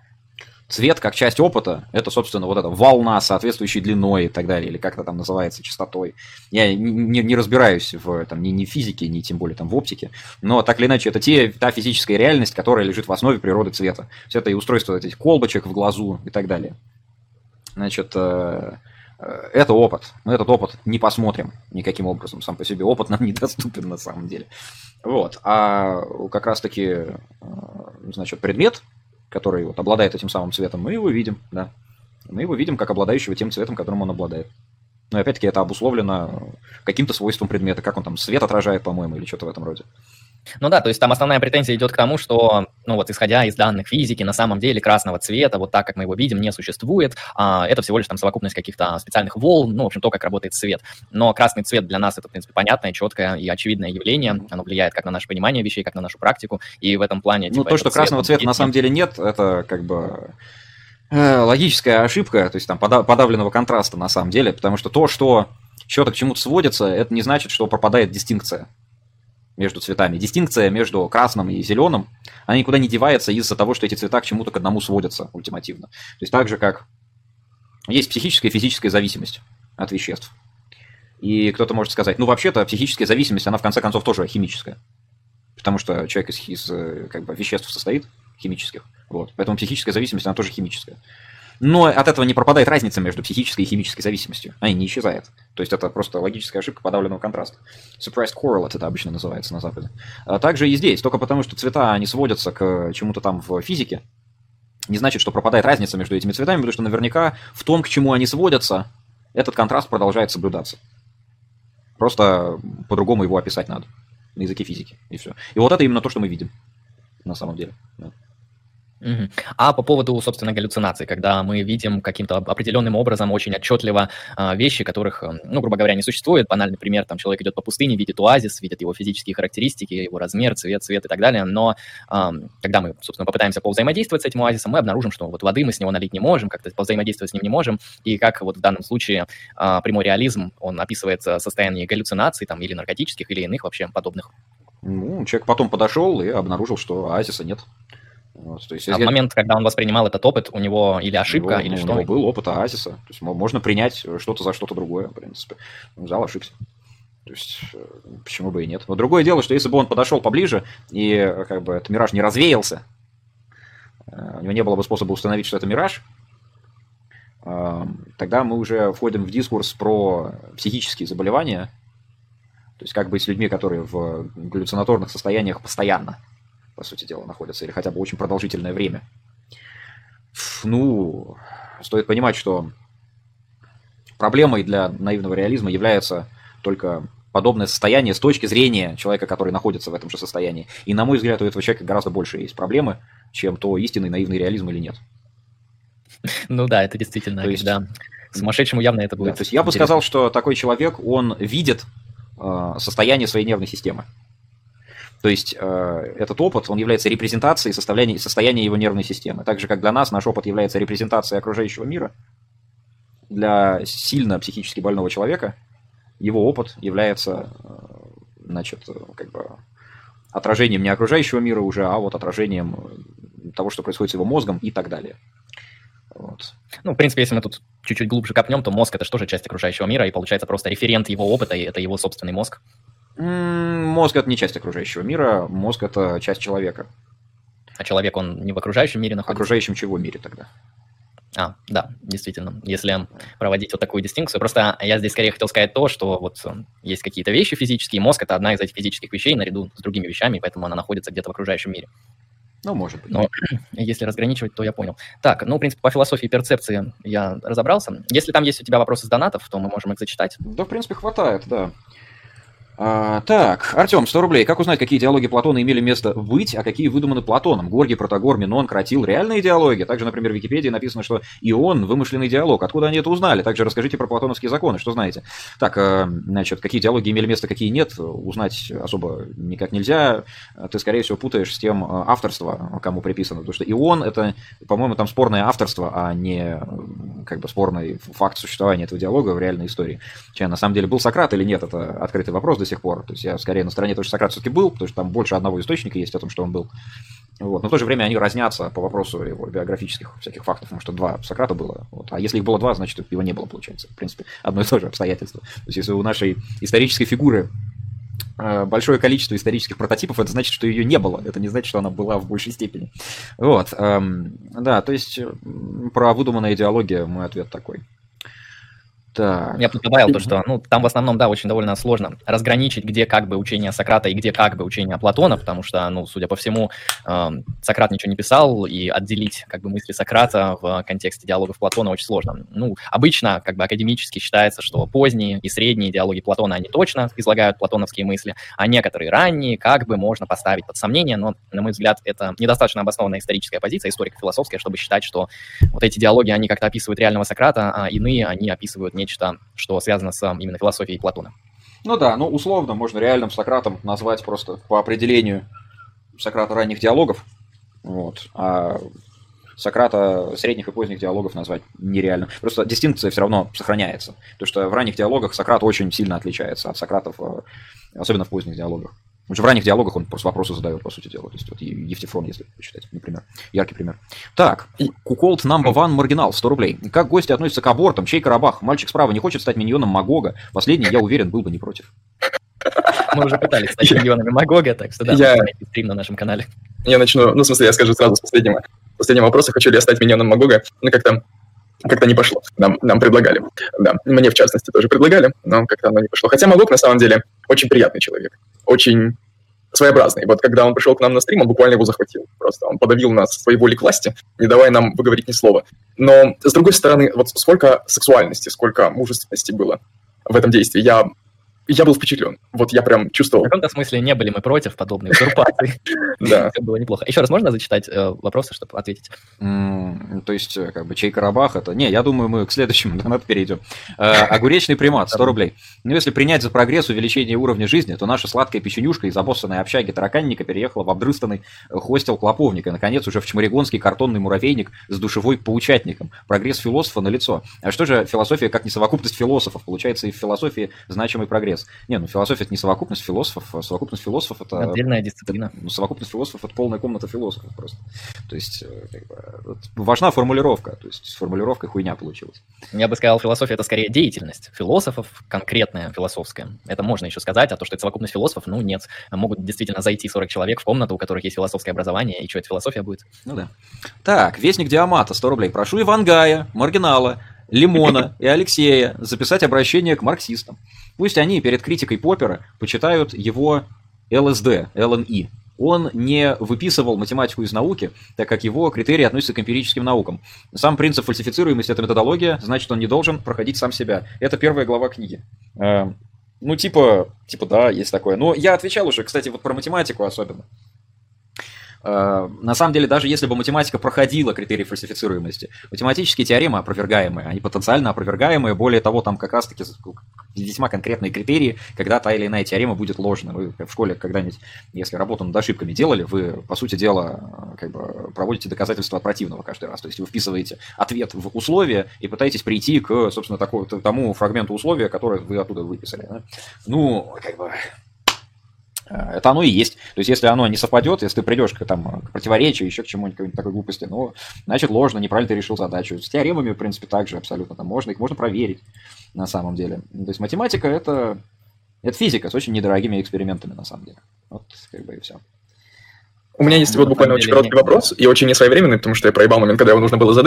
цвет как часть опыта, это, собственно, вот эта волна, соответствующей длиной и так далее, или как это там называется, частотой. Я не, не разбираюсь в, там, ни, ни в физике, ни тем более там, в оптике, но так или иначе это те, та физическая реальность, которая лежит в основе природы цвета. Все это и устройство этих колбочек в глазу и так далее. Значит, э, э, это опыт. Мы этот опыт не посмотрим никаким образом сам по себе. Опыт нам недоступен на самом деле. Вот. А как раз-таки, э, значит, предмет, который вот обладает этим самым цветом, мы его видим, да. Мы его видим как обладающего тем цветом, которым он обладает. Но опять-таки это обусловлено каким-то свойством предмета, как он там свет отражает, по-моему, или что-то в этом роде. Ну да, то есть там основная претензия идет к тому, что, ну вот, исходя из данных физики, на самом деле красного цвета, вот так, как мы его видим, не существует. А, это всего лишь там совокупность каких-то специальных волн, ну, в общем, то, как работает свет. Но красный цвет для нас это, в принципе, понятное, четкое и очевидное явление. Оно влияет как на наше понимание вещей, как на нашу практику. И в этом плане... Ну, типа, то, что красного цвета на самом нет. деле нет, это как бы... логическая ошибка, то есть там подавленного контраста на самом деле, потому что то, что что-то к чему-то сводится, это не значит, что пропадает дистинкция между цветами. Дистинкция между красным и зеленым, она никуда не девается из-за того, что эти цвета к чему-то к одному сводятся ультимативно. То есть так же, как есть психическая и физическая зависимость от веществ. И кто-то может сказать, ну вообще-то психическая зависимость, она в конце концов тоже химическая. Потому что человек из, из как бы, веществ состоит, химических. Вот. Поэтому психическая зависимость, она тоже химическая. Но от этого не пропадает разница между психической и химической зависимостью. Она не исчезает. То есть это просто логическая ошибка подавленного контраста. Suppressed correlate это обычно называется на Западе. А также и здесь. Только потому, что цвета, они сводятся к чему-то там в физике, не значит, что пропадает разница между этими цветами, потому что наверняка в том, к чему они сводятся, этот контраст продолжает соблюдаться. Просто по-другому его описать надо. На языке физики. И все. И вот это именно то, что мы видим. На самом деле. Да. Мгм. А по поводу, собственно, галлюцинаций, когда мы видим каким-то об- определенным образом очень отчетливо а, вещи, которых, м, ну, грубо говоря, не существует. Банальный пример, там человек идет по пустыне, видит оазис, видит его физические характеристики, его размер, цвет, цвет и так далее, но ам, когда мы, собственно, попытаемся повзаимодействовать с этим оазисом, мы обнаружим, что вот воды мы с него налить не можем, как-то повзаимодействовать с ним не можем, и как вот в данном случае а, прямой реализм, он описывает а, состояние галлюцинаций там, или наркотических, или иных вообще подобных. Ну, человек потом подошел и обнаружил, что оазиса нет. Вот, то есть, А в я- момент, когда он воспринимал этот опыт, у него или ошибка, у него, или ну, что? У него был опыт оазиса. То есть мо- можно принять что-то за что-то другое, в принципе. Он взял, ошибся. То есть э, почему бы и нет. Но другое дело, что если бы он подошел поближе, и э, как бы этот мираж не развеялся, э, у него не было бы способа установить, что это мираж, э, тогда мы уже входим в дискурс про психические заболевания. То есть как быть с людьми, которые в галлюцинаторных состояниях постоянно, по сути дела, находятся, или хотя бы очень продолжительное время. Ф, Ну, стоит понимать, что проблемой для наивного реализма является только подобное состояние с точки зрения человека, который находится в этом же состоянии. И, на мой взгляд, у этого человека гораздо больше есть проблемы, чем то истинный наивный реализм или нет. Ну да, это действительно, То есть- когда сумасшедшему явно это Да, будет то есть я бы интересно. сказал, что такой человек, он видит э, состояние своей нервной системы. То есть э, этот опыт, он является репрезентацией состояния, состояния его нервной системы. Так же, как для нас наш опыт является репрезентацией окружающего мира, для сильно психически больного человека его опыт является, э, значит, э, как бы отражением не окружающего мира уже, а вот отражением э, того, что происходит с его мозгом и так далее. Вот. Ну, в принципе, если мы тут чуть-чуть глубже копнем, то мозг — это же тоже часть окружающего мира, и получается просто референт его опыта, и это его собственный мозг. М, Мозг – это не часть окружающего мира, мозг – это часть человека. А человек, он не в окружающем мире В находится. окружающем чего мире тогда? А, да, действительно. Если проводить вот такую дистинкцию. Просто я здесь скорее хотел сказать то, что вот э, есть какие-то вещи физические, и мозг — это одна из этих физических вещей наряду с другими вещами, и поэтому она находится где-то в окружающем мире. Ну, может быть. Но если разграничивать, то я понял. Так, ну, в принципе, по философии перцепции я разобрался. Если там есть у тебя вопросы с донатов, то мы можем их зачитать. Да, в принципе, хватает, да. А, так, Артем, сто рублей. Как узнать, какие идеологии Платона имели место быть, а какие выдуманы Платоном? Горгий, Протагор, Минон, Кратил – реальные идеологии. Также, например, в Википедии написано, что Ион – вымышленный диалог. Откуда они это узнали? Также расскажите про платоновские законы, что знаете. Так, значит, какие идеологии имели место, какие нет, узнать особо никак нельзя. Ты, скорее всего, путаешь с тем авторство, кому приписано. Потому что Ион – это, по-моему, там спорное авторство, а не как бы спорный факт существования этого диалога в реальной истории. Че, на самом деле, был Сократ или нет, это открытый вопрос до сих пор. То есть я скорее на стороне того, что Сократ все-таки был, потому что там больше одного источника есть о том, что он был. Вот. Но в то же время они разнятся по вопросу его биографических всяких фактов, потому что два Сократа было. Вот. А если их было два, значит, его не было, получается. В принципе, одно и то же обстоятельство. То есть если у нашей исторической фигуры большое количество исторических прототипов, это значит, что ее не было. Это не значит, что она была в большей степени. Вот. Да, то есть про выдуманную идеологию мой ответ такой. Так. Я бы добавил то, что ну, там в основном, да, очень довольно сложно разграничить, где как бы учение Сократа и где как бы учение Платона, потому что, ну, судя по всему, э, Сократ ничего не писал, и отделить как бы мысли Сократа в контексте диалогов Платона очень сложно. Ну, обычно как бы академически считается, что поздние и средние диалоги Платона, они точно излагают платоновские мысли, а некоторые ранние как бы можно поставить под сомнение, но, на мой взгляд, это недостаточно обоснованная историческая позиция, историко-философская, чтобы считать, что вот эти диалоги, они как-то описывают реального Сократа, а иные, они описывают нечто, что связано с именно философией Платона. Ну да, ну условно можно реальным Сократом назвать просто по определению Сократа ранних диалогов, вот, а Сократа средних и поздних диалогов назвать нереально. Просто дистинкция все равно сохраняется, потому что в ранних диалогах Сократ очень сильно отличается от Сократов, особенно в поздних диалогах. Потому что в ранних диалогах он просто вопросы задает, по сути дела. То есть вот Евтифрон, если почитать, например. Яркий пример. Так, Куколд Number One Маргинал, сто рублей. Как гости относятся к абортам? Чей Карабах? Мальчик справа не хочет стать миньоном Магога. Последний, я уверен, был бы не против. Мы уже пытались стать миньонами Магога, так что да, я... стрим на нашем канале. Я начну, ну, в смысле, я скажу сразу с последнего, последнего вопроса, хочу ли я стать миньоном Магога. Ну, как-то как-то не пошло. Нам, нам предлагали. Да, мне, в частности, тоже предлагали, но как-то оно не пошло. Хотя Магог, на самом деле, очень приятный человек. Очень своеобразный. Вот когда он пришел к нам на стрим, он буквально его захватил. Просто он подавил нас своей волей к власти, не давая нам выговорить ни слова. Но, с другой стороны, вот сколько сексуальности, сколько мужественности было в этом действии. Я... Я был впечатлен. Вот я прям чувствовал. В каком-то смысле не были мы против подобной узурпации. Да. Все было неплохо. Еще раз можно зачитать вопросы, чтобы ответить? То есть, как бы, чей Карабах это... Не, я думаю, мы к следующему донату перейдем. Огуречный примат, сто рублей. Ну, если принять за прогресс увеличение уровня жизни, то наша сладкая печенюшка из обоссанной общаги тараканника переехала в обдрыстанный хостел Клоповника. И, наконец, уже в чморегонский картонный муравейник с душевой паучатником. Прогресс философа налицо. А что же философия, как не совокупность философов? Получается, и в философии значимый прогресс. Не, ну философия – это не совокупность философов, а совокупность философов – это… Отдельная дисциплина. Ну, совокупность философов – это полная комната философов просто. То есть, как бы, важна формулировка, то есть с формулировкой хуйня получилась. Я бы сказал, философия – это скорее деятельность философов, конкретная философская. Это можно еще сказать, а то, что это совокупность философов, ну нет. Могут действительно зайти сорок человек в комнату, у которых есть философское образование, и что, это философия будет? Ну да. Так, Вестник Диамата, сто рублей. Прошу Ивангая, Маргинала, Лимона и Алексея записать обращение к марксистам. Пусть они перед критикой Поппера почитают его эл эс ди, эл эн и. Он не выписывал математику из науки, так как его критерии относятся к эмпирическим наукам. Сам принцип фальсифицируемости – это методология, значит, он не должен проходить сам себя. Это первая глава книги. Ну, типа, типа, да, есть такое. Но я отвечал уже, кстати, вот про математику особенно. На самом деле, даже если бы математика проходила критерии фальсифицируемости, математические теоремы опровергаемые, они потенциально опровергаемые, более того, там как раз-таки весьма конкретные критерии, когда та или иная теорема будет ложна. Вы в школе когда-нибудь, если работу над ошибками делали, вы, по сути дела, как бы проводите доказательства от противного каждый раз. То есть вы вписываете ответ в условия и пытаетесь прийти к, собственно, такому, тому фрагменту условия, который вы оттуда выписали. Да? Ну, как бы... Это оно и есть. То есть, если оно не совпадет, если ты придешь к, там, к противоречию, еще к чему-нибудь такой глупости, ну, значит, ложно, неправильно ты решил задачу. С теоремами, в принципе, также абсолютно там можно, их можно проверить на самом деле. То есть, математика – это, это физика с очень недорогими экспериментами, на самом деле. Вот, как бы, и все. У меня есть вот буквально очень короткий вопрос, и очень несвоевременный, потому что я проебал момент, когда его нужно было задать.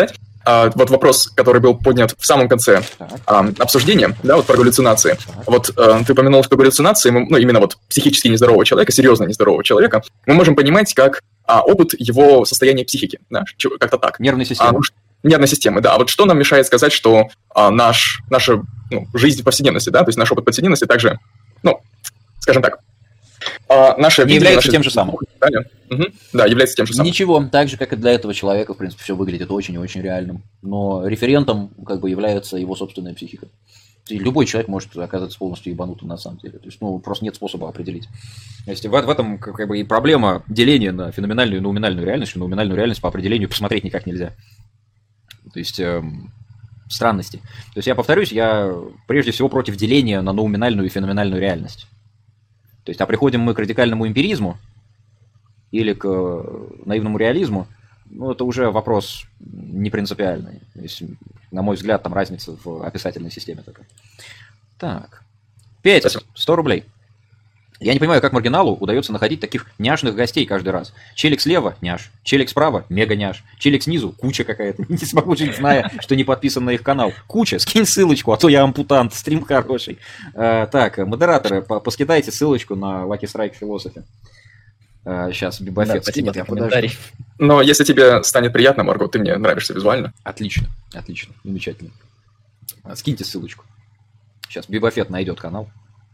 а, вот вопрос, который был поднят в самом конце а, обсуждения, да, вот про галлюцинации. Так. Вот а, ты упомянул, что галлюцинации, мы, ну, именно вот психически нездорового человека, серьезно нездорового человека, мы можем понимать как а, опыт его состояния психики, да, как-то так. Нервной системы. А, ну, нервной системы, да. А вот что нам мешает сказать, что а, наш, наша ну, жизнь в повседневности, да, то есть наш опыт повседневности также, ну, скажем так, а, наше не является тем же самым. Угу. Да, является тем же самым. Ничего, так же, как и для этого человека, в принципе, все выглядит очень и очень реальным. Но референтом как бы является его собственная психика. И любой человек может оказаться полностью ебанутым на самом деле. То есть, ну, просто нет способа определить. То есть, в, в этом как бы и проблема деления на феноменальную и номинальную реальность. Номинальную реальность по определению посмотреть никак нельзя. То есть, эм, странности. То есть, я повторюсь, я прежде всего против деления на номинальную и феноменальную реальность. То есть, а приходим мы к радикальному эмпиризму или к наивному реализму, ну, это уже вопрос не принципиальный. То есть, на мой взгляд, там разница в описательной системе такая. Так. Петя, сто рублей. Я не понимаю, как маргиналу удается находить таких няшных гостей каждый раз. Челик слева – няш, челик справа – мега няш, челик снизу – куча какая-то. Не смогу жить, зная, что не подписан на их канал. Куча, скинь ссылочку, а то я ампутант, стрим хороший. А, так, модераторы, поскидайте ссылочку на Lucky Strike Philosophy. А, сейчас, Бибафет да, скинет, я подожду. Но если тебе станет приятно, Марго, ты мне нравишься визуально. Отлично, отлично, замечательно. Скиньте ссылочку. Сейчас Бибафет найдет канал.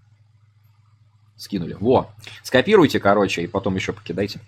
Скинули. Во. Скопируйте, короче, и потом еще покидайте.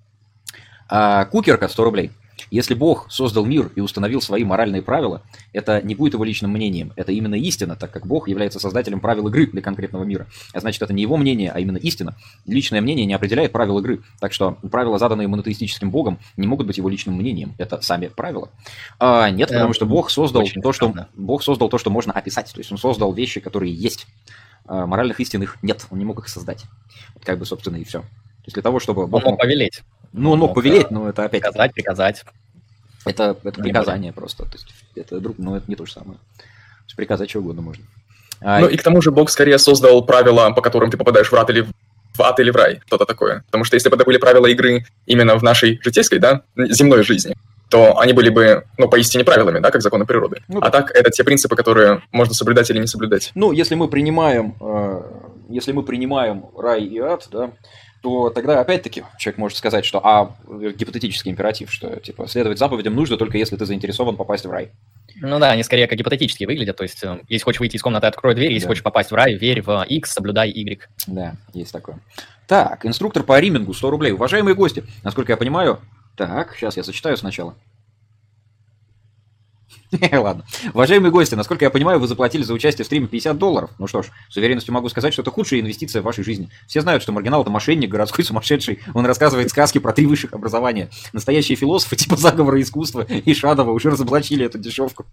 А, Кукерка, сто рублей. Если Бог создал мир и установил свои моральные правила, это не будет его личным мнением. Это именно истина, так как Бог является создателем правил игры для конкретного мира. А значит, это не его мнение, а именно истина. Личное мнение не определяет правила игры. Так что правила, заданные монотеистическим Богом, не могут быть его личным мнением. Это сами правила. А, нет, потому что Бог создал то, что, Бог создал то, что можно описать. То есть он создал вещи, которые есть. Моральных истин их нет, он не мог их создать. Вот как бы, собственно, и все. То есть для того, чтобы... Он мог повелеть. Ну, он мог, мог повелеть, но это опять... Приказать, приказать. Это, это приказание просто. То есть это, друг, но это не то же самое. То есть приказать что угодно можно. А... Ну и к тому же Бог скорее создал правила, по которым ты попадаешь в ад или в ад или в рай, что-то такое. Потому что если бы это были правила игры именно в нашей житейской, да, земной жизни, то они были бы, ну, поистине правилами, да, как законы природы. Ну, а да. Так, это те принципы, которые можно соблюдать или не соблюдать. Ну, если мы принимаем, э, если мы принимаем рай и ад, да, то тогда, опять-таки, человек может сказать, что, а, гипотетический императив, что, типа, следовать заповедям нужно только если ты заинтересован попасть в рай. Ну да, они скорее как гипотетически выглядят, то есть, если хочешь выйти из комнаты, открой дверь, если да. хочешь попасть в рай, верь в X, соблюдай Y. Да, есть такое. Так, инструктор по римингу, сто рублей. Уважаемые гости, насколько я понимаю... Так, сейчас я зачитаю сначала. Ладно. Уважаемые гости, насколько я понимаю, вы заплатили за участие в стриме пятьдесят долларов. Ну что ж, с уверенностью могу сказать, что это худшая инвестиция в вашей жизни. Все знают, что маргинал – это мошенник, городской сумасшедший. Он рассказывает сказки про три высших образования. Настоящие философы типа заговора искусства и Шадова уже разоблачили эту дешевку.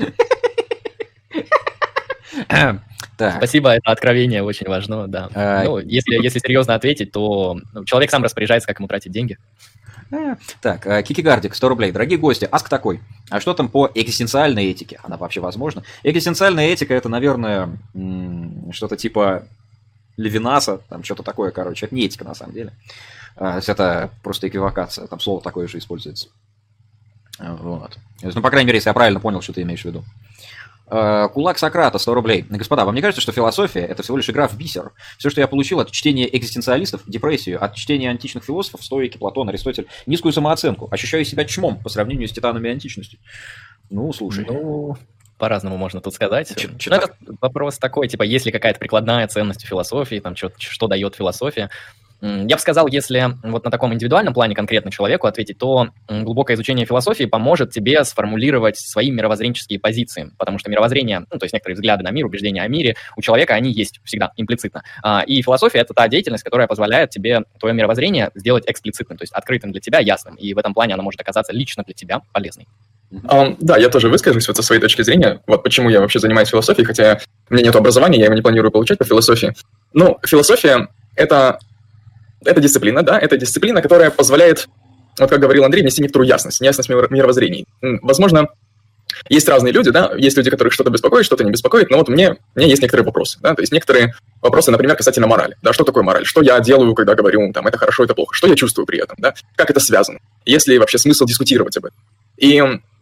Так. Спасибо, это откровение очень важно, да. А... Ну, если, если серьезно ответить, то человек сам распоряжается, как ему тратить деньги. Так, Кикигардик, сто рублей. Дорогие гости, аск такой. А что там по экзистенциальной этике? Она вообще возможна? Экзистенциальная этика – это, наверное, что-то типа Левинаса, там что-то такое, короче. Это не этика, на самом деле. Это просто эквивокация, там слово такое же используется. Вот. Ну, по крайней мере, если я правильно понял, что ты имеешь в виду. Кулак Сократа, сто рублей. Господа, вам не кажется, что философия – это всего лишь игра в бисер? Все, что я получил от чтения экзистенциалистов – депрессию, от чтения античных философов, стоики, Платон, Аристотель – низкую самооценку. Ощущаю себя чмом по сравнению с титанами античности. Ну, слушай. Ну, по-разному можно тут сказать. Ч- ну, это вопрос такой, типа, есть ли какая-то прикладная ценность у философии, там, что, что дает философия. Я бы сказал, если вот на таком индивидуальном плане конкретно человеку ответить, то глубокое изучение философии поможет тебе сформулировать свои мировоззренческие позиции, потому что мировоззрение, ну, то есть некоторые взгляды на мир, убеждения о мире у человека, они есть всегда имплицитно. И философия – это та деятельность, которая позволяет тебе твое мировоззрение сделать эксплицитным, то есть открытым для тебя, ясным, и в этом плане она может оказаться лично для тебя полезной. Um, да, я тоже выскажусь вот со своей точки зрения, вот почему я вообще занимаюсь философией, хотя у меня нет образования, я его не планирую получать по философии. Ну, философия – это... Это дисциплина, да, это дисциплина, которая позволяет, вот как говорил Андрей, внести некоторую ясность, ясность мировоззрений. Возможно, есть разные люди, да, есть люди, которых что-то беспокоит, что-то не беспокоит, но вот мне, у меня есть некоторые вопросы, да, то есть некоторые вопросы, например, касательно морали, да, что такое мораль, что я делаю, когда говорю, там, это хорошо, это плохо, что я чувствую при этом, да, как это связано, есть ли вообще смысл дискутировать об этом. И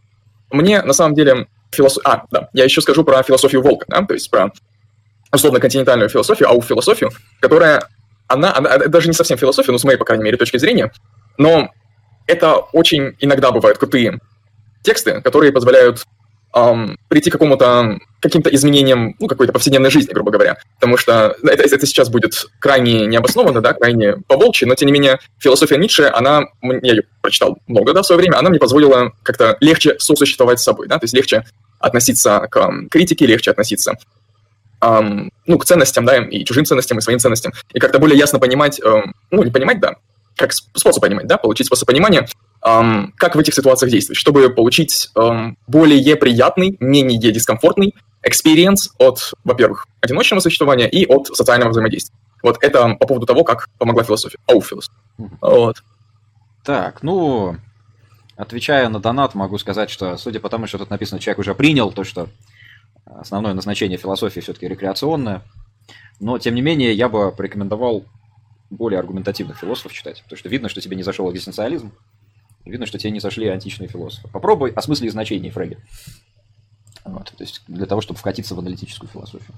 мне на самом деле философия... А, да, я еще скажу про философию Волка, да, то есть про условно-континентальную философию, ауфилософию, которая, она, она даже не совсем философия, ну, с моей, по крайней мере, точки зрения, но это очень иногда бывают крутые тексты, которые позволяют эм, прийти к какому-то, каким-то изменениям, ну, какой-то повседневной жизни, грубо говоря. Потому что это, это сейчас будет крайне необоснованно, да, крайне по-волчьи, но, тем не менее, философия Ницше, она, я ее прочитал много, да, в свое время, она мне позволила как-то легче сосуществовать с собой, да, то есть легче относиться к um, критике, легче относиться um, ну, к ценностям, да, и чужим ценностям, и своим ценностям, и как-то более ясно понимать, um, ну, не понимать, да, как способ понимать, да, получить способ понимания, Um, как в этих ситуациях действовать, чтобы получить um, более приятный, менее дискомфортный experience от, во-первых, одиночного существования и от социального взаимодействия. Вот это по поводу того, как помогла философия. Ауфилос. Mm-hmm. Вот. Так, ну, отвечая на донат, могу сказать, что, судя по тому, что тут написано, человек уже принял то, что основное назначение философии все-таки рекреационное, но, тем не менее, я бы порекомендовал более аргументативных философов читать, потому что видно, что тебе не зашел экзистенциализм, видно, что тебе не зашли античные философы. Попробуй о смысле и значении Фреги. Вот, то есть для того, чтобы вкатиться в аналитическую философию.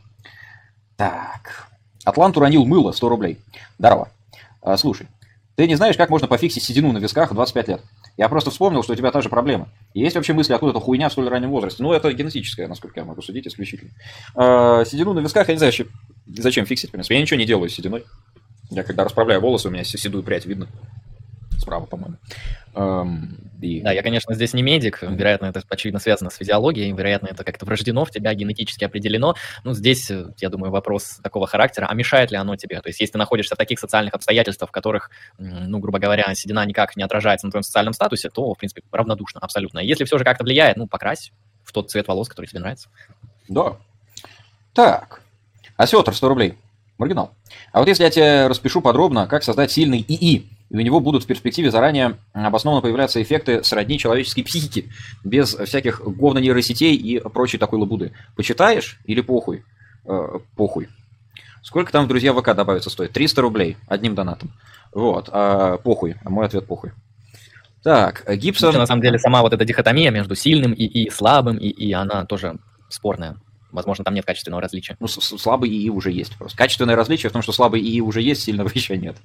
Так. Атлант уронил мыло, сто рублей. Здорово. А, слушай, ты не знаешь, как можно пофиксить седину на висках в двадцать пять лет? Я просто вспомнил, что у тебя та же проблема. Есть вообще мысли, откуда эта хуйня в столь раннем возрасте? Ну, это генетическая, насколько я могу судить, исключительно. А, седину на висках, я не знаю, зачем фиксить, в принципе. Я ничего не делаю с сединой. Я когда расправляю волосы, у меня седую прядь видно. Справа, по-моему. Um, и... Да, я, конечно, здесь не медик, вероятно, это очевидно связано с физиологией, вероятно, это как-то врождено в тебя, генетически определено. Ну, здесь, я думаю, вопрос такого характера, а мешает ли оно тебе? То есть, если ты находишься в таких социальных обстоятельствах, в которых, ну, грубо говоря, седина никак не отражается на твоем социальном статусе, то, в принципе, равнодушно абсолютно. Если все же как-то влияет, ну, покрась в тот цвет волос, который тебе нравится. Да. Так. Осетр, сто рублей. Маргинал. А вот если я тебе распишу подробно, как создать сильный ИИ, и у него будут в перспективе заранее обоснованно появляться эффекты сродни человеческой психики, без всяких говно-нейросетей и прочей такой лабуды. Почитаешь или похуй? Э, похуй. Сколько там в друзья ВК добавиться стоит? триста рублей одним донатом. Вот. А, похуй. А мой ответ похуй. Так, Гибсон... Еще, на самом деле, сама вот эта дихотомия между сильным ИИ и слабым ИИ, она тоже спорная. Возможно, там нет качественного различия. Ну, слабый ИИ уже есть просто. Качественное различие в том, что слабый ИИ уже есть, сильного еще нет.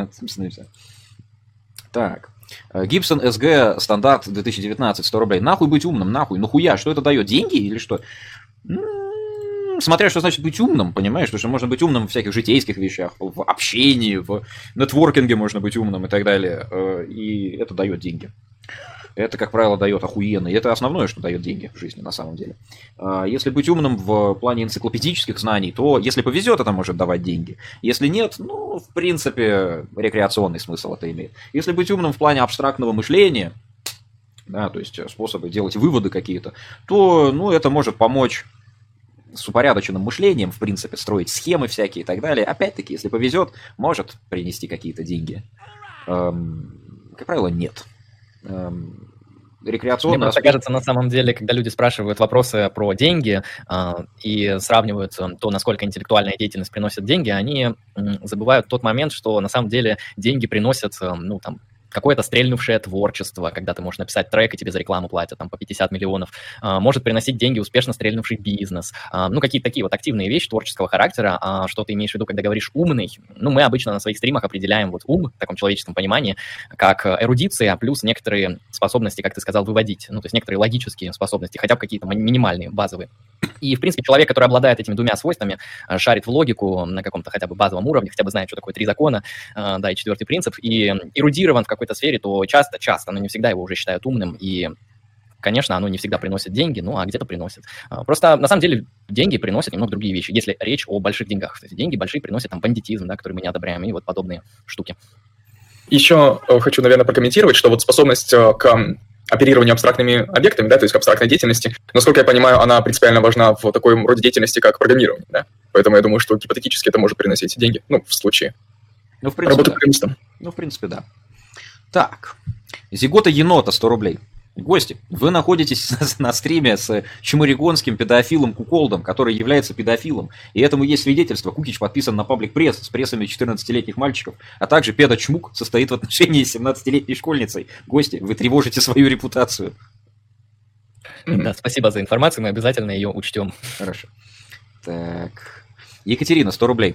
Так. Гибсон эс джи стандарт две тысячи девятнадцать, сто рублей. Нахуй быть умным, нахуй. Ну хуя, что это дает? Деньги или что? Смотря что значит быть умным, понимаешь? Потому что можно быть умным в всяких житейских вещах, в общении, в нетворкинге можно быть умным и так далее. И это дает деньги. Это, как правило, дает охуенно. И это основное, что дает деньги в жизни, на самом деле. Если быть умным в плане энциклопедических знаний, то, если повезет, это может давать деньги. Если нет, ну, в принципе, рекреационный смысл это имеет. Если быть умным в плане абстрактного мышления, да, то есть способы делать выводы какие-то, то, ну, это может помочь с упорядоченным мышлением, в принципе, строить схемы всякие и так далее. Опять-таки, если повезет, может принести какие-то деньги. Эм, как правило, нет. Рекреационно. Мне просто кажется, на самом деле, когда люди спрашивают вопросы про деньги э, и сравнивают то, насколько интеллектуальная деятельность приносит деньги, они э, забывают тот момент, что на самом деле деньги приносят, э, ну, там, какое-то стрельнувшее творчество, когда ты можешь написать трек, и тебе за рекламу платят там по пятьдесят миллионов, а, может приносить деньги успешно стрельнувший бизнес, а, ну, какие-то такие вот активные вещи творческого характера. А что ты имеешь в виду, когда говоришь «умный»? Ну, мы обычно на своих стримах определяем вот ум в таком человеческом понимании как эрудиция плюс некоторые способности, как ты сказал, выводить, ну, то есть некоторые логические способности, хотя бы какие-то минимальные, базовые. И, в принципе, человек, который обладает этими двумя свойствами, шарит в логику на каком-то хотя бы базовом уровне, хотя бы знает, что такое три закона, да, и четвертый принцип, и эрудирован в какой-то сфере, то часто, часто, но не всегда его уже считают умным, и, конечно, оно не всегда приносит деньги, ну, а где-то приносит. Просто, на самом деле, деньги приносят немного другие вещи, если речь о больших деньгах. Кстати, деньги большие приносят там бандитизм, да, который мы не одобряем, и вот подобные штуки. Еще хочу, наверное, прокомментировать, что вот способность к оперированию абстрактными объектами, да, то есть к абстрактной деятельности, насколько я понимаю, она принципиально важна в такой роде деятельности, как программирование, да. Поэтому я думаю, что гипотетически это может приносить деньги, ну, в случае ну, в принципе, работы да. программистом. Ну, в принципе, да. Так, Зигота енота, сто рублей. Гости, вы находитесь на стриме с чморигонским педофилом Куколдом, который является педофилом. И этому есть свидетельство. Кукич подписан на паблик пресс с прессами четырнадцатилетних мальчиков, а также педочмук состоит в отношении с семнадцатилетней школьницей. Гости, вы тревожите свою репутацию. Да, спасибо за информацию, мы обязательно ее учтем. Хорошо. Так. Екатерина, сто рублей.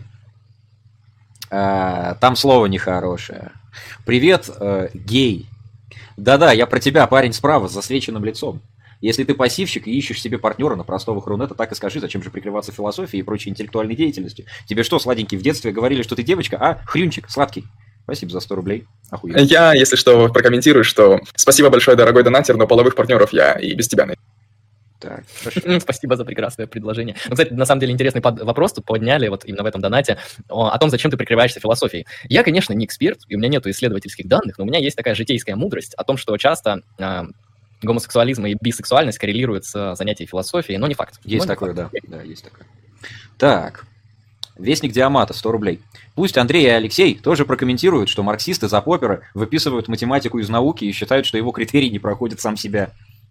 А, там слово нехорошее. Привет, э, гей. Да-да, я про тебя, парень справа, с засвеченным лицом. Если ты пассивщик и ищешь себе партнера на простого Рунета, так и скажи, зачем же прикрываться философией и прочей интеллектуальной деятельностью. Тебе что, сладенький, в детстве говорили, что ты девочка, а? Хрюнчик, сладкий. Спасибо за сто рублей. Охуенно. Я, если что, прокомментирую, что спасибо большое, дорогой донатер, но половых партнеров я и без тебя найду. Так, спасибо за прекрасное предложение. Ну, кстати, на самом деле интересный под... вопрос тут подняли вот именно в этом донате о, о том, зачем ты прикрываешься философией. Я, конечно, не эксперт, и у меня нету исследовательских данных, но у меня есть такая житейская мудрость о том, что часто э, гомосексуализм и бисексуальность коррелируют с занятием философией, но не факт. Есть но такое, факт. да. Да, есть такое. Так. Вестник Диамата, сто рублей. Пусть Андрей и Алексей тоже прокомментируют, что марксисты за попера выписывают математику из науки и считают, что его критерий не проходит сам себя.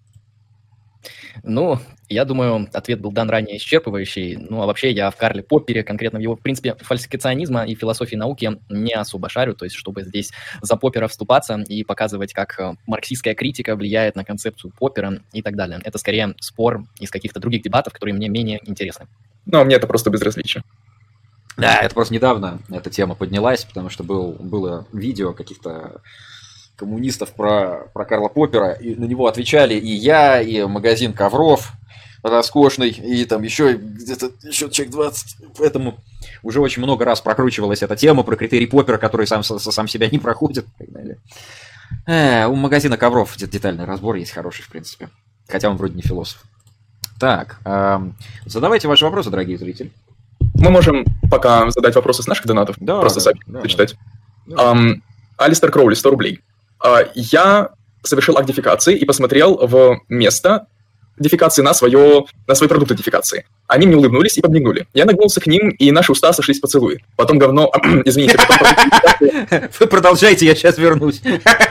Ну, я думаю, ответ был дан ранее исчерпывающий. Ну, а вообще я в Карле Поппере, конкретно в его, в принципе, фальсификационизма и философии науки не особо шарю, то есть чтобы здесь за Поппера вступаться и показывать, как марксистская критика влияет на концепцию Поппера и так далее. Это скорее спор из каких-то других дебатов, которые мне менее интересны. Но мне это просто безразлично. Да, это просто недавно эта тема поднялась, потому что был, было видео каких-то коммунистов про, про Карла Поппера, и на него отвечали и я, и магазин ковров роскошный, и там еще где-то еще человек двадцать. Поэтому уже очень много раз прокручивалась эта тема про критерий Поппера, который сам, сам себя не проходит. И так далее. Э, у магазина ковров детальный разбор есть хороший, в принципе. Хотя он вроде не философ. Так, э, задавайте ваши вопросы, дорогие зрители. Мы можем пока задать вопросы с наших донатов, да, просто да, сами да, зачитать. Да. Um, Алистер Кроули, сто рублей. Uh, я совершил акт дефекации и посмотрел в место дефекации на, свое, на свои продукты дефекации. Они мне улыбнулись и подмигнули. Я нагнулся к ним, и наши уста сошлись в поцелуи. Потом говно... Извините. Вы продолжайте, я сейчас вернусь.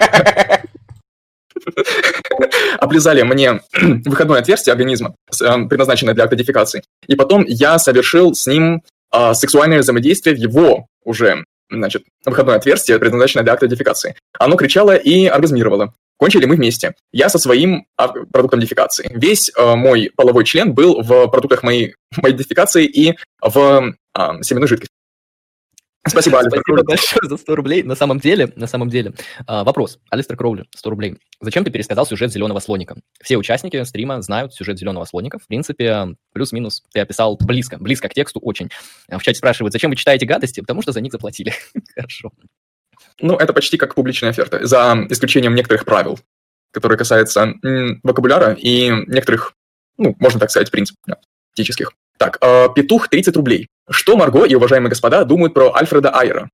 Облизали мне выходное отверстие организма, предназначенное для акта дефекации. И потом я совершил с ним а, сексуальное взаимодействие в его уже, значит, выходное отверстие, предназначенное для акта дефекации. Оно кричало и оргазмировало. Кончили мы вместе. Я со своим продуктом дефекации. Весь а, мой половой член был в продуктах моей, моей дефекации и в а, семенной жидкости. Спасибо, Алистер Спасибо большое за сто рублей. На самом деле, на самом деле, а, вопрос. Алистер Кроули, сто рублей. Зачем ты пересказал сюжет «Зеленого слоника»? Все участники стрима знают сюжет «Зеленого слоника». В принципе, плюс-минус ты описал близко, близко к тексту очень. В чате спрашивают, зачем вы читаете гадости? Потому что за них заплатили. Хорошо. Ну, это почти как публичная оферта, за исключением некоторых правил, которые касаются м, вокабуляра и некоторых, ну, можно так сказать, принципов да, этических. Так, э, петух тридцать рублей. Что Марго и уважаемые господа думают про Альфреда Айера?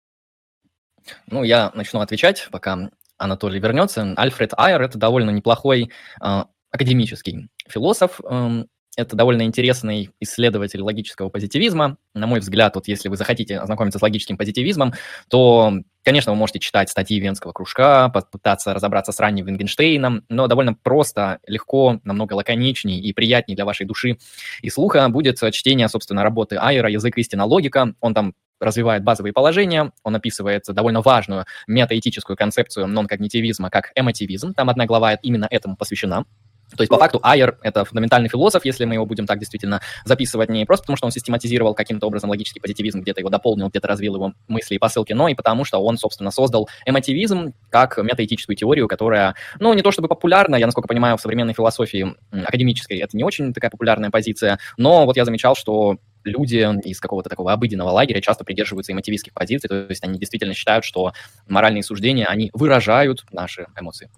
Ну, я начну отвечать, пока Анатолий вернется. Альфред Айер – это довольно неплохой э, академический философ. Э, это довольно интересный исследователь логического позитивизма. На мой взгляд, вот если вы захотите ознакомиться с логическим позитивизмом, то, конечно, вы можете читать статьи Венского кружка, попытаться разобраться с ранним Wittgenstein'ом, но довольно просто, легко, намного лаконичнее и приятнее для вашей души и слуха будет чтение, собственно, работы Айера «Язык, истина, логика». Он там развивает базовые положения, он описывает довольно важную метаэтическую концепцию нон-когнитивизма как эмотивизм. Там одна глава именно этому посвящена. То есть, по факту, Айер – это фундаментальный философ, если мы его будем так действительно записывать, не просто потому, что он систематизировал каким-то образом логический позитивизм, где-то его дополнил, где-то развил его мысли и посылки, но и потому, что он, собственно, создал эмотивизм как метаэтическую теорию, которая, ну, не то чтобы популярна, я, насколько понимаю, в современной философии академической это не очень такая популярная позиция, но вот я замечал, что люди из какого-то такого обыденного лагеря часто придерживаются эмотивистских позиций, то есть они действительно считают, что моральные суждения, они выражают наши эмоции.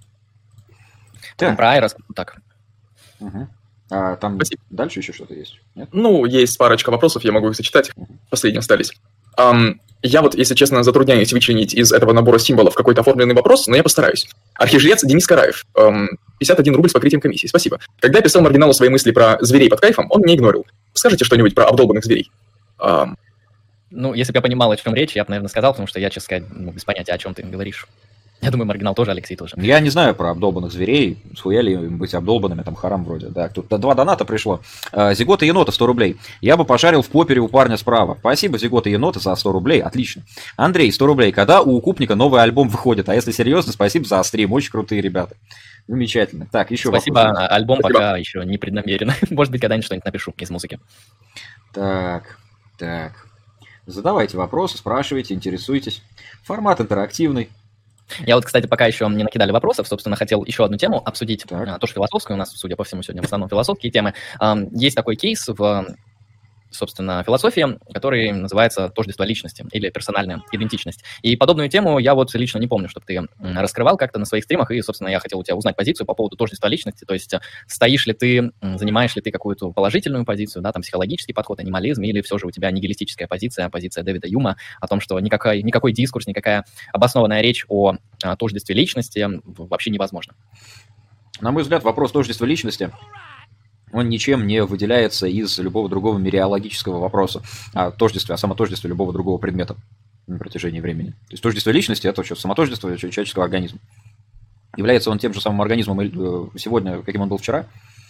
Да. Про Айера так. Угу. А там Спасибо. Дальше еще что-то есть? Нет? Ну, есть парочка вопросов, я могу их зачитать. Последние остались. Um, я вот, если честно, затрудняюсь вычленить из этого набора символов какой-то оформленный вопрос, но я постараюсь. Архижрец Денис Караев. Um, пятьдесят один рубль с покрытием комиссии. Спасибо. Когда я писал маргиналу свои мысли про зверей под кайфом, он меня игнорил. Скажите что-нибудь про обдолбанных зверей? Um, ну, если бы я понимал, о чем речь, я бы, наверное, сказал, потому что я, честно сказать, ну, без понятия, о чем ты говоришь. Я думаю, маргинал тоже, Алексей тоже. Я не знаю про обдолбанных зверей, схуяли им быть обдолбанными, там харам вроде. Да, тут два доната пришло. Зигота енота сто рублей. Я бы пожарил в попере у парня справа. Спасибо, Зигота енота, за сто рублей, отлично. Андрей, сто рублей. Когда у укупника новый альбом выходит? А если серьезно, спасибо за стрим, очень крутые ребята. Замечательно. Так, еще Спасибо, вопрос. альбом Спасибо. пока еще не преднамерен. Может быть, когда-нибудь что-нибудь напишу из музыки. Так, так. Задавайте вопросы, спрашивайте, интересуйтесь. Формат интерактивный. Я вот, кстати, пока еще не накидали вопросов, собственно, хотел еще одну тему обсудить, Так. тоже философскую, у нас, судя по всему, сегодня в основном философские темы. Есть такой кейс в, собственно, философии, который называется тождество личности или персональная идентичность. И подобную тему я вот лично не помню, чтобы ты раскрывал как-то на своих стримах, и, собственно, я хотел у тебя узнать позицию по поводу тождества личности, то есть стоишь ли ты, занимаешь ли ты какую-то положительную позицию, да, там, психологический подход, анимализм, или все же у тебя нигилистическая позиция, позиция Дэвида Юма о том, что никакой, никакой дискурс, никакая обоснованная речь о, о тождестве личности вообще невозможна. На мой взгляд, вопрос тождества личности, он ничем не выделяется из любого другого мириологического вопроса о тождестве, о самотождестве любого другого предмета на протяжении времени. То есть тождество личности – это что, самотождество человеческого организма. Является он тем же самым организмом сегодня, каким он был вчера?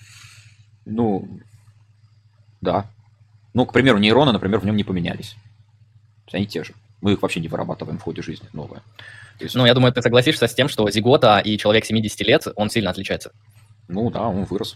Ну, да. Ну, к примеру, нейроны, например, в нем не поменялись. То есть они те же. Мы их вообще не вырабатываем в ходе жизни новые. Есть... Ну, я думаю, ты согласишься с тем, что зигота и человек семидесяти лет, он сильно отличается. Ну да, он вырос.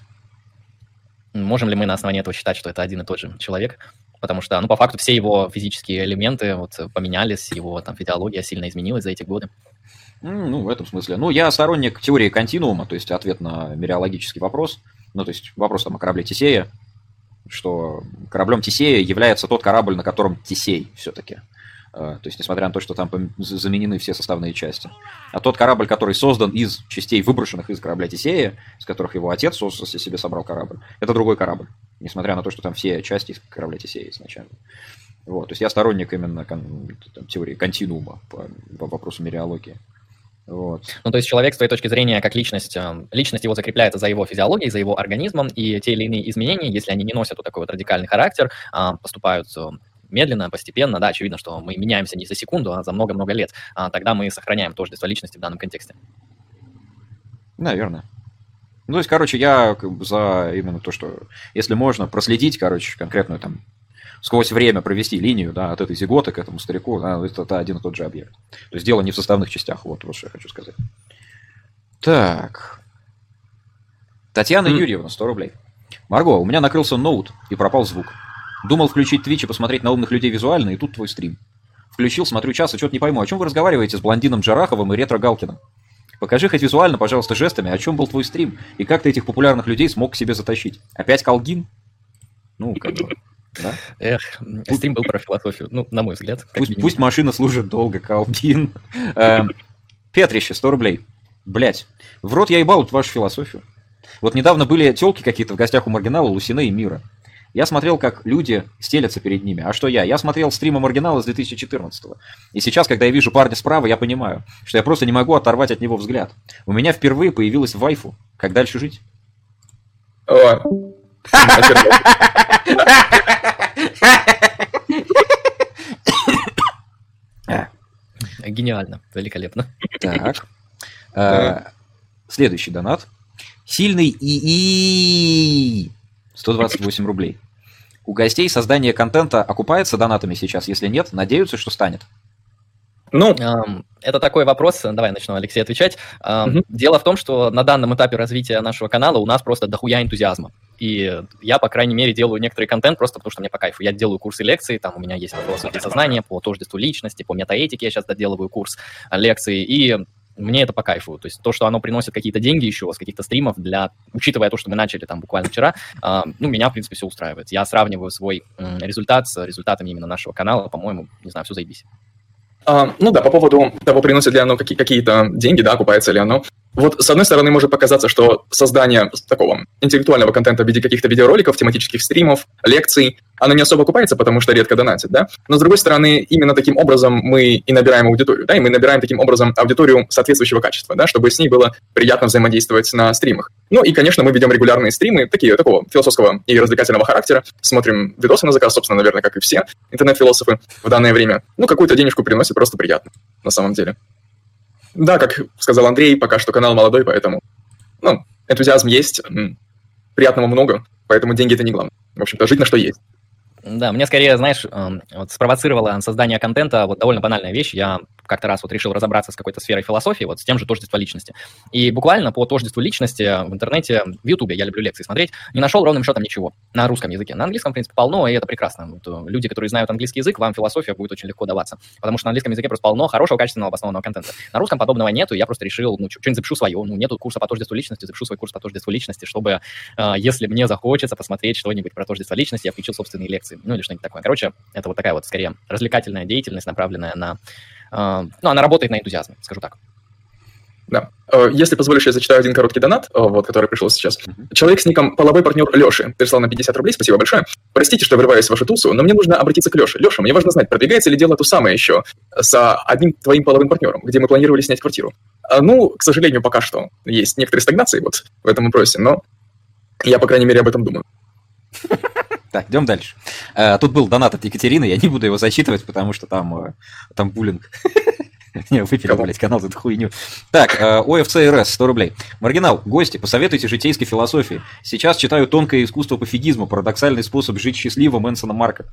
Можем ли мы на основании этого считать, что это один и тот же человек? Потому что, ну, по факту, все его физические элементы вот поменялись, его там физиология сильно изменилась за эти годы. Ну, в этом смысле. Ну, я сторонник теории континуума, то есть ответ на мириологический вопрос. Ну, то есть вопрос там о корабле Тесея, что кораблем Тесея является тот корабль, на котором Тесей все-таки. То есть, несмотря на то, что там заменены все составные части. А тот корабль, который создан из частей, выброшенных из корабля Тесея, из которых его отец себе собрал корабль, это другой корабль. Несмотря на то, что там все части из корабля Тесея изначально. Вот. То есть, я сторонник именно там, теории континуума по, по вопросу мириологии. Вот. Ну, то есть человек, с твоей точки зрения, как личность, личность его закрепляется за его физиологией, за его организмом, и те или иные изменения, если они не носят вот такой вот радикальный характер, поступают медленно, постепенно, да, очевидно, что мы меняемся не за секунду, а за много-много лет, а тогда мы сохраняем тождество личности в данном контексте. Наверное. Ну, то есть, короче, я как бы за именно то, что если можно проследить, короче, конкретную там, сквозь время провести линию, да, от этой зиготы к этому старику, да, это, это один и тот же объект. То есть дело не в составных частях, вот, вот что я хочу сказать. Так. Татьяна mm. Юрьевна, сто рублей. Марго, у меня накрылся ноут и пропал звук. Думал включить Twitch и посмотреть на умных людей визуально, и тут твой стрим. Включил, смотрю час, и что-то не пойму, о чем вы разговариваете с блондином Джараховым и Ретро Галкиным? Покажи хоть визуально, пожалуйста, жестами, о чем был твой стрим, и как ты этих популярных людей смог к себе затащить. Опять Калгин? Ну, как бы, да? Эх, стрим был про философию, ну, на мой взгляд. Пусть, пусть машина служит долго, Калгин. Петрище, сто рублей. Блять, в рот я ебал вашу философию. Вот недавно были телки какие-то в гостях у Маргинала, Лусины и Мира. Я смотрел, как люди стелятся перед ними. А что я? Я смотрел стримы Маргинала с две тысячи четырнадцатого. И сейчас, когда я вижу парня справа, я понимаю, что я просто не могу оторвать от него взгляд. У меня впервые появилась вайфу. Как дальше жить? Гениально, великолепно. Так. Следующий донат. Сильный ИИ. сто двадцать восемь рублей. У гостей создание контента окупается донатами сейчас? Если нет, надеются, что станет? Ну, это такой вопрос. Давай начну, Алексей, отвечать. Угу. Дело в том, что на данном этапе развития нашего канала у нас просто дохуя энтузиазма. И я, по крайней мере, делаю некоторый контент просто потому, что мне по кайфу. Я делаю курсы лекций, там у меня есть по философии сознания, по тождеству личности, по метаэтике я сейчас доделываю курс лекций. И мне это по кайфу. То есть то, что оно приносит какие-то деньги еще с каких-то стримов, для, учитывая то, что мы начали там буквально вчера, э, ну, меня, в принципе, все устраивает. Я сравниваю свой э, результат с результатами именно нашего канала. По-моему, не знаю, все заебись. А, ну да, по поводу того, приносит ли оно какие- какие-то деньги, да, окупается ли оно. Вот, с одной стороны, может показаться, что создание такого интеллектуального контента в виде каких-то видеороликов, тематических стримов, лекций, оно не особо окупается, потому что редко донатит, да. Но, с другой стороны, именно таким образом мы и набираем аудиторию, да, и мы набираем таким образом аудиторию соответствующего качества, да, чтобы с ней было приятно взаимодействовать на стримах. Ну и, конечно, мы ведем регулярные стримы, такие, такого философского и развлекательного характера, смотрим видосы на заказ, собственно, наверное, как и все интернет-философы в данное время. Ну, какую-то денежку приносит, просто приятно, на самом деле. Да, как сказал Андрей, пока что канал молодой, поэтому ну, энтузиазм есть, приятного много, поэтому деньги это не главное. В общем-то, жить на что есть. Да, мне скорее, знаешь, вот спровоцировало создание контента вот довольно банальная вещь. Я как-то раз вот решил разобраться с какой-то сферой философии, вот с тем же тождеством личности. И буквально по тождеству личности в интернете, в Ютубе, я люблю лекции смотреть, не нашел ровным счетом ничего на русском языке. На английском, в принципе, полно, и это прекрасно. Вот люди, которые знают английский язык, вам философия будет очень легко даваться, потому что на английском языке просто полно хорошего, качественного, обоснованного контента. На русском подобного нету, и я просто решил, ну, что-нибудь запишу свое. Ну, нету курса по тождеству личности, запишу свой курс по тождеству личности, чтобы, э, если мне захочется посмотреть что-нибудь про тождество личности, я включил собственные лекции, ну, или что-нибудь такое. Короче, это вот такая вот, скорее, развлекательная деятельность, направленная на... Э, ну, она работает на энтузиазме, скажу так. Да. Если позволишь, я зачитаю один короткий донат, вот, который пришел сейчас. Mm-hmm. Человек с ником «Половой партнер Леши» прислал на пятьдесят рублей, спасибо большое. Простите, что врываюсь в вашу тусу, но мне нужно обратиться к Леше. Леша, мне важно знать, продвигается ли дело то самое еще с одним твоим половым партнером, где мы планировали снять квартиру. Ну, к сожалению, пока что есть некоторые стагнации вот в этом вопросе, но я, по крайней мере, об этом думаю. Так, идем дальше. Тут был донат от Екатерины, я не буду его зачитывать, потому что там, там буллинг. Не, выпили, блядь, канал за эту хуйню. Так, о эф си эр эс, сто рублей. Маргинал, гости, посоветуйте житейской философии. Сейчас читаю «Тонкое искусство пофигизма. Парадоксальный способ жить счастливо» Мэнсона Марка.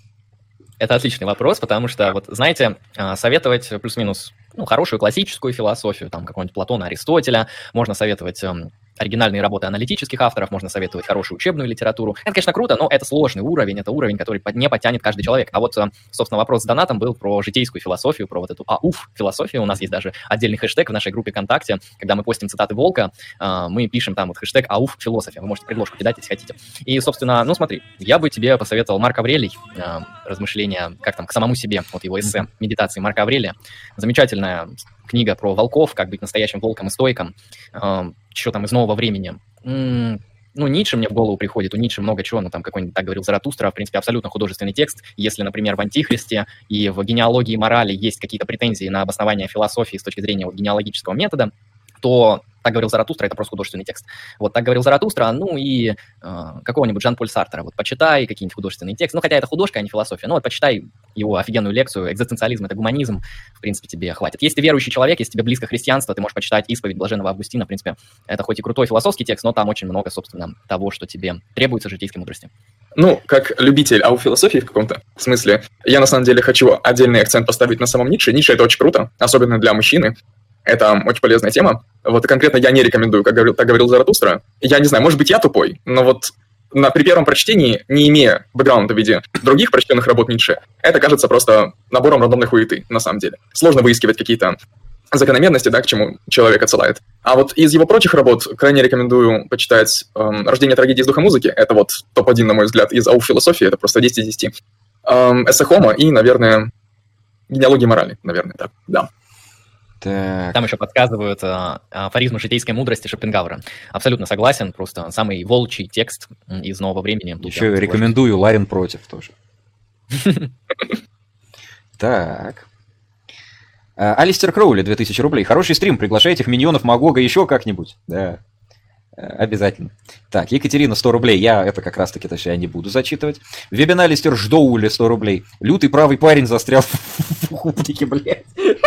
Это отличный вопрос, потому что, вот, знаете, советовать плюс-минус ну, хорошую классическую философию, там, какого-нибудь Платона, Аристотеля, можно советовать эм, оригинальные работы аналитических авторов, можно советовать хорошую учебную литературу. Это, конечно, круто, но это сложный уровень, это уровень, который не потянет каждый человек. А вот, собственно, вопрос с донатом был про житейскую философию, про вот эту АУФ философию. У нас есть даже отдельный хэштег в нашей группе ВКонтакте, когда мы постим цитаты Волка, э, мы пишем там вот хэштег АУФ философия. Вы можете предложку кидать, если хотите. И, собственно, ну смотри, я бы тебе посоветовал Марк Аврелий, э, размышления, как там, к самому себе, вот его эссе «Медитации» Марка Аврелия. Замечательная книга про волков, как быть настоящим волком и стойком. Э, что там из нового времени? М-м, ну, Ницше мне в голову приходит, у Ницше много чего, ну, там какой-нибудь, так говорил Заратустра, в принципе, абсолютно художественный текст. Если, например, в «Антихристе» и в «Генеалогии морали» есть какие-то претензии на обоснование философии с точки зрения вот, генеалогического метода, то «Так говорил Заратустра» — это просто художественный текст. Вот «Так говорил Заратустра», ну и э, какого-нибудь Жан-Поль Сартра, вот почитай какие-нибудь художественные тексты, ну хотя это художка, а не философия, но вот почитай его офигенную лекцию «Экзистенциализм — это гуманизм», в принципе, тебе хватит. Если ты верующий человек, если тебе близко христианство, ты можешь почитать «Исповедь блаженного Августина», в принципе, это хоть и крутой философский текст, но там очень много, собственно, того, что тебе требуется житейской мудрости. Ну, как любитель ау-философии в каком-то смысле, я на самом деле хочу отдельный акцент поставить на самом Ницше. Ницше — это очень круто, особенно для мужчины. Это очень полезная тема. Вот конкретно я не рекомендую, как говорил, так говорил Заратустра. Я не знаю, может быть, я тупой, но вот на, при первом прочтении, не имея бэкграунда в виде других прочтенных работ Ницше, это кажется просто набором рандомной хуеты, на самом деле. Сложно выискивать какие-то закономерности, да, к чему человек отсылает. А вот из его прочих работ крайне рекомендую почитать эм, «Рождение трагедии из духа музыки». Это вот топ один, на мой взгляд, из ау-философии. Это просто десять из десяти. Эм, «Эссе Хомо» и, наверное, «Генеалогия морали». Наверное, так, да. Так. Там еще подсказывают а, афоризмы житейской мудрости Шопенгауэра. Абсолютно согласен, просто самый волчий текст из нового времени. Еще рекомендую «Ларин против» тоже. Так. Алистер Кроули, две тысячи рублей. Хороший стрим, приглашайте в миньонов Магога еще как-нибудь. Да, обязательно. Так, Екатерина, сто рублей. Я это как раз-таки, точнее, я не буду зачитывать. Вебин Алистер Ждоули, сто рублей. Лютый правый парень застрял в укупнике, блядь.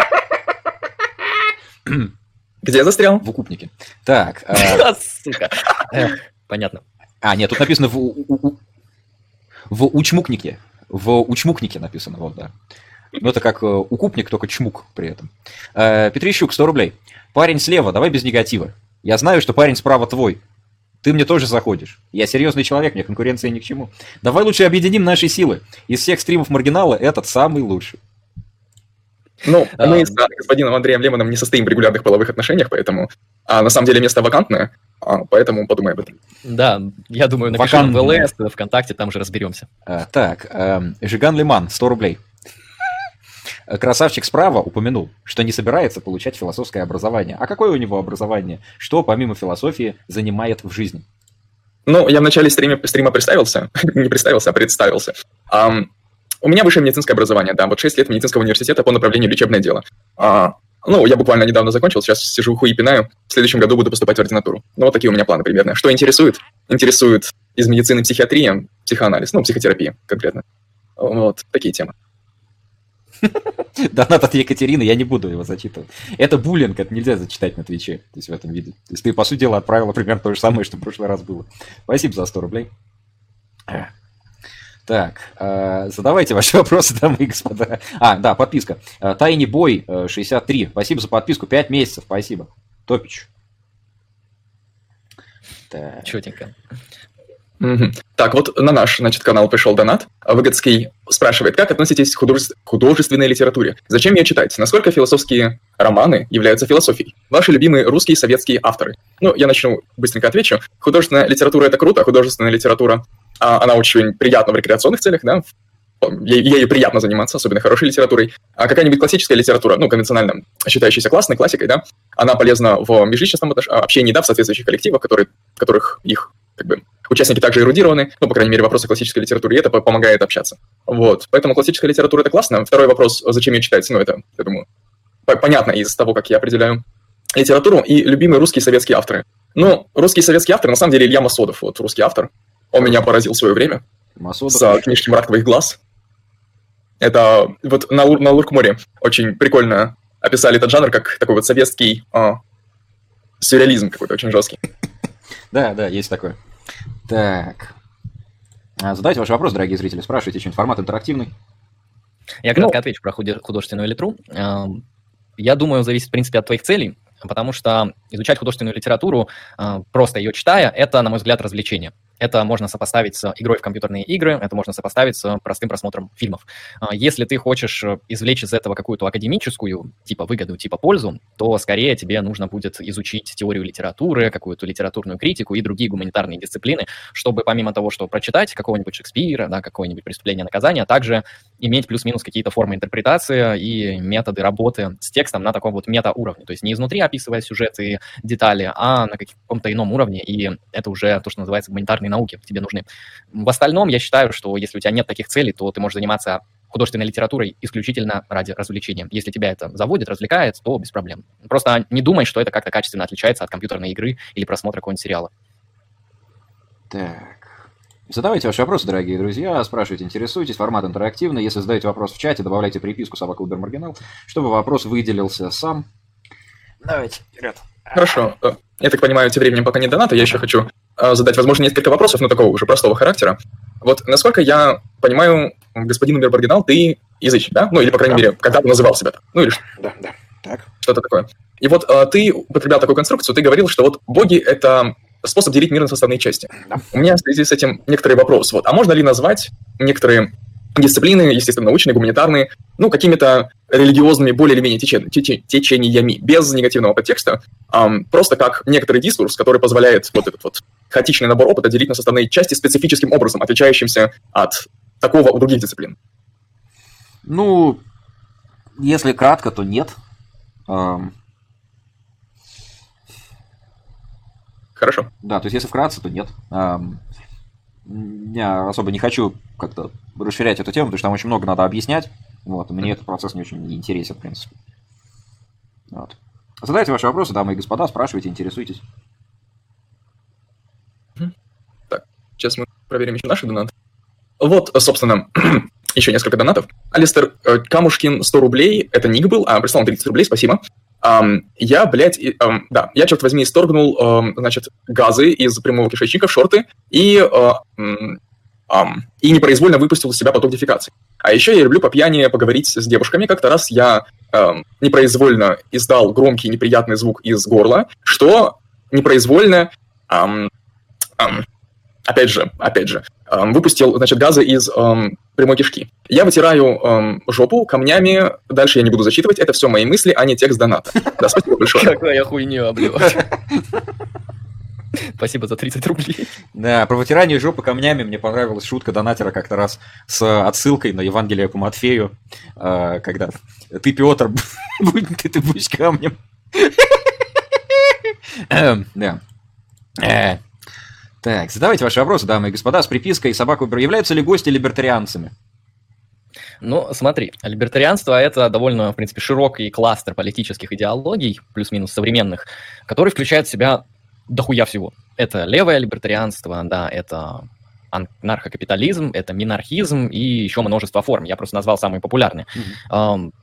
Где застрял? В укупнике. Так. Сука. Понятно. А, нет, тут написано в в учмукнике. В учмукнике написано, вот, да. Ну, это как укупник, только чмук при этом. Петрищук, сто рублей. Парень слева, давай без негатива. Я знаю, что парень справа твой. Ты мне тоже заходишь. Я серьезный человек, мне конкуренция ни к чему. Давай лучше объединим наши силы. Из всех стримов Маргинала этот самый лучший. Ну, а, мы с господином Андреем Лемоном не состоим в регулярных половых отношениях, поэтому а, на самом деле место вакантное, а, поэтому подумай об этом. Да, я думаю, напишем в ЛС, ВКонтакте, там же разберемся. А, так, э, Жиган Лиман, сто рублей. Красавчик справа упомянул, что не собирается получать философское образование. А какое у него образование? Что, помимо философии, занимает в жизни? Ну, я в начале стрима, стрима представился, не представился, а представился. Um, у меня высшее медицинское образование, да, вот шесть лет медицинского университета по направлению лечебное дело. Uh, ну, я буквально недавно закончил, сейчас сижу хуй пинаю, в следующем году буду поступать в ординатуру. Ну, вот такие у меня планы примерно. Что интересует? Интересует из медицины психиатрия, психоанализ, ну, психотерапия конкретно. Вот, такие темы. Донат от Екатерины, я не буду его зачитывать. Это буллинг, это нельзя зачитать на Твиче, то есть в этом виде. То есть ты, по сути дела, отправила примерно то же самое, что в прошлый раз было. Спасибо за сто рублей. Так, э, задавайте ваши вопросы, дамы и господа. А, да, подписка. Tiny Boy шестьдесят три. Спасибо за подписку. пять месяцев, спасибо. Топич. Так. Чётенько. Mm-hmm. Так, вот на наш, значит, канал пришел донат. Выгодский спрашивает, как относитесь к художе... художественной литературе? Зачем ее читать? Насколько философские романы являются философией? Ваши любимые русские и советские авторы? Ну, я начну, быстренько отвечу. Художественная литература — это круто, художественная литература, а, она очень приятна в рекреационных целях, да, ей, ей приятно заниматься, особенно хорошей литературой. А какая-нибудь классическая литература, ну, конвенционально считающаяся классной, классикой, да, она полезна в межличностном общении, да, в соответствующих коллективах, которые, в которых их, как бы, участники также эрудированы, ну, по крайней мере, вопросы классической литературы, и это помогает общаться. Вот, поэтому классическая литература — это классно. Второй вопрос, зачем ее читать? Ну, это, я думаю, понятно из того, как я определяю литературу. И любимые русские и советские авторы. Ну, русские и советские авторы, на самом деле, Илья Масодов, вот, русский автор. Он меня поразил в свое время. Масодов, с книжки «Мрак твоих глаз». Это вот на, на Луркморе очень прикольно описали этот жанр как такой вот советский а, сюрреализм какой-то очень жесткий. Да, да, есть такое. Так. Задайте ваш вопрос, дорогие зрители. Спрашивайте что-нибудь. Формат интерактивный. Я кратко ну, отвечу про художественную литру. Я думаю, зависит, в принципе, от твоих целей, потому что изучать художественную литературу, просто ее читая, это, на мой взгляд, развлечение. Это можно сопоставить с игрой в компьютерные игры, это можно сопоставить с простым просмотром фильмов. Если ты хочешь извлечь из этого какую-то академическую, типа выгоду, типа пользу, то скорее тебе нужно будет изучить теорию литературы, какую-то литературную критику и другие гуманитарные дисциплины, чтобы помимо того, что прочитать какого-нибудь Шекспира, да, какое-нибудь «Преступление и наказание», также иметь плюс-минус какие-то формы интерпретации и методы работы с текстом на таком вот мета-уровне. То есть не изнутри описывая сюжеты и детали, а на каком-то ином уровне, и это уже то, что называется гуманитарные науки тебе нужны. В остальном, я считаю, что если у тебя нет таких целей, то ты можешь заниматься художественной литературой исключительно ради развлечения. Если тебя это заводит, развлекает, то без проблем. Просто не думай, что это как-то качественно отличается от компьютерной игры или просмотра какого-нибудь сериала. Так. Задавайте ваши вопросы, дорогие друзья, спрашивайте, интересуйтесь, формат интерактивный. Если задаете вопрос в чате, добавляйте приписку «Собака Убер Маргинал», чтобы вопрос выделился сам. Давайте, вперед. Хорошо. Я так понимаю, тем временем пока нет доната, я еще хочу задать, возможно, несколько вопросов, но такого уже простого характера. Вот, насколько я понимаю, господин Убер Маргинал, ты язычник, да? Ну, или, по крайней да. мере, когда-то называл себя так. Ну, или что? Да, да. Так. Что-то такое. И вот ты употреблял такую конструкцию, ты говорил, что вот боги — это способ делить мир на составные части. Да. У меня в связи с этим некоторый вопрос. Вот, а можно ли назвать некоторые дисциплины, естественно, научные, гуманитарные, ну, какими-то религиозными более или менее течен, течен, течениями, без негативного подтекста, эм, просто как некоторый дискурс, который позволяет вот этот вот хаотичный набор опыта делить на составные части специфическим образом, отличающимся от такого у других дисциплин? Ну, если кратко, то нет. Эм... Хорошо. Да, то есть если вкратце, то нет. Эм... Я особо не хочу как-то расширять эту тему, потому что там очень много надо объяснять. Вот, и мне mm-hmm. этот процесс не очень интересен, в принципе. Вот. Задайте ваши вопросы, дамы и господа, спрашивайте, интересуйтесь. Mm-hmm. Так, сейчас мы проверим еще наши донаты. Вот, собственно, еще несколько донатов. Алистер Камушкин, сто рублей, это ник был, а прислал тридцать рублей, спасибо. Um, я, блядь, и, um, да, я, черт возьми, исторгнул, um, значит, газы из прямого кишечника в шорты и, uh, um, um, и непроизвольно выпустил из себя поток дефекации. А еще я люблю по пьяни поговорить с девушками. Как-то раз я um, непроизвольно издал громкий неприятный звук из горла, что непроизвольно, um, um, опять же, опять же, um, выпустил, значит, газы из um, прямой кишки. Я вытираю эм, жопу камнями, дальше я не буду зачитывать, это все мои мысли, а не текст доната. Да, спасибо большое. Какая хуйня, обливать. Спасибо за тридцать рублей. Да, про вытирание жопы камнями мне понравилась шутка донатера как-то раз с отсылкой на Евангелие по Матфею, когда ты, Петр, ты будешь камнем. Да. Так, задавайте ваши вопросы, дамы и господа, с припиской «Собака Убер». Являются ли гости либертарианцами? Ну, смотри, либертарианство – это довольно, в принципе, широкий кластер политических идеологий, плюс-минус современных, который включает в себя дохуя всего. Это левое либертарианство, да, это анархокапитализм, это минархизм и еще множество форм. Я просто назвал самые популярные. Mm-hmm.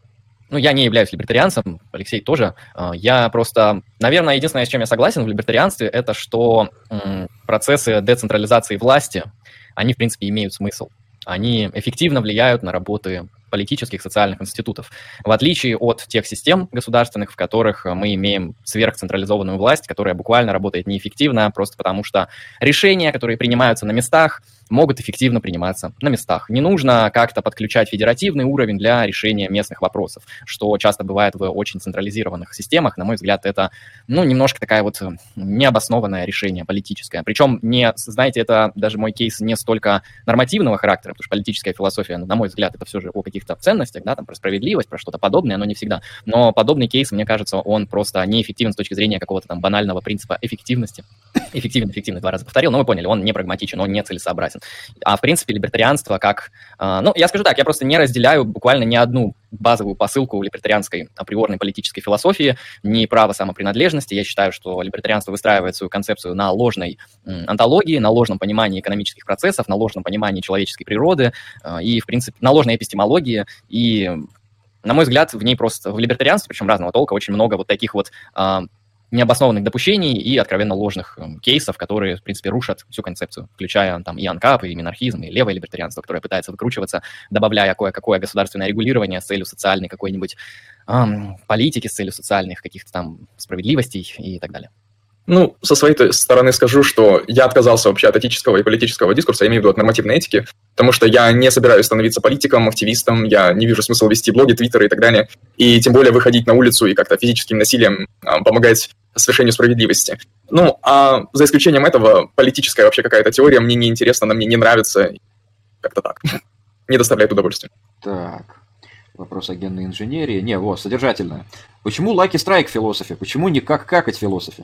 Ну, я не являюсь либертарианцем, Алексей тоже. Я просто, наверное, единственное, с чем я согласен в либертарианстве, это что процессы децентрализации власти, они, в принципе, имеют смысл. Они эффективно влияют на работы политических, социальных институтов. В отличие от тех систем государственных, в которых мы имеем сверхцентрализованную власть, которая буквально работает неэффективно, просто потому что решения, которые принимаются на местах, могут эффективно приниматься на местах. Не нужно как-то подключать федеративный уровень для решения местных вопросов, что часто бывает в очень централизированных системах. На мой взгляд, это, ну, немножко такая вот необоснованное решение политическое. Причем, не, знаете, это даже мой кейс не столько нормативного характера, потому что политическая философия, на мой взгляд, это все же о каких-то ценностях, да, там, про справедливость, про что-то подобное, но не всегда. Но подобный кейс, мне кажется, он просто неэффективен с точки зрения какого-то там банального принципа эффективности. Эффективен, эффективно, два раза повторил, но вы поняли, он не прагматичен, он не целесообразен. А в принципе либертарианство как... Э, ну, я скажу так, я просто не разделяю буквально ни одну базовую посылку либертарианской априорной политической философии, ни право самопринадлежности. Я считаю, что либертарианство выстраивает свою концепцию на ложной э, онтологии, на ложном понимании экономических процессов, на ложном понимании человеческой природы э, и, в принципе, на ложной эпистемологии. И, на мой взгляд, в ней просто, в либертарианстве, причем разного толка, очень много вот таких вот... Э, необоснованных допущений и откровенно ложных э, кейсов, которые, в принципе, рушат всю концепцию, включая там и анкап, и минархизм, и левое либертарианство, которое пытается выкручиваться, добавляя кое-какое государственное регулирование с целью социальной какой-нибудь э, политики, с целью социальных каких-то там справедливостей и так далее. Ну, со своей стороны скажу, что я отказался вообще от этического и политического дискурса, я имею в виду от нормативной этики, потому что я не собираюсь становиться политиком, активистом, я не вижу смысла вести блоги, твиттеры и так далее, и тем более выходить на улицу и как-то физическим насилием а, помогать совершению справедливости. Ну, а за исключением этого, политическая вообще какая-то теория мне не интересна, она мне не нравится, как-то так, не доставляет удовольствия. Так, вопрос о генной инженерии. Не, вот, содержательное. Почему Lucky Strike в философии? Почему не как какать в философии?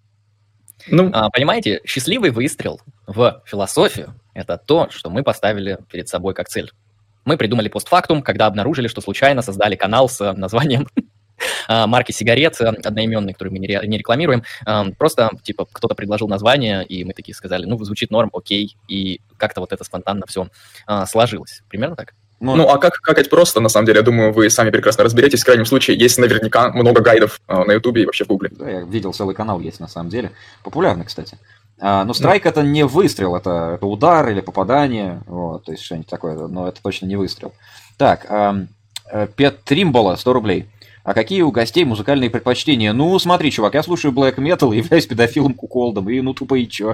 Ну, а, понимаете, счастливый выстрел в философию – это то, что мы поставили перед собой как цель. Мы придумали постфактум, когда обнаружили, что случайно создали канал с названием марки сигарет одноименной, которую мы не рекламируем. Просто, типа, кто-то предложил название, и мы такие сказали, ну, звучит норм, окей, и как-то вот это спонтанно все сложилось. Примерно так. Ну, ну, а как какать просто, на самом деле, я думаю, вы сами прекрасно разберетесь. В крайнем случае, есть наверняка много гайдов э, на Ютубе и вообще в Гугле. Да, я видел, целый канал есть, на самом деле. Популярный, кстати. А, но страйк да. это не выстрел, это, это удар или попадание, вот, то есть что-нибудь такое, но это точно не выстрел. Так, а, Пет Тримбола, сто рублей. А какие у гостей музыкальные предпочтения? Ну, смотри, чувак, я слушаю блэк метал и являюсь педофилом куколдом, и ну тупо и чё.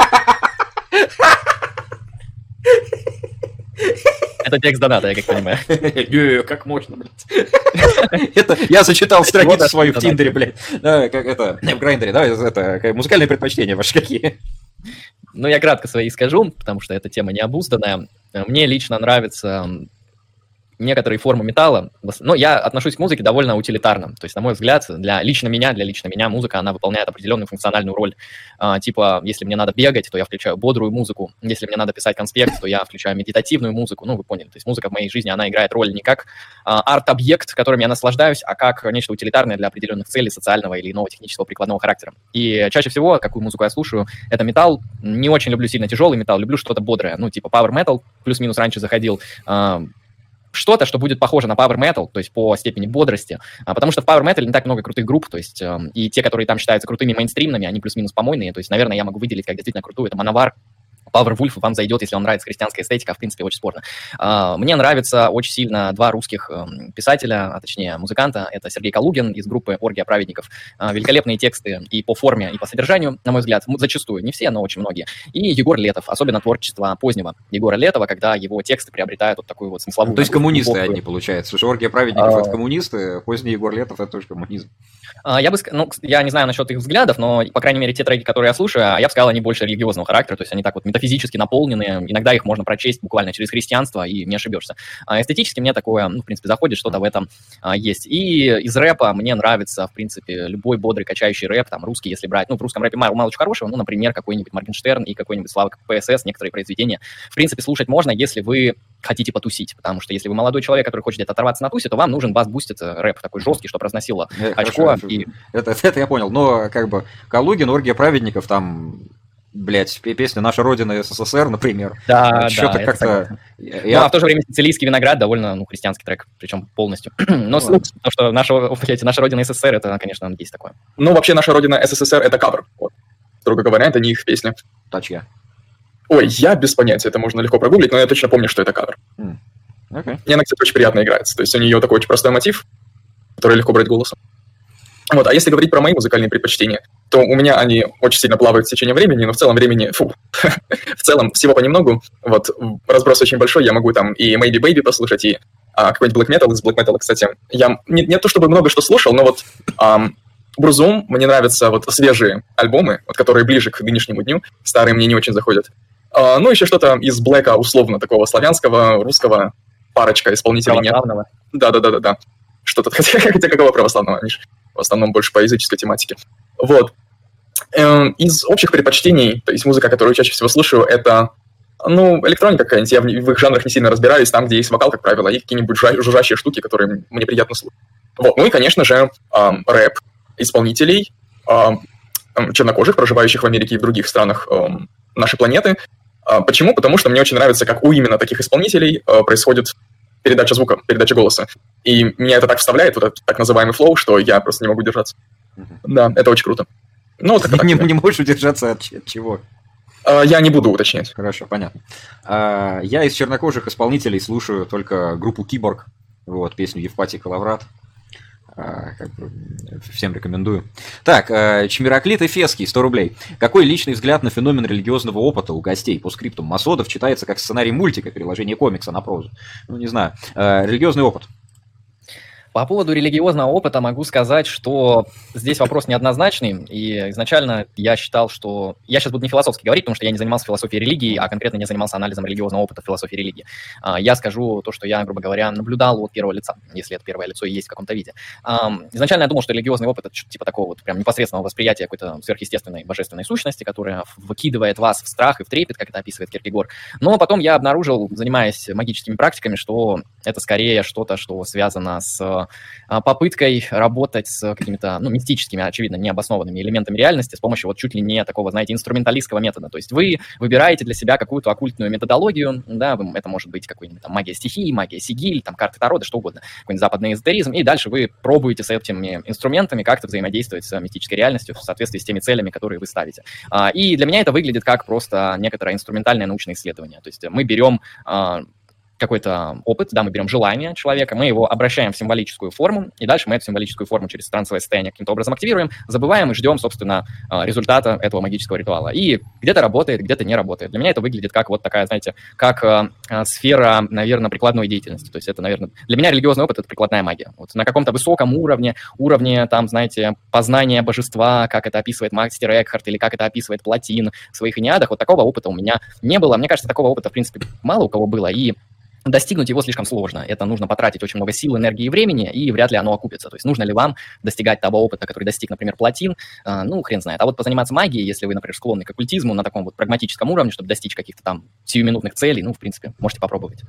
Это текст доната, я как понимаю. Не, как можно, блядь. Это я зачитал страницу свою в Тиндере, блядь. Как это, в Грайндере, да, это музыкальные предпочтения ваши какие? Ну, я кратко свои скажу, потому что эта тема необузданная. Мне лично нравится некоторые формы металла, но я отношусь к музыке довольно утилитарно. То есть, на мой взгляд, для лично меня, для лично меня музыка, она выполняет определенную функциональную роль. А, типа, если мне надо бегать, то я включаю бодрую музыку. Если мне надо писать конспект, то я включаю медитативную музыку. Ну, вы поняли. То есть музыка в моей жизни, она играет роль не как а, арт-объект, которым я наслаждаюсь, а как нечто утилитарное для определенных целей социального или иного технического прикладного характера. И чаще всего, какую музыку я слушаю, это металл. Не очень люблю сильно тяжелый металл, люблю что-то бодрое. Ну, типа power metal, плюс-минус раньше заходил. А, что-то, что будет похоже на power metal, то есть по степени бодрости, а, потому что в power metal не так много крутых групп, то есть э, и те, которые там считаются крутыми мейнстримными, они плюс-минус помойные, то есть, наверное, я могу выделить как действительно крутую, это Manowar, Powerwolf вам зайдет, если вам нравится христианская эстетика, в принципе, очень спорно. А, мне нравится очень сильно два русских э, писателя, а точнее музыканта, это Сергей Калугин из группы «Оргия праведников». А, великолепные тексты и по форме, и по содержанию, на мой взгляд, зачастую, не все, но очень многие. И Егор Летов, особенно творчество позднего Егора Летова, когда его тексты приобретают вот такую вот смысловую... Ну, то есть коммунисты глубокую... одни, получается. Слушай, «Оргия праведников» а... — это коммунисты, поздний Егор Летов — это тоже коммунизм. А, я бы, ну, я не знаю насчет их взглядов, но, по крайней мере, те треки, которые я слушаю, я бы сказал, они больше религиозного характера, то есть они так вот метафизически наполнены. Иногда их можно прочесть буквально через христианство, и не ошибешься. А эстетически мне такое, ну, в принципе, заходит, что-то в этом а, есть. И из рэпа мне нравится, в принципе, любой бодрый, качающий рэп, там, русский, если брать. Ну, в русском рэпе мало, мало очень хорошего, ну, например, какой-нибудь Моргенштерн и какой-нибудь Слава ПСС, некоторые произведения. В принципе, слушать можно, если вы хотите потусить, потому что если вы молодой человек, который хочет где-то оторваться на тусе, то вам нужен бас-бустит рэп такой жесткий, чтобы разносило э, очко. И... Это, это я понял, но как бы Калугин, «Оргия праведников», там... блядь, песня «Наша Родина СССР», например. Да, Что-то да, как-то... Я... Ну, а в то же время «Сицилийский виноград» довольно, ну, христианский трек, причем полностью. Но ну, то, что наша, блядь, «Наша Родина СССР», это, конечно, есть такое. Ну, вообще, «Наша Родина СССР» — это кавер. Вот. Строго говоря, это не их песня. А чья? Ой, я без понятия, это можно легко прогуглить, но я точно помню, что это кавер. Mm. Okay. И она, кстати, очень приятно играется. То есть у нее такой очень простой мотив, который легко брать голосом. Вот, а если говорить про мои музыкальные предпочтения, то у меня они очень сильно плавают в течение времени, но в целом времени, фу, в целом всего понемногу. Вот, разброс очень большой, я могу там и Maybe Baby послушать, и а, какой-нибудь Black Metal. Из Black Metal, кстати, я не, не то чтобы много что слушал, но вот ам, Брузум, мне нравятся вот свежие альбомы, вот, которые ближе к нынешнему дню, старые мне не очень заходят. А, ну, еще что-то из Блэка, условно, такого славянского, русского, парочка исполнителей нет. Да-да-да-да-да. Что-то, хотя, хотя какого православного, они же в основном больше по языческой тематике. Вот. Эм, из общих предпочтений, то есть музыка, которую чаще всего слушаю, это, ну, электроника какая-нибудь. Я в, в их жанрах не сильно разбираюсь, там, где есть вокал, как правило, и какие-нибудь жужжащие штуки, которые мне приятно слушать. Вот. Ну и, конечно же, эм, рэп исполнителей, эм, чернокожих, проживающих в Америке и в других странах эм, нашей планеты. Э, почему? Потому что мне очень нравится, как у именно таких исполнителей э, происходит передача звука, передача голоса. И меня это так вставляет, вот этот так называемый флоу, что я просто не могу удержаться. Uh-huh. Да, это очень круто. Ну, так, не, не можешь удержаться от, от чего? А, я не буду уточнять. Хорошо, понятно. А, я из чернокожих исполнителей слушаю только группу Киборг, вот, песню Евпатий Калаврат. А, как бы, всем рекомендую. Так, Чмираклит Эфесский, сто рублей. Какой личный взгляд на феномен религиозного опыта у гостей? По скриптум Масодов читается как сценарий мультика, переложение комикса на прозу. Ну, не знаю. Религиозный опыт. По поводу религиозного опыта могу сказать, что здесь вопрос неоднозначный, и изначально я считал, что... Я сейчас буду не философски говорить, потому что я не занимался философией религии, а конкретно не занимался анализом религиозного опыта в философии религии. Я скажу то, что я, грубо говоря, наблюдал от первого лица, если это первое лицо и есть в каком-то виде. Изначально я думал, что религиозный опыт — это что-то типа такого вот прям непосредственного восприятия какой-то сверхъестественной божественной сущности, которая выкидывает вас в страх и в трепет, как это описывает Киркегор. Но потом я обнаружил, занимаясь магическими практиками, что это скорее что-то, что связано с попыткой работать с какими-то, ну, мистическими, очевидно, необоснованными элементами реальности с помощью вот чуть ли не такого, знаете, инструменталистского метода. То есть вы выбираете для себя какую-то оккультную методологию, да, это может быть какой-нибудь там магия стихий, магия сигиль, там карты Таро, да что угодно, какой-нибудь западный эзотеризм, и дальше вы пробуете с этими инструментами как-то взаимодействовать с мистической реальностью в соответствии с теми целями, которые вы ставите. И для меня это выглядит как просто некоторое инструментальное научное исследование. То есть мы берем какой-то опыт, да, мы берем желание человека, мы его обращаем в символическую форму, и дальше мы эту символическую форму через трансовое состояние каким-то образом активируем, забываем и ждем, собственно, результата этого магического ритуала. И где-то работает, где-то не работает. Для меня это выглядит как вот такая, знаете, как э, сфера, наверное, прикладной деятельности. То есть это, наверное, для меня религиозный опыт — это прикладная магия. Вот на каком-то высоком уровне, уровне, там, знаете, познания божества, как это описывает мастер Экхарт или как это описывает Платин в своих Энеадах, вот такого опыта у меня не было. Мне кажется, такого опыта, в принципе, мало у кого было, и достигнуть его слишком сложно. Это нужно потратить очень много сил, энергии и времени, и вряд ли оно окупится. То есть нужно ли вам достигать того опыта, который достиг, например, Платин? А, ну, хрен знает. А вот позаниматься магией, если вы, например, склонны к оккультизму на таком вот прагматическом уровне, чтобы достичь каких-то там сиюминутных целей, ну, в принципе, можете попробовать.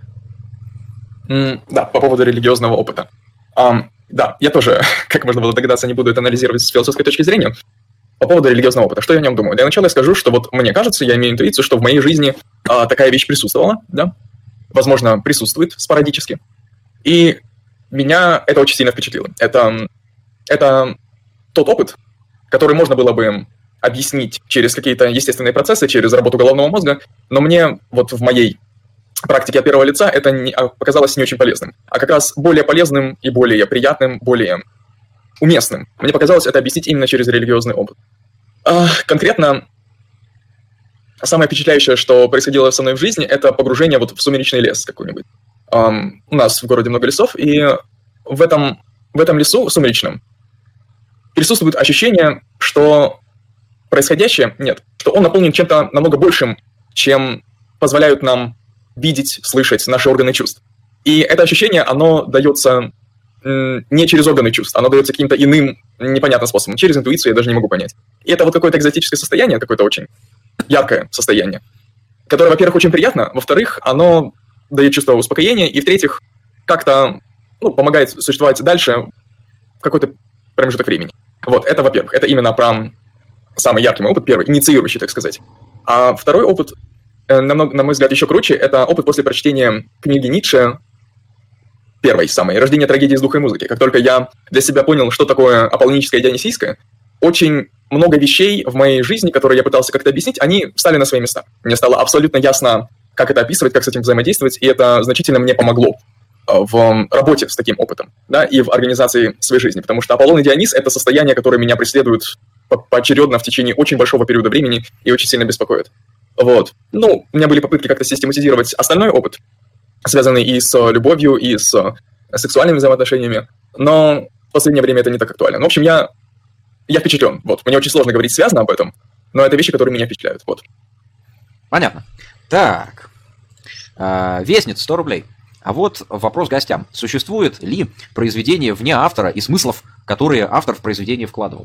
Mm, да, по поводу религиозного опыта. Um, да, я тоже, как можно было догадаться, не буду это анализировать с философской точки зрения. По поводу религиозного опыта, что я о нем думаю? Для начала я скажу, что вот мне кажется, я имею интуицию, что в моей жизни а, такая вещь присутствовала, да, возможно, присутствует спорадически. И меня это очень сильно впечатлило. Это, это тот опыт, который можно было бы объяснить через какие-то естественные процессы, через работу головного мозга, но мне вот в моей практике от первого лица это не, показалось не очень полезным, а как раз более полезным и более приятным, более уместным. Мне показалось это объяснить именно через религиозный опыт. А, конкретно самое впечатляющее, что происходило со мной в жизни, это погружение вот в сумеречный лес какой-нибудь. Um, у нас в городе много лесов, и в этом, в этом лесу сумеречном присутствует ощущение, что происходящее, нет, что он наполнен чем-то намного большим, чем позволяют нам видеть, слышать наши органы чувств. И это ощущение, оно дается м, не через органы чувств, оно дается каким-то иным, непонятным способом, через интуицию, я даже не могу понять. И это вот какое-то экзотическое состояние, какое-то очень яркое состояние, которое, во-первых, очень приятно, во-вторых, оно дает чувство успокоения, и, в-третьих, как-то ну, помогает существовать дальше в какой-то промежуток времени. Вот, это, во-первых, это именно про самый яркий мой опыт, первый, инициирующий, так сказать. А второй опыт, намного, на мой взгляд, еще круче, это опыт после прочтения книги Ницше, первой самой, «Рождение трагедии из духа и музыки». Как только я для себя понял, что такое аполлоническое и дионисийское, очень много вещей в моей жизни, которые я пытался как-то объяснить, они встали на свои места. Мне стало абсолютно ясно, как это описывать, как с этим взаимодействовать, и это значительно мне помогло в работе с таким опытом, да, и в организации своей жизни, потому что Аполлон и Дионис — это состояние, которое меня преследует поочередно в течение очень большого периода времени и очень сильно беспокоит. Вот. Ну, у меня были попытки как-то систематизировать остальной опыт, связанный и с любовью, и с сексуальными взаимоотношениями, но в последнее время это не так актуально. Ну, в общем, я, я впечатлен. Вот. Мне очень сложно говорить связно об этом, но это вещи, которые меня впечатляют. Вот. Понятно. Так. Вестниц, сто рублей. А вот вопрос гостям. Существует ли произведение вне автора и смыслов, которые автор в произведение вкладывал?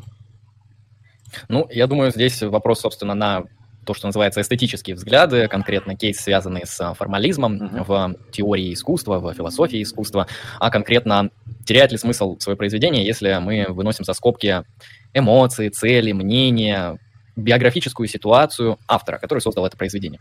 Ну, я думаю, здесь вопрос, собственно, на то, что называется эстетические взгляды, конкретно кейс, связанный с формализмом mm-hmm. в теории искусства, в философии искусства, а конкретно теряет ли смысл свое произведение, если мы выносим за скобки эмоции, цели, мнения, биографическую ситуацию автора, который создал это произведение.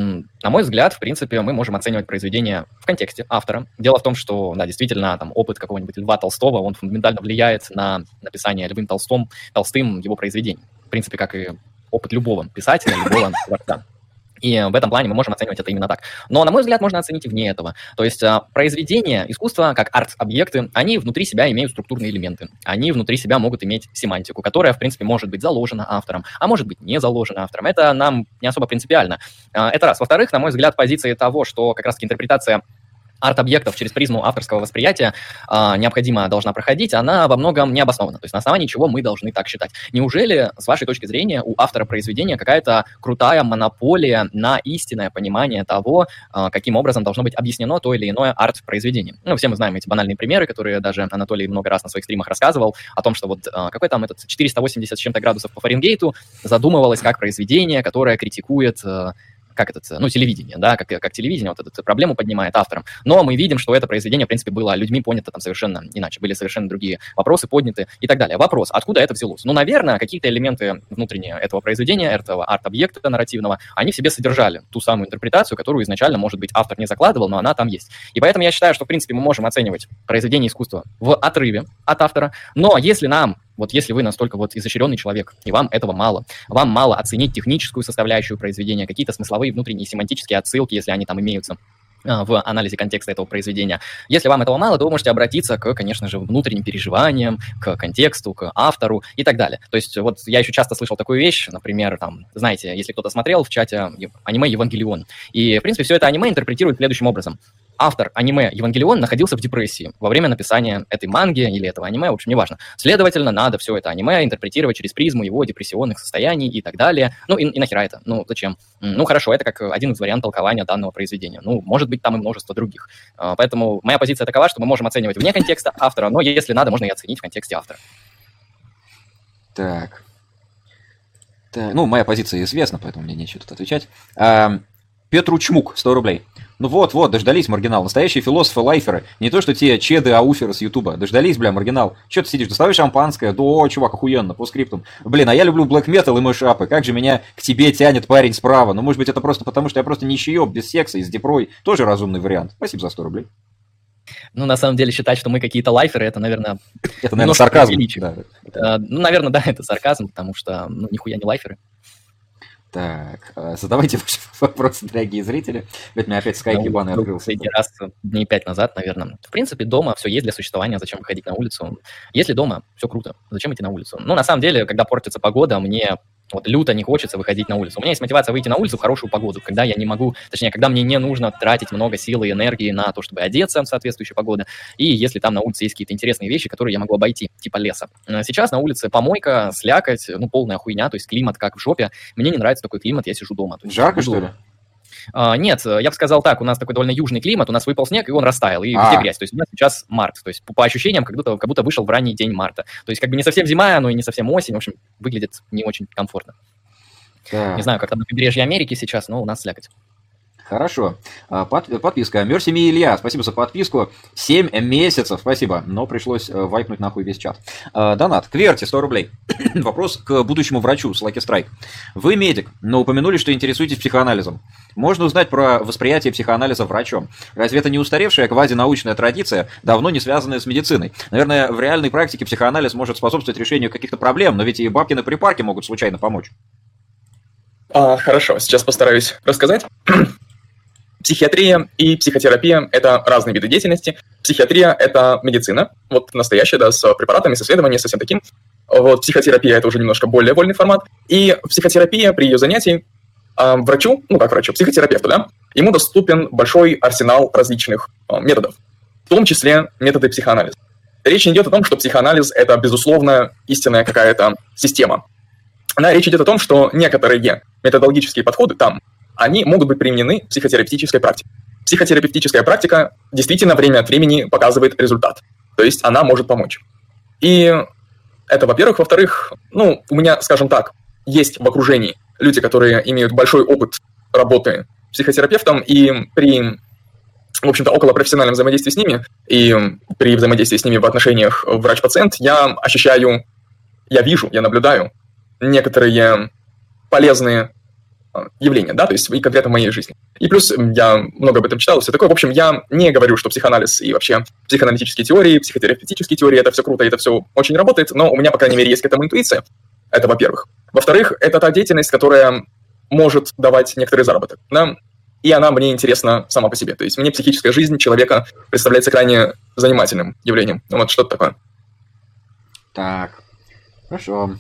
На мой взгляд, в принципе, мы можем оценивать произведение в контексте автора. Дело в том, что, да, действительно, там, опыт какого-нибудь Льва Толстого, он фундаментально влияет на написание Львом Толстым, Толстым его произвений. В принципе, как и опыт любого писателя, любого творца. И в этом плане мы можем оценивать это именно так. Но, на мой взгляд, можно оценить и вне этого. То есть произведения искусства, как арт-объекты, они внутри себя имеют структурные элементы. Они внутри себя могут иметь семантику, которая, в принципе, может быть заложена автором, а может быть не заложена автором. Это нам не особо принципиально. Это раз. Во-вторых, на мой взгляд, позиции того, что как раз-таки интерпретация арт-объектов через призму авторского восприятия а, необходимо должна проходить, она во многом не обоснована. То есть на основании чего мы должны так считать. Неужели, с вашей точки зрения, у автора произведения какая-то крутая монополия на истинное понимание того, а, каким образом должно быть объяснено то или иное арт-произведение? Ну, все мы знаем эти банальные примеры, которые даже Анатолий много раз на своих стримах рассказывал, о том, что вот а, какой там этот четыреста восемьдесят с чем-то градусов по Фаренгейту задумывалось как произведение, которое критикует... А, как это, ну, телевидение, да, как, как телевидение вот эту проблему поднимает автором. Но мы видим, что это произведение, в принципе, было людьми понято там совершенно иначе, были совершенно другие вопросы подняты и так далее. Вопрос, откуда это взялось? Ну, наверное, какие-то элементы внутренние этого произведения, этого арт-объекта нарративного, они в себе содержали ту самую интерпретацию, которую изначально, может быть, автор не закладывал, но она там есть. И поэтому я считаю, что, в принципе, мы можем оценивать произведение искусства в отрыве от автора, но если нам Вот если вы настолько вот изощренный человек, и вам этого мало, вам мало оценить техническую составляющую произведения, какие-то смысловые внутренние семантические отсылки, если они там имеются в анализе контекста этого произведения. Если вам этого мало, то вы можете обратиться к, конечно же, внутренним переживаниям, к контексту, к автору и так далее. То есть вот я еще часто слышал такую вещь, например, там, знаете, если кто-то смотрел в чате аниме «Евангелион», и, в принципе, все это аниме интерпретирует следующим образом. Автор аниме «Евангелион» находился в депрессии во время написания этой манги или этого аниме, в общем, неважно. Следовательно, надо все это аниме интерпретировать через призму его депрессионных состояний и так далее. Ну, и, и нахера это? Ну, зачем? Ну, хорошо, это как один из вариантов толкования данного произведения. Ну, может быть, там и множество других. Поэтому моя позиция такова, что мы можем оценивать вне контекста автора, но если надо, можно и оценить в контексте автора. Так. так. Ну, моя позиция известна, поэтому мне нечего тут отвечать. А, Петру Чмук, сто рублей. Ну вот-вот, дождались, маргинал. Настоящие философы-лайферы. Не то, что те чеды-ауферы с Ютуба. Дождались, бля, маргинал. Че ты сидишь, доставай шампанское? Да, о, чувак, охуенно, по скриптам. Блин, а я люблю блэк метал и мышапы. Как же меня к тебе тянет парень справа? Ну, может быть, это просто потому, что я просто нищеёб, без секса и с депрой. Тоже разумный вариант. Спасибо за сто рублей. Ну, на самом деле, считать, что мы какие-то лайферы, это, наверное... Это, наверное, сарказм. Да. Uh, ну, наверное, да, это сарказм, потому что, ну, нихуя не лайферы. Так, задавайте ваши вопросы, дорогие зрители. Ведь мне опять скайп ебаный ну, открылся. Последний раз дней пять назад, наверное. В принципе, дома все есть для существования, зачем выходить на улицу? Если дома, все круто, зачем идти на улицу? Ну, на самом деле, когда портится погода, мне вот люто не хочется выходить на улицу. У меня есть мотивация выйти на улицу в хорошую погоду, когда я не могу, точнее, когда мне не нужно тратить много сил и энергии на то, чтобы одеться в соответствующую погоду, и если там на улице есть какие-то интересные вещи, которые я могу обойти, типа леса. Сейчас на улице помойка, слякоть, ну, полная хуйня, то есть климат как в жопе. Мне не нравится такой климат, я сижу дома. Жарко, что ли? Uh, нет, я бы сказал так, у нас такой довольно южный климат, у нас выпал снег, и он растаял, и а. везде грязь. То есть у нас сейчас март, то есть по, по ощущениям, как будто, как будто вышел в ранний день марта. То есть как бы не совсем зима, но и не совсем осень, в общем, выглядит не очень комфортно. Так. Не знаю, как там на побережье Америки сейчас, но у нас слякоть. Хорошо. Под, подписка. Мерси Ми Илья, спасибо за подписку. семь месяцев, спасибо. Но пришлось вайпнуть нахуй весь чат. Донат. Кверти, сто рублей. Вопрос к будущему врачу с Lucky Strike. Вы медик, но упомянули, что интересуетесь психоанализом. Можно узнать про восприятие психоанализа врачом. Разве это не устаревшая квазинаучная традиция, давно не связанная с медициной? Наверное, в реальной практике психоанализ может способствовать решению каких-то проблем, но ведь и бабкины припарки могут случайно помочь. А, хорошо, сейчас постараюсь рассказать. Психиатрия и психотерапия – это разные виды деятельности. Психиатрия – это медицина, вот настоящая, да, с препаратами, с исследованиями, со всем таким. Вот психотерапия – это уже немножко более вольный формат. И психотерапия при ее занятии э, врачу, ну как врачу, психотерапевту, да, ему доступен большой арсенал различных э, методов, в том числе методы психоанализа. Речь не идет о том, что психоанализ – это, безусловно, истинная какая-то система. Но речь идет о том, что некоторые методологические подходы там, они могут быть применены в психотерапевтической практике. Психотерапевтическая практика действительно время от времени показывает результат. То есть она может помочь. И это, во-первых. Во-вторых, ну, у меня, скажем так, есть в окружении люди, которые имеют большой опыт работы психотерапевтом, и при, в общем-то, околопрофессиональном взаимодействии с ними и при взаимодействии с ними в отношениях врач-пациент я ощущаю, я вижу, я наблюдаю некоторые полезные явления, да, то есть и конкретно в моей жизни. И плюс я много об этом читал, все такое. В общем, я не говорю, что психоанализ и вообще психоаналитические теории, психотерапевтические теории, это все круто, и это все очень работает, но у меня, по крайней мере, есть к этому интуиция. Это во-первых. Во-вторых, это та деятельность, которая может давать некоторый заработок, да, и она мне интересна сама по себе. То есть мне психическая жизнь человека представляется крайне занимательным явлением. Вот что-то такое. Так, хорошо.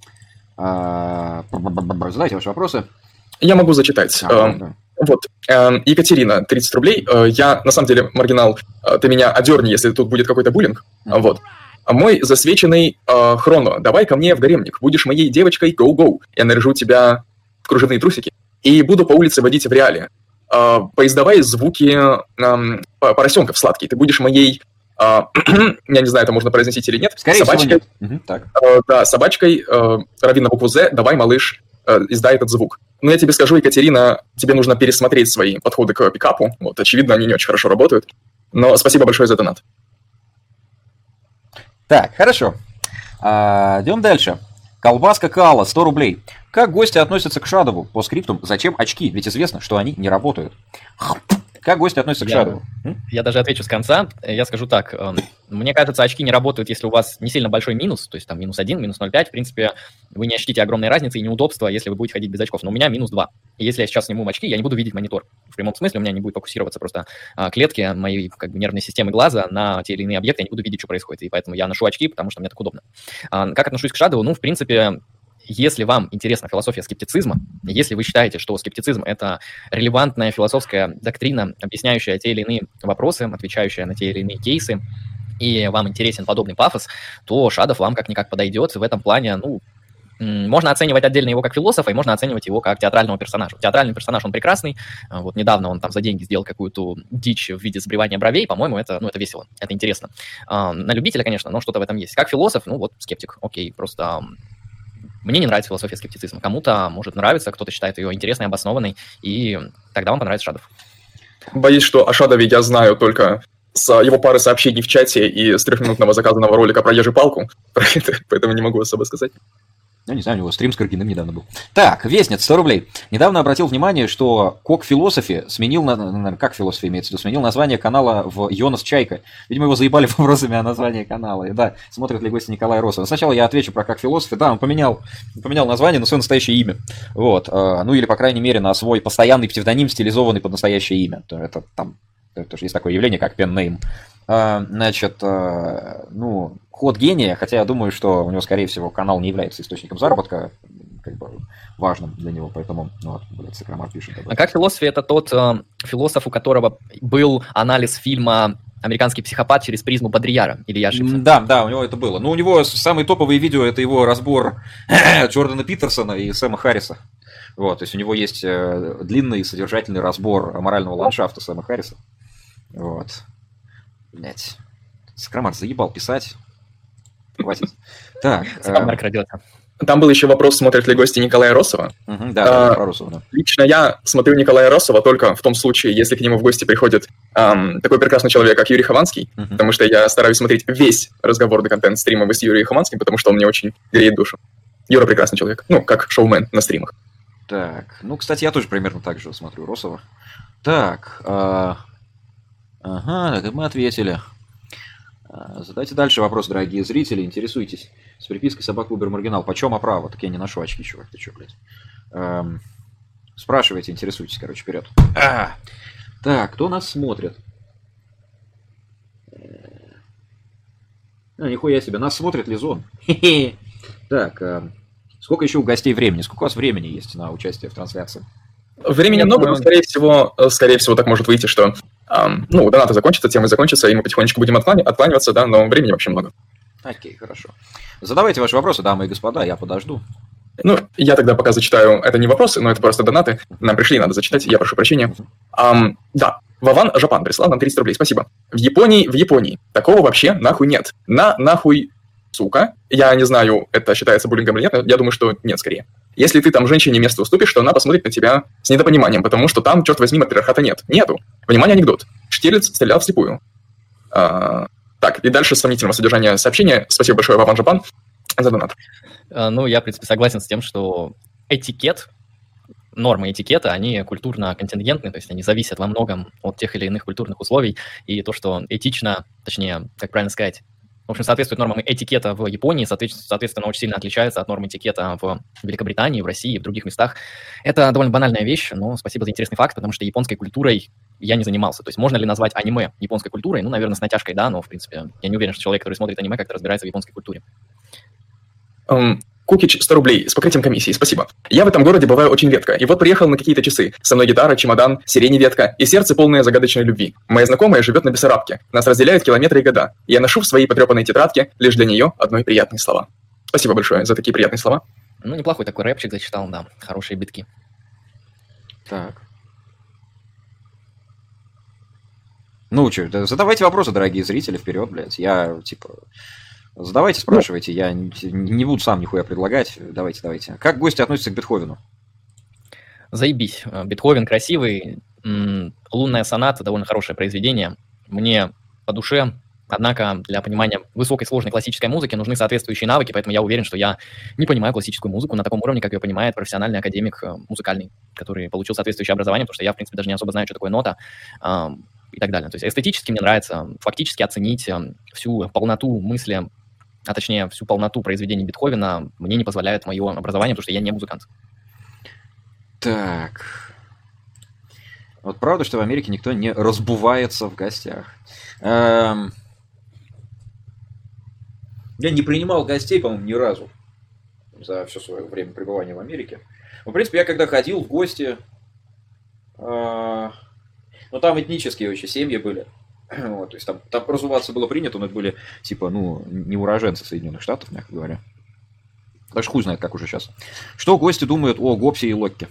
Задайте ваши вопросы. Я могу зачитать. А, да. Вот, Екатерина, тридцать рублей. Я, на самом деле, маргинал, ты меня одерни, если тут будет какой-то буллинг. Mm-hmm. Вот. Мой засвеченный э, Хроно, давай ко мне в гаремник. Будешь моей девочкой, go-go. Я наряжу тебя в кружевные трусики и буду по улице водить в реале. Э, поиздавай звуки э, поросенков сладкие. Ты будешь моей... Uh, я не знаю, это можно произносить или нет. Скорее собачкой, всего, нет. Угу, так. Uh, да, собачкой, uh, раввин на букву «З», давай, малыш, uh, издай этот звук. Но я тебе скажу, Екатерина, тебе нужно пересмотреть свои подходы к пикапу. Вот, очевидно, они не очень хорошо работают. Но спасибо большое за донат. Так, хорошо. А, идем дальше. Колбаска Кала, сто рублей. Как гости относятся к Шадову? По скриптам, зачем очки? Ведь известно, что они не работают. Как гости относятся к Шадову? Я даже отвечу с конца. Я скажу так. Мне кажется, очки не работают, если у вас не сильно большой минус, то есть там минус один, минус ноль целых пять. В принципе, вы не ощутите огромной разницы и неудобства, если вы будете ходить без очков. Но у меня минус два. И если я сейчас сниму очки, я не буду видеть монитор. В прямом смысле у меня не будет фокусироваться просто клетки моей как бы, нервной системы глаза на те или иные объекты, я не буду видеть, что происходит. И поэтому я ношу очки, потому что мне так удобно. Как отношусь к Шадову? Ну, в принципе... Если вам интересна философия скептицизма, если вы считаете, что скептицизм – это релевантная философская доктрина, объясняющая те или иные вопросы, отвечающая на те или иные кейсы, и вам интересен подобный пафос, то Шадов вам как-никак подойдет. В этом плане, ну, можно оценивать отдельно его как философа, и можно оценивать его как театрального персонажа. Театральный персонаж, он прекрасный. Вот недавно он там за деньги сделал какую-то дичь в виде сбривания бровей. По-моему, это, ну, это весело, это интересно. На любителя, конечно, но что-то в этом есть. Как философ, ну, вот скептик, окей, просто... Мне не нравится философия скептицизма. Кому-то может нравиться, кто-то считает ее интересной, обоснованной, и тогда вам понравится Шадов. Боюсь, что о Шадове я знаю только с его пары сообщений в чате и с трехминутного заказанного ролика про ежепалку, поэтому не могу особо сказать. Ну, не знаю, у него стрим с Каргиным недавно был. Так, Вестниц, сто рублей. Недавно обратил внимание, что Кок Философи сменил, на, как философия имеется в виду, сменил название канала в Йонас Чайка. Видимо, его заебали вопросами о названии канала. И да, смотрит ли гости Николая Росова. Сначала я отвечу про Как Философи. Да, он поменял, поменял название на свое настоящее имя. Вот. Ну, или, по крайней мере, на свой постоянный псевдоним, стилизованный под настоящее имя. Это там, это же есть такое явление, как пеннейм. Значит, ну, ход гения, хотя я думаю, что у него, скорее всего, канал не является источником заработка, как бы важным для него, поэтому, ну вот, блядь, Сакрамар пишет. А Как философия, это тот э, философ, у которого был анализ фильма «Американский психопат» через призму Бодрияра, или я ошибся? Да, да, у него это было. Ну, у него самые топовые видео, это его разбор Джордана Питерсона и Сэма Харриса. Вот, то есть у него есть э, длинный содержательный разбор морального ландшафта Сэма Харриса. Вот. Блять. Скрамар заебал писать. Хватит. Так. Скрамар крадется. Там был еще вопрос, смотрят ли гости Николая Россова. Угу, да, а, про Россова, да. Лично я смотрю Николая Россова только в том случае, если к нему в гости приходит эм, такой прекрасный человек, как Юрий Хованский, угу. потому что я стараюсь смотреть весь разговорный контент стримов с Юрием Хованским, потому что он мне очень греет душу. Юра прекрасный человек, ну, как шоумен на стримах. Так, ну, кстати, я тоже примерно так же смотрю Россова. Так, а... ага, так мы ответили. Задайте дальше вопрос, дорогие зрители, интересуйтесь. С припиской собак Убер Маргинал. Почем оправа? Так я не ношу очки, чувак, ты чё, блядь? Эм, спрашивайте, интересуйтесь, короче, вперед. А! Так, кто нас смотрит? А, нихуя себе, нас смотрит Лизон. Так, э, сколько еще у гостей времени? Сколько у вас времени есть на участие в трансляции? Времени много, но, скорее всего, скорее всего, так может выйти, что эм, ну, донаты закончатся, темы закончатся, и мы потихонечку будем отклани- откланиваться, да, но времени вообще много. Окей, хорошо. Задавайте ваши вопросы, дамы и господа, я подожду. Ну, я тогда пока зачитаю, это не вопросы, но это просто донаты. Нам пришли, надо зачитать, я прошу прощения. Um, да, Вован Жапан прислал нам тридцать рублей, спасибо. В Японии, в Японии такого вообще нахуй нет. На нахуй, сука. Я не знаю, это считается буллингом или нет, но я думаю, что нет скорее. Если ты там женщине место уступишь, то она посмотрит на тебя с недопониманием, потому что там, черт возьми, матриархата нет. Нету. Внимание, анекдот. Штирлиц стрелял вслепую. А, так, и дальше сомнительного содержания сообщения. Спасибо большое, Вован Жапан, за донат. Ну, я, в принципе, согласен с тем, что этикет, нормы этикета, они культурно-контингентны, то есть они зависят во многом от тех или иных культурных условий, и то, что этично, точнее, как правильно сказать, в общем, соответствует нормам этикета в Японии, соответственно, очень сильно отличается от норм этикета в Великобритании, в России и в других местах. Это довольно банальная вещь, но спасибо за интересный факт, потому что японской культурой я не занимался. То есть можно ли назвать аниме японской культурой? Ну, наверное, с натяжкой, да, но, в принципе, я не уверен, что человек, который смотрит аниме, как-то разбирается в японской культуре. Um... Кукич, сто рублей, с покрытием комиссии, спасибо. Я в этом городе бываю очень редко, и вот приехал на какие-то часы. Со мной гитара, чемодан, сирени ветка, и сердце полное загадочной любви. Моя знакомая живет на Бессарабке, нас разделяют километры и года. Я ношу в своей потрепанной тетрадке лишь для нее одной приятные слова. Спасибо большое за такие приятные слова. Ну, неплохой такой рэпчик зачитал, да, хорошие битки. Так. Ну, что, задавайте вопросы, дорогие зрители, вперед, блядь. Я, типа... Задавайте, спрашивайте, я не буду сам нихуя предлагать. Давайте, давайте. Как гости относятся к Бетховену? Заебись. Бетховен красивый. Лунная соната довольно хорошее произведение. Мне по душе. Однако для понимания высокой сложной классической музыки нужны соответствующие навыки, поэтому я уверен, что я не понимаю классическую музыку на таком уровне, как ее понимает профессиональный академик музыкальный, который получил соответствующее образование, потому что я, в принципе, даже не особо знаю, что такое нота и так далее. То есть эстетически мне нравится фактически оценить всю полноту мысли, а точнее всю полноту произведений Бетховена мне не позволяет мое образование, потому что я не музыкант. Так. Вот правда, что в Америке никто не разбувается в гостях. Эм... Я не принимал гостей, по-моему, ни разу за все свое время пребывания в Америке. В принципе, я когда ходил в гости, э... ну там этнические очень семьи были. Вот, то есть там, там разуваться было принято, но это были, типа, ну, не уроженцы Соединенных Штатов, мягко говоря. Так что хуй знает, как уже сейчас. Что гости думают о Гоббсе и Локке?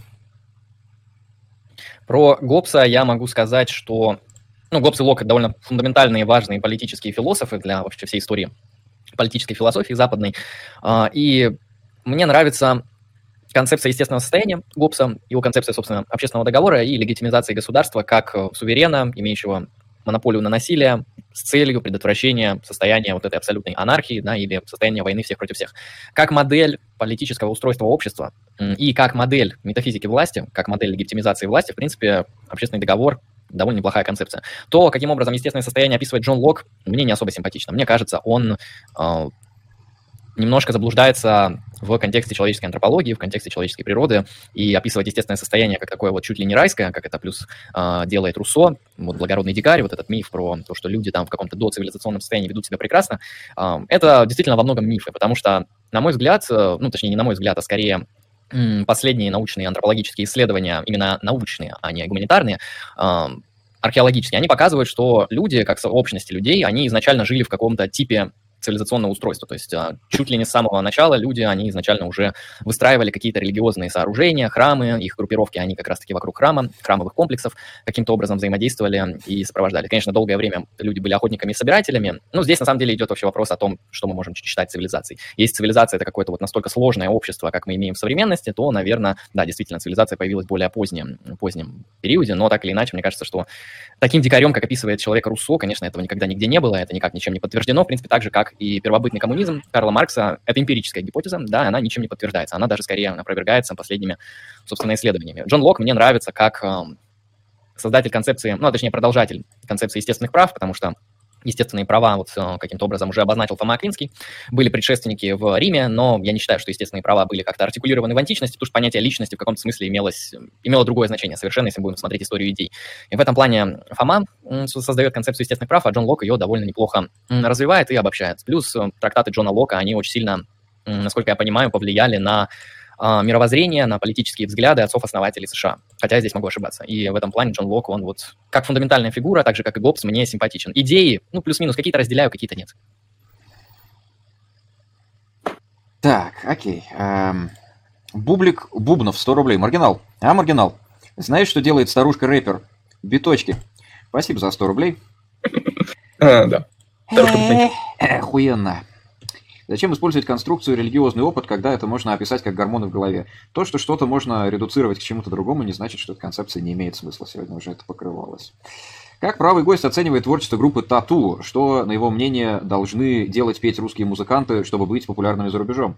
Про Гоббса я могу сказать, что... Ну, Гоббс и Локк — довольно фундаментальные, важные политические философы для вообще всей истории политической философии западной. И мне нравится концепция естественного состояния Гоббса, его концепция, собственно, общественного договора и легитимизации государства как суверена, имеющего монополию на насилие с целью предотвращения состояния вот этой абсолютной анархии, да, или состояния войны всех против всех. Как модель политического устройства общества и как модель метафизики власти, как модель легитимизации власти, в принципе, общественный договор довольно неплохая концепция. То, каким образом естественное состояние описывает Джон Локк, мне не особо симпатично. Мне кажется, он э, немножко заблуждается в контексте человеческой антропологии, в контексте человеческой природы, и описывать естественное состояние как такое вот чуть ли не райское, как это плюс э, делает Руссо, вот благородный дикарь, вот этот миф про то, что люди там в каком-то доцивилизационном состоянии ведут себя прекрасно, э, это действительно во многом мифы, потому что, на мой взгляд, э, ну, точнее, не на мой взгляд, а скорее э, последние научные антропологические исследования, именно научные, а не гуманитарные, э, археологические, они показывают, что люди, как сообщности людей, они изначально жили в каком-то типе цивилизационного устройства. То есть чуть ли не с самого начала люди, они изначально уже выстраивали какие-то религиозные сооружения, храмы, их группировки, они как раз-таки вокруг храма, храмовых комплексов каким-то образом взаимодействовали и сопровождали. Конечно, долгое время люди были охотниками и собирателями. Ну, здесь на самом деле идет вообще вопрос о том, что мы можем считать цивилизацией. Если цивилизация — это какое-то вот настолько сложное общество, как мы имеем в современности, то, наверное, да, действительно, цивилизация появилась в более позднем, позднем периоде, но так или иначе, мне кажется, что таким дикарем, как описывает человека Руссо, конечно, этого никогда нигде не было, это никак ничем не подтверждено, в принципе, так же, как и первобытный коммунизм Карла Маркса. Это эмпирическая гипотеза, да, она ничем не подтверждается, она даже скорее опровергается последними, собственно, исследованиями. Джон Лок мне нравится как э, создатель концепции, ну, а точнее, продолжатель концепции естественных прав, потому что естественные права вот каким-то образом уже обозначил Фома Аквинский. Были предшественники в Риме, но я не считаю, что естественные права были как-то артикулированы в античности, потому что понятие личности в каком-то смысле имелось, имело другое значение совершенно, если мы будем смотреть историю идей. И в этом плане Фома создает концепцию естественных прав, а Джон Лок ее довольно неплохо развивает и обобщает. Плюс трактаты Джона Лока, они очень сильно, насколько я понимаю, повлияли на мировоззрение, на политические взгляды отцов-основателей США. Хотя я здесь могу ошибаться. И в этом плане Джон Лок, он вот как фундаментальная фигура, так же, как и Гоббс, мне симпатичен. Идеи, ну, плюс-минус, какие-то разделяю, какие-то нет. Так, окей. Эм, Бублик Бубнов, сто рублей. Маргинал. А, Маргинал, знаешь, что делает старушка-рэпер? Биточки. Спасибо за сто рублей. Да. Охуенно. Зачем использовать конструкцию религиозный опыт, когда это можно описать как гормоны в голове? То, что что-то можно редуцировать к чему-то другому, не значит, что эта концепция не имеет смысла. Сегодня уже это покрывалось. Как правый гость оценивает творчество группы Тату? Что, на его мнение, должны делать петь русские музыканты, чтобы быть популярными за рубежом?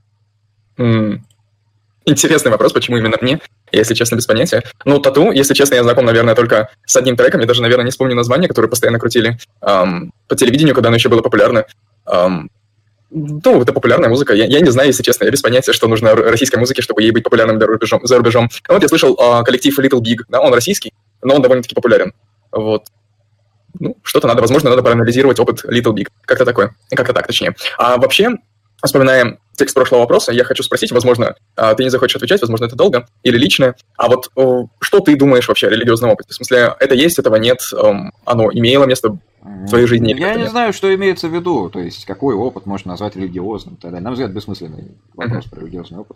Mm. Интересный вопрос, почему именно мне, если честно, без понятия. Ну, Тату, если честно, я знаком, наверное, только с одним треком. Я даже, наверное, не вспомню название, которое постоянно крутили эм, по телевидению, когда оно еще было популярно. Эм, Ну, это популярная музыка. Я, я не знаю, если честно, я без понятия, что нужно российской музыке, чтобы ей быть популярным за рубежом. За рубежом. Вот я слышал э, коллектив Little Big, да, он российский, но он довольно-таки популярен. Вот. Ну, что-то надо, возможно, надо проанализировать опыт Little Big. Как-то такое. Как-то так, точнее. А вообще, вспоминая текст прошлого вопроса, я хочу спросить, возможно, э, ты не захочешь отвечать, возможно, это долго или личное. А вот э, что ты думаешь вообще о религиозном опыте? В смысле, это есть, этого нет, э, оно имело место в твоей жизни? Я не нет? знаю, что имеется в виду. То есть, какой опыт можно назвать религиозным. Тогда, на мой взгляд, бессмысленный вопрос uh-huh. про религиозный опыт.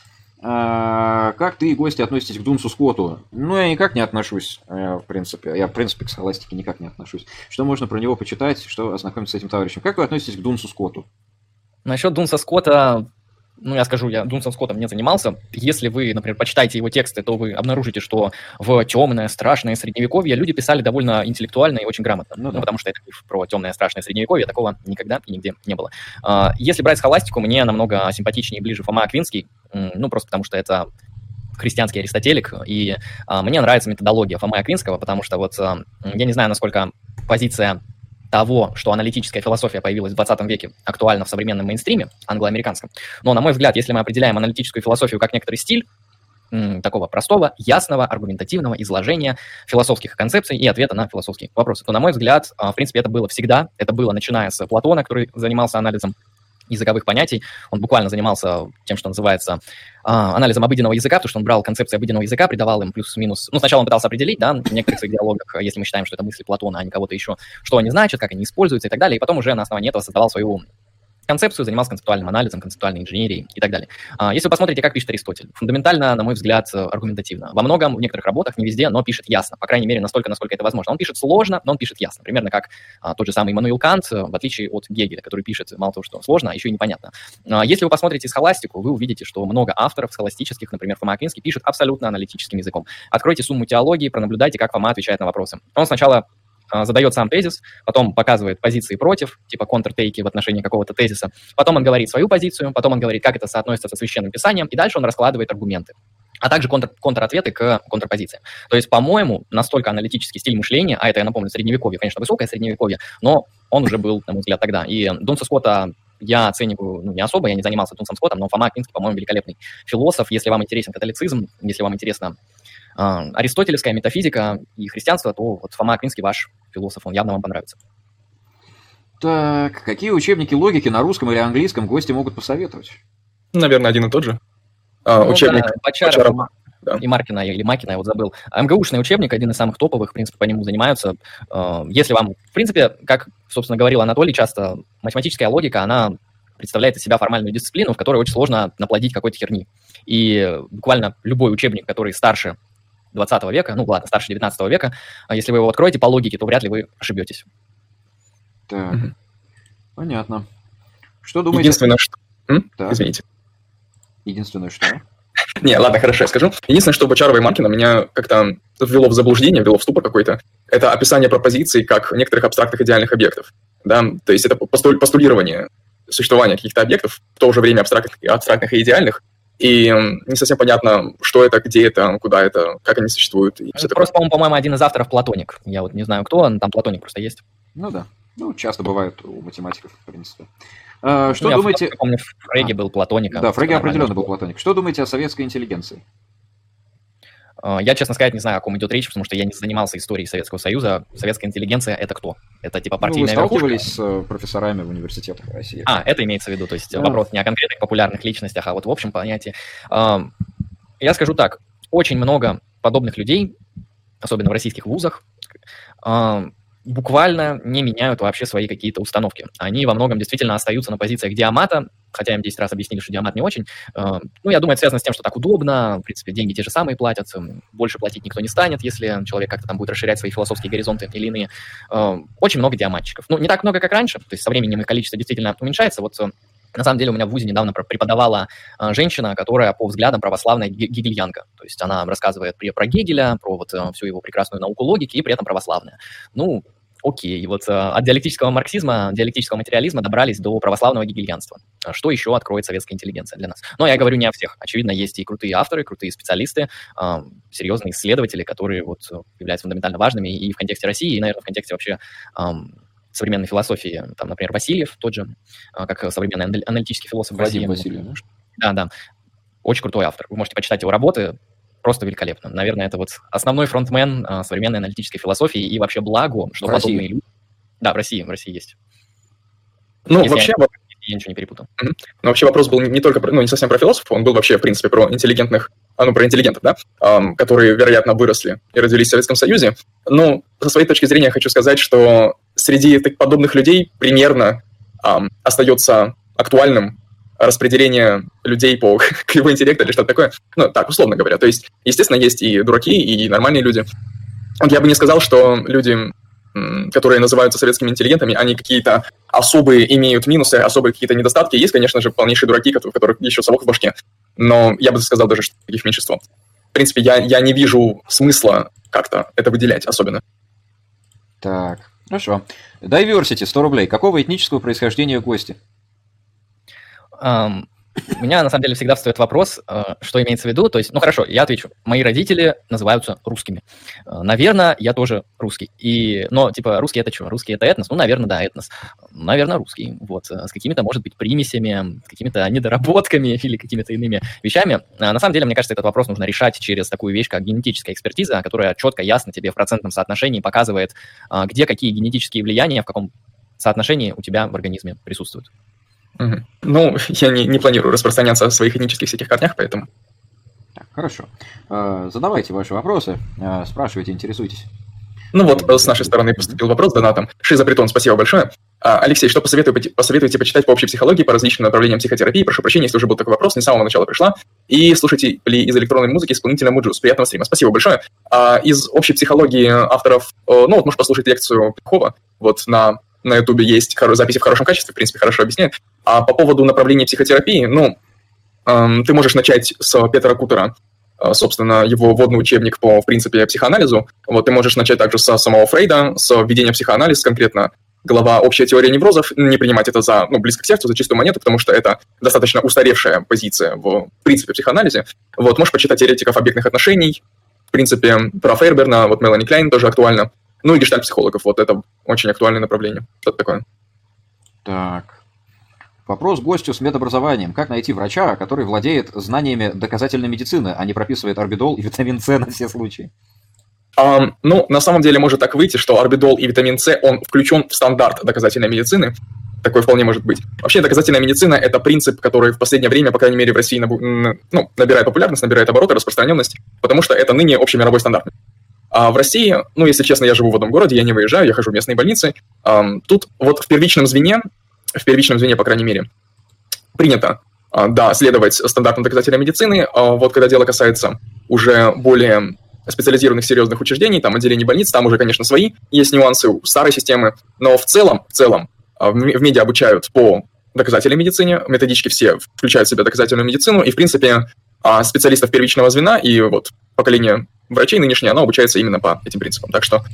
А, как ты и гости относитесь к Дунсу Скотту? Ну, я никак не отношусь, в принципе. Я, в принципе, к схоластике никак не отношусь. Что можно про него почитать, что ознакомиться с этим товарищем? Как вы относитесь к Дунсу Скотту? Насчет Дунса Скотта, ну, я скажу, я Дунсом Скоттом не занимался. Если вы, например, почитаете его тексты, то вы обнаружите, что в темное, страшное средневековье люди писали довольно интеллектуально и очень грамотно. Ну, да. ну потому что это про темное, страшное средневековье, такого никогда и нигде не было. Если брать схоластику, мне намного симпатичнее и ближе Фома Аквинский, ну, просто потому что это христианский аристотелик, и мне нравится методология Фомы Аквинского, потому что вот я не знаю, насколько позиция того, что аналитическая философия появилась в двадцатом веке, актуальна в современном мейнстриме англоамериканском. Но, на мой взгляд, если мы определяем аналитическую философию как некоторый стиль м, такого простого, ясного, аргументативного изложения философских концепций и ответа на философские вопросы, то, на мой взгляд, в принципе, это было всегда. Это было начиная с Платона, который занимался анализом языковых понятий. Он буквально занимался тем, что называется а, анализом обыденного языка, потому что он брал концепции обыденного языка, придавал им плюс-минус. Ну, сначала он пытался определить, да, в некоторых своих диалогах, если мы считаем, что это мысли Платона, а не кого-то еще, что они значат, как они используются и так далее, и потом уже на основании этого создавал свою концепцию, занимался концептуальным анализом, концептуальной инженерией и так далее. Если вы посмотрите, как пишет Аристотель, фундаментально, на мой взгляд, аргументативно. Во многом, в некоторых работах, не везде, но пишет ясно, по крайней мере, настолько, насколько это возможно. Он пишет сложно, но он пишет ясно. Примерно как а, тот же самый Иммануил Кант, в отличие от Гегеля, который пишет мало того, что сложно, а еще и непонятно. А, если вы посмотрите схоластику, вы увидите, что много авторов схоластических, например, Фома Аквинский, пишет абсолютно аналитическим языком. Откройте сумму теологии, пронаблюдайте, как Фома отвечает на вопросы. Он сначала задает сам тезис, потом показывает позиции против, типа контртейки в отношении какого-то тезиса, потом он говорит свою позицию, потом он говорит, как это соотносится со священным писанием, и дальше он раскладывает аргументы, а также контр, контратветы к контрпозициям. То есть, по-моему, настолько аналитический стиль мышления, а это, я напомню, средневековье, конечно, высокое средневековье, но он уже был, на мой взгляд, тогда. И Дунса Скотта я оцениваю, ну, не особо, я не занимался Дунсом Скоттом, но Фома Аквинский, по-моему, великолепный философ. Если вам интересен католицизм, если вам интересна э, аристотелевская метафизика и христианство, то вот Фома Аквинский ваш философ, он явно вам понравится. Так, какие учебники логики на русском или английском гости могут посоветовать? Наверное, один и тот же. А, ну, учебник да, Бочаров, да. и Маркина, или Макина, я вот забыл. МГУшный учебник, один из самых топовых, в принципе, по нему занимаются. Если вам, в принципе, как, собственно, говорил Анатолий, часто математическая логика, она представляет из себя формальную дисциплину, в которой очень сложно наплодить какой-то херни. И буквально любой учебник, который старше двадцатого века, ну ладно, старше девятнадцатого века, если вы его откроете по логике, то вряд ли вы ошибетесь. Так, угу. Понятно. Что думаете? Единственное, что... Извините. Единственное, что... Не, ладно, хорошо, я скажу. Единственное, что Бочарова и Маркина меня как-то ввело в заблуждение, ввело в ступор какой-то, это описание пропозиций как некоторых абстрактных идеальных объектов. Да? То есть это постулирование существования каких-то объектов, в то же время абстрактных, абстрактных и идеальных, и не совсем понятно, что это, где это, куда это, как они существуют. И это просто, по-моему, по-моему, один из авторов Платоник. Я вот не знаю, кто, но там Платоник просто есть. Ну да. Ну, часто бывает у математиков, в принципе. А, что ну, думаете... Я помню, Фрейге а. был Платоником. Да, Фрейге определенно был Платоник. Что думаете о советской интеллигенции? Я, честно сказать, не знаю, о ком идет речь, потому что я не занимался историей Советского Союза. Советская интеллигенция – это кто? Это типа партийная верхушка? Ну, вы верхушка? сталкивались с профессорами в университетах России. А, это имеется в виду, то есть да. Вопрос не о конкретных популярных личностях, а вот в общем понятии. Я скажу так, очень много подобных людей, особенно в российских вузах, буквально не меняют вообще свои какие-то установки. Они во многом действительно остаются на позициях диамата, хотя им десять раз объяснили, что диамат не очень. Ну, я думаю, это связано с тем, что так удобно, в принципе, деньги те же самые платятся, больше платить никто не станет, если человек как-то там будет расширять свои философские горизонты или иные. Очень много диаматчиков. Ну, не так много, как раньше, то есть со временем их количество действительно уменьшается. Вот на самом деле у меня в вузе недавно преподавала женщина, которая по взглядам православная гегельянка. То есть она рассказывает про Гегеля, про вот всю его прекрасную науку логики и при этом православная. Ну, окей, вот от диалектического марксизма, диалектического материализма добрались до православного гегельянства. Что еще откроет советская интеллигенция для нас? Но я говорю не о всех. Очевидно, есть и крутые авторы, крутые специалисты, серьезные исследователи, которые вот являются фундаментально важными и в контексте России, и, наверное, в контексте вообще современной философии. Там, например, Васильев тот же, как современный аналитический философ России. Вадим Васильев. Да, да. Очень крутой автор. Вы можете почитать его работы. Просто великолепно. Наверное, это вот основной фронтмен а, современной аналитической философии и вообще благо, что в подобные России. люди... Да, в России, в России есть. Ну, если вообще... Я, я ничего не перепутал. Mm-hmm. Но вообще вопрос был не только, про, ну, не совсем про философов, он был вообще, в принципе, про интеллигентных, а, ну, про интеллигентов, да, um, которые, вероятно, выросли и родились в Советском Союзе. Но, со своей точки зрения, я хочу сказать, что среди подобных людей примерно um, остается актуальным распределение людей по кривой интеллекта или что-то такое. Ну, так, условно говоря. То есть, естественно, есть и дураки, и нормальные люди. Я бы не сказал, что люди, которые называются советскими интеллигентами, они какие-то особые имеют минусы, особые какие-то недостатки. Есть, конечно же, полнейшие дураки, у которых еще совок в башке. Но я бы сказал даже, что таких меньшинство. В принципе, я, я не вижу смысла как-то это выделять особенно. Так, хорошо. Diversity, сто рублей. Какого этнического происхождения гости? Um, у меня, на самом деле, всегда встает вопрос, uh, что имеется в виду. То есть, ну хорошо, я отвечу. Мои родители называются русскими. Uh, наверное, я тоже русский. И, но, типа, русский это что? Русский это этнос? Ну, наверное, да, этнос. Наверное, русский. Вот. Uh, с какими-то, может быть, примесями, с какими-то недоработками или какими-то иными вещами. Uh, на самом деле, мне кажется, этот вопрос нужно решать через такую вещь, как генетическая экспертиза, которая четко, ясно тебе в процентном соотношении показывает, uh, где какие генетические влияния, в каком соотношении у тебя в организме присутствуют. Угу. Ну, я не, не планирую распространяться о своих этнических всяких корнях, поэтому... Так, хорошо. Задавайте ваши вопросы, спрашивайте, интересуйтесь. Ну вот, с нашей стороны поступил вопрос донатом. Шизопритон, спасибо большое. Алексей, что посоветуете, посоветуете почитать по общей психологии, по различным направлениям психотерапии? Прошу прощения, если уже был такой вопрос, не с самого начала пришла. И слушайте ли из электронной музыки исполнителя Муджус. Приятного стрима. Спасибо большое. Из общей психологии авторов, ну вот, можешь послушать лекцию Петкова, вот на... На Ютубе есть записи в хорошем качестве, в принципе, хорошо объясняет. А по поводу направления психотерапии, ну, эм, ты можешь начать с Петера Кутера, э, собственно, его вводный учебник по, в принципе, психоанализу. Вот, ты можешь начать также со самого Фрейда, с введения в психоанализ, конкретно глава «Общая теория неврозов», не принимать это за, ну, близко к сердцу, за чистую монету, потому что это достаточно устаревшая позиция в, в принципе, психоанализе. Вот, можешь почитать теоретиков объектных отношений, в принципе, про Фейерберна, вот Мелани Клайн тоже актуально. Ну и гештальт-психологов, вот это очень актуальное направление. Что-то такое. Так. Вопрос гостю с медобразованием. Как найти врача, который владеет знаниями доказательной медицины, а не прописывает орбидол и витамин С на все случаи? Um, ну, на самом деле может так выйти, что орбидол и витамин С, он включен в стандарт доказательной медицины. такое вполне может быть. Вообще, доказательная медицина – это принцип, который в последнее время, по крайней мере, в России набу- н- ну, набирает популярность, набирает обороты, распространенность, потому что это ныне общемировой стандарт. А в России, ну, если честно, я живу в одном городе, я не выезжаю, я хожу в местные больницы. Ам, Тут вот в первичном звене, в первичном звене, по крайней мере, принято, а, да, следовать стандартам доказательной медицины. А вот когда дело касается уже более специализированных серьезных учреждений, там отделений больниц, там уже, конечно, свои есть нюансы у старой системы, но в целом, в целом а, в м- в МИДе обучают по доказательной медицине, методички все включают в себя доказательную медицину, и, в принципе, а, специалистов первичного звена и вот поколение врачей нынешнее, оно обучается именно по этим принципам. Так что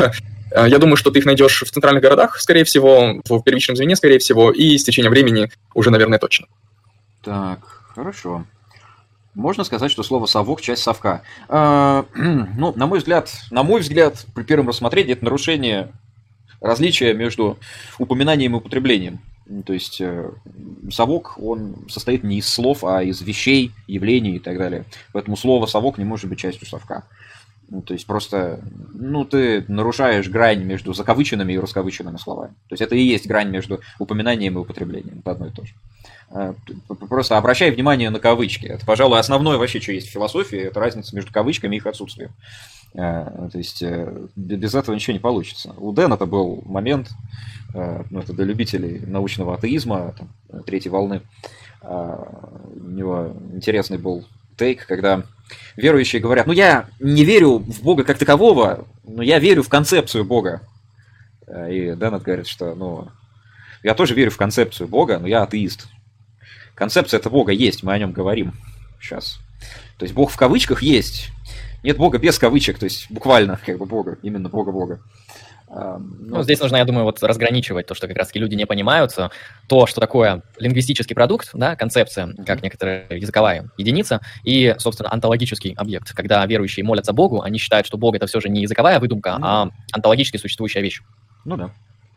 я думаю, что ты их найдешь в центральных городах, скорее всего, в первичном звене, скорее всего, и с течением времени уже, наверное, точно. Так, хорошо. Можно сказать, что слово «совок» – часть совка. А, ну, на мой взгляд, на мой взгляд, при первом рассмотрении это нарушение различия между упоминанием и употреблением. Ну, То есть э, совок, он состоит не из слов, а из вещей, явлений и так далее. Поэтому слово «совок» не может быть частью совка. Ну, то есть просто, ну, ты нарушаешь грань между закавыченными и раскавыченными словами. То есть это и есть грань между упоминанием и употреблением. Это одно и то же. Э, п- Просто обращай внимание на кавычки. Это, пожалуй, основное вообще, что есть в философии, это разница между кавычками и их отсутствием. Э, То есть э, б- без этого ничего не получится. У Дэна это был момент, э, ну, это для любителей научного атеизма, там, э, третьей волны. А, У него интересный был тейк, когда верующие говорят, ну я не верю в Бога как такового, но я верю в концепцию Бога. Э, И Деннет говорит, что, ну, я тоже верю в концепцию Бога, но я атеист. Концепция этого Бога есть, мы о нем говорим сейчас. То есть Бог в кавычках есть. Нет Бога без кавычек, то есть буквально как бы Бога, именно Бога-Бога. А, Ну, Ну, здесь нужно, я думаю, вот разграничивать то, что как раз-таки люди не понимают, э, то, что такое лингвистический продукт, да, концепция, как Мгм. некоторая языковая единица, и, собственно, онтологический объект. Когда верующие молятся Богу, они считают, что Бог — это все же не языковая выдумка, Ну а да. онтологически существующая вещь. Ну да.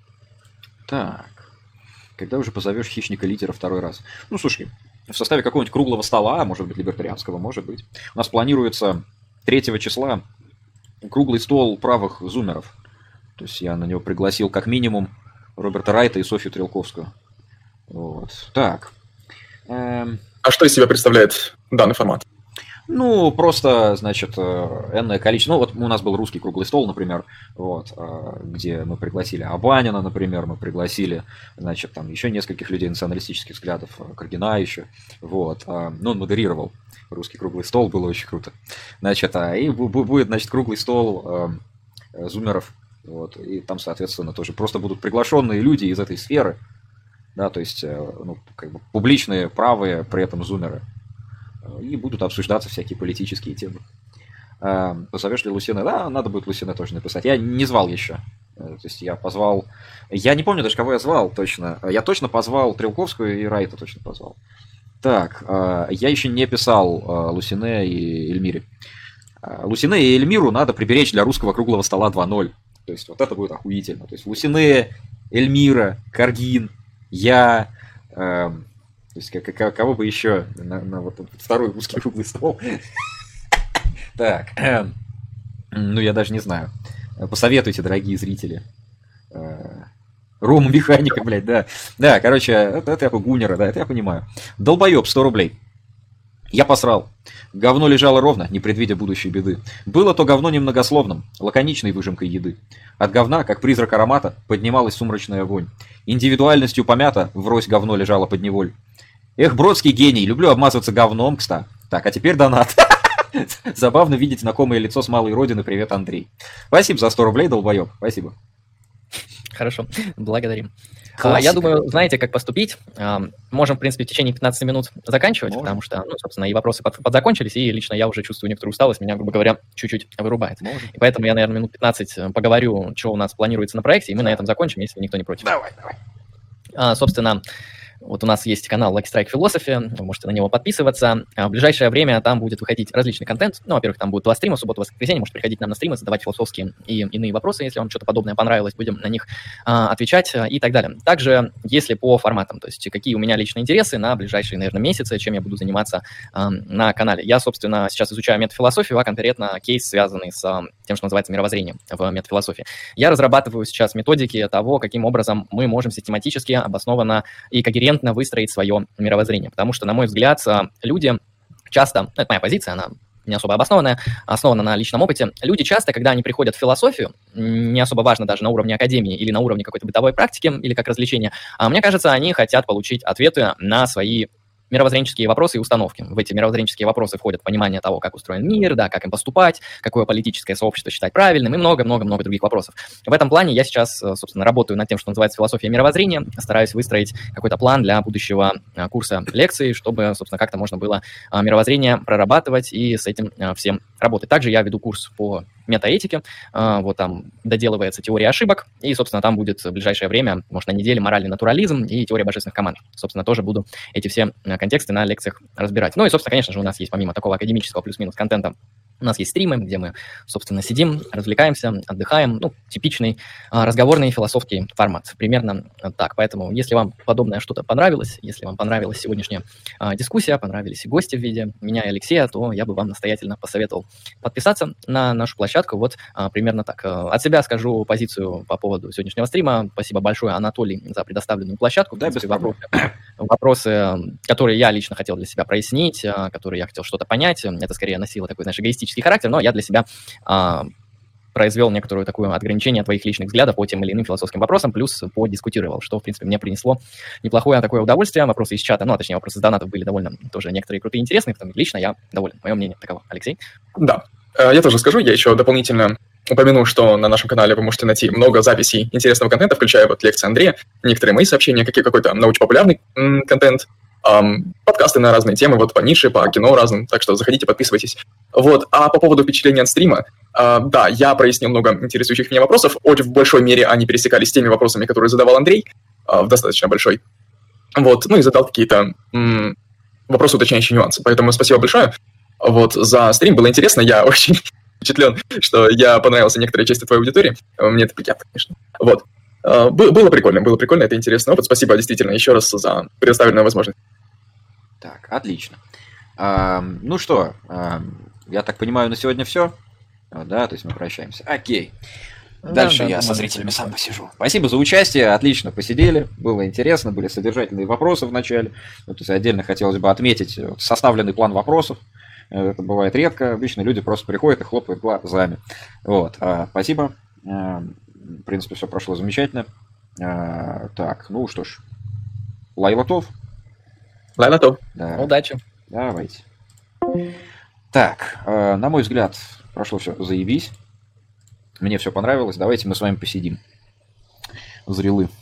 Так. Когда уже позовешь хищника лидера второй раз? Ну, слушай, в составе какого-нибудь круглого стола, может быть, либертарианского, может быть. У нас планируется третьего числа круглый стол правых зумеров. То есть я на него пригласил как минимум Роберта Райта и Софью Трелковскую. Вот. Так. Эм, А что из себя представляет данный формат? Ну, просто, значит, э, энное количество. Ну, вот у нас был русский круглый стол, например, вот, э, где мы пригласили Абанина, например, мы пригласили, значит, там еще нескольких людей националистических взглядов, э, Каргина еще, вот. э, Ну, он модерировал русский круглый стол, было очень круто. Значит, а, и бу- бу- будет, значит, круглый стол э, э, зумеров, вот, и там, соответственно, тоже просто будут приглашенные люди из этой сферы, да, то есть, э, ну, как бы публичные, правые, при этом зумеры. И будут обсуждаться всякие политические темы. А, Позовешь ли Лусине? Да, надо будет Лусине тоже написать. Я не звал еще. Э, То есть я позвал... Я не помню даже, кого я звал точно. Я точно позвал Трелковскую и Райта точно позвал. Так, а, я еще не писал а, Лусине и Эльмире. А, Лусине и Эльмиру надо приберечь для русского круглого стола два ноль. То есть вот это будет охуительно. То есть Лусине, Эльмира, Каргин, я... эм, то есть как- как- кого бы еще на, на вот этот второй русский круглый стол. Так, эм, ну я даже не знаю. Посоветуйте, дорогие зрители. Э, Рому механика, блядь, да. Да, короче, это, это я по Гуннера, да, это я понимаю. Долбоеб, сто рублей. Я посрал. Говно лежало ровно, не предвидя будущей беды. Было то говно немногословным, лаконичной выжимкой еды. От говна, как призрак аромата, поднималась сумрачная вонь. Индивидуальностью помята, врозь говно лежало под неволь. Эх, Бродский гений, люблю обмазываться говном, кста. Так, а теперь донат. Забавно видеть знакомое лицо с малой родины. Привет, Андрей. Спасибо за сто рублей, долбоеб. Спасибо. Хорошо, благодарим. А, Классика. Я думаю, знаете, как поступить. А, Можем, в принципе, в течение пятнадцати минут заканчивать, Можем. потому что, ну, собственно, и вопросы под- подзакончились, и лично я уже чувствую некоторую усталость, меня, грубо говоря, чуть-чуть вырубает. Можем. И поэтому я, наверное, минут пятнадцать э, поговорю, что у нас планируется на проекте, и мы на этом закончим, если никто не против. Давай, давай. А, Собственно, вот у нас есть канал Lucky Strike Philosophy, вы можете на него подписываться. В ближайшее время там будет выходить различный контент. Ну, во-первых, там будут два стрима, субботу, воскресенье. Можете приходить к нам на стримы, задавать философские и иные вопросы, если вам что-то подобное понравилось, будем на них а, отвечать и так далее. Также, если по форматам, то есть какие у меня личные интересы на ближайшие, наверное, месяцы, чем я буду заниматься а, на канале. Я, собственно, сейчас изучаю метафилософию, а конкретно кейс, связанный с а, тем, что называется мировоззрением в метафилософии. Я разрабатываю сейчас методики того, каким образом мы можем систематически, обоснованно и когерентно выстроить свое мировоззрение. Потому что, на мой взгляд, люди часто, ну, это моя позиция, она не особо обоснованная, основана на личном опыте. Люди часто, когда они приходят в философию, не особо важно даже на уровне академии или на уровне какой-то бытовой практики или как развлечения, а мне кажется, они хотят получить ответы на свои мировоззренческие вопросы и установки. В эти мировоззренческие вопросы входят понимание того, как устроен мир, да, как им поступать, какое политическое сообщество считать правильным и много-много-много других вопросов. В этом плане я сейчас, собственно, работаю над тем, что называется философия мировоззрения, стараюсь выстроить какой-то план для будущего курса лекций, чтобы, собственно, как-то можно было мировоззрение прорабатывать и с этим всем работать. Также я веду курс по метаэтике, вот там доделывается теория ошибок, и, собственно, там будет в ближайшее время, может, на неделе моральный натурализм и теория божественных команд. Собственно, тоже буду эти все контексты на лекциях разбирать. Ну и, собственно, конечно же, у нас есть помимо такого академического плюс-минус контента, у нас есть стримы, где мы, собственно, сидим, развлекаемся, отдыхаем. Ну, типичный а, разговорный философский формат. Примерно так. Поэтому, если вам подобное что-то понравилось, если вам понравилась сегодняшняя а, дискуссия, понравились и гости в виде меня и Алексея, то я бы вам настоятельно посоветовал подписаться на нашу площадку. Вот а, примерно так. От себя скажу позицию по поводу сегодняшнего стрима. Спасибо большое, Анатолий, за предоставленную площадку. Да, без вопросы, вопросы, которые я лично хотел для себя прояснить, которые я хотел что-то понять. Это скорее носило такой, знаешь, эгоистический характер, но я для себя а, произвел некоторую такую ограничение твоих личных взглядов по тем или иным философским вопросам, плюс подискутировал, что, в принципе, мне принесло неплохое такое удовольствие. Вопросы из чата, ну, а точнее, вопросы из донатов были довольно тоже некоторые крутые и интересные, потому что лично я доволен. Мое мнение таково. Алексей? Да, я тоже скажу, я еще дополнительно упомяну, что на нашем канале вы можете найти много записей интересного контента, включая вот лекции Андрея, некоторые мои сообщения, какие, какой-то научно-популярный м, контент, Um, подкасты на разные темы, вот по нише, по кино разным, так что заходите, подписывайтесь. Вот, а по поводу впечатления от стрима, uh, да, я прояснил много интересующих меня вопросов, очень в большой мере они пересекались с теми вопросами, которые задавал Андрей, uh, в достаточно большой. Вот, ну и задал какие-то м- вопросы, уточняющие нюансы, поэтому спасибо большое. Вот, за стрим, было интересно, я очень впечатлен, что я понравился некоторой части твоей аудитории, мне это приятно, конечно. Вот. Uh, было прикольно, было прикольно, это интересный опыт. Спасибо действительно еще раз за предоставленную возможность. Так, отлично. А, ну что, а, я так понимаю, на сегодня все. Да, то есть мы прощаемся. Окей. Дальше да, я да, со зрителями сам посижу. Спасибо за участие, отлично посидели, было интересно, были содержательные вопросы в начале. Ну, то есть отдельно хотелось бы отметить составленный план вопросов. Это бывает редко, обычно люди просто приходят и хлопают глазами. Вот, а, спасибо. А, в принципе, все прошло замечательно. А, так, ну что ж, лайлотов. Лайлотов. Да. Удачи. Давайте. Так, а, на мой взгляд, прошло все заебись. Мне все понравилось. Давайте мы с вами посидим. Зрелы.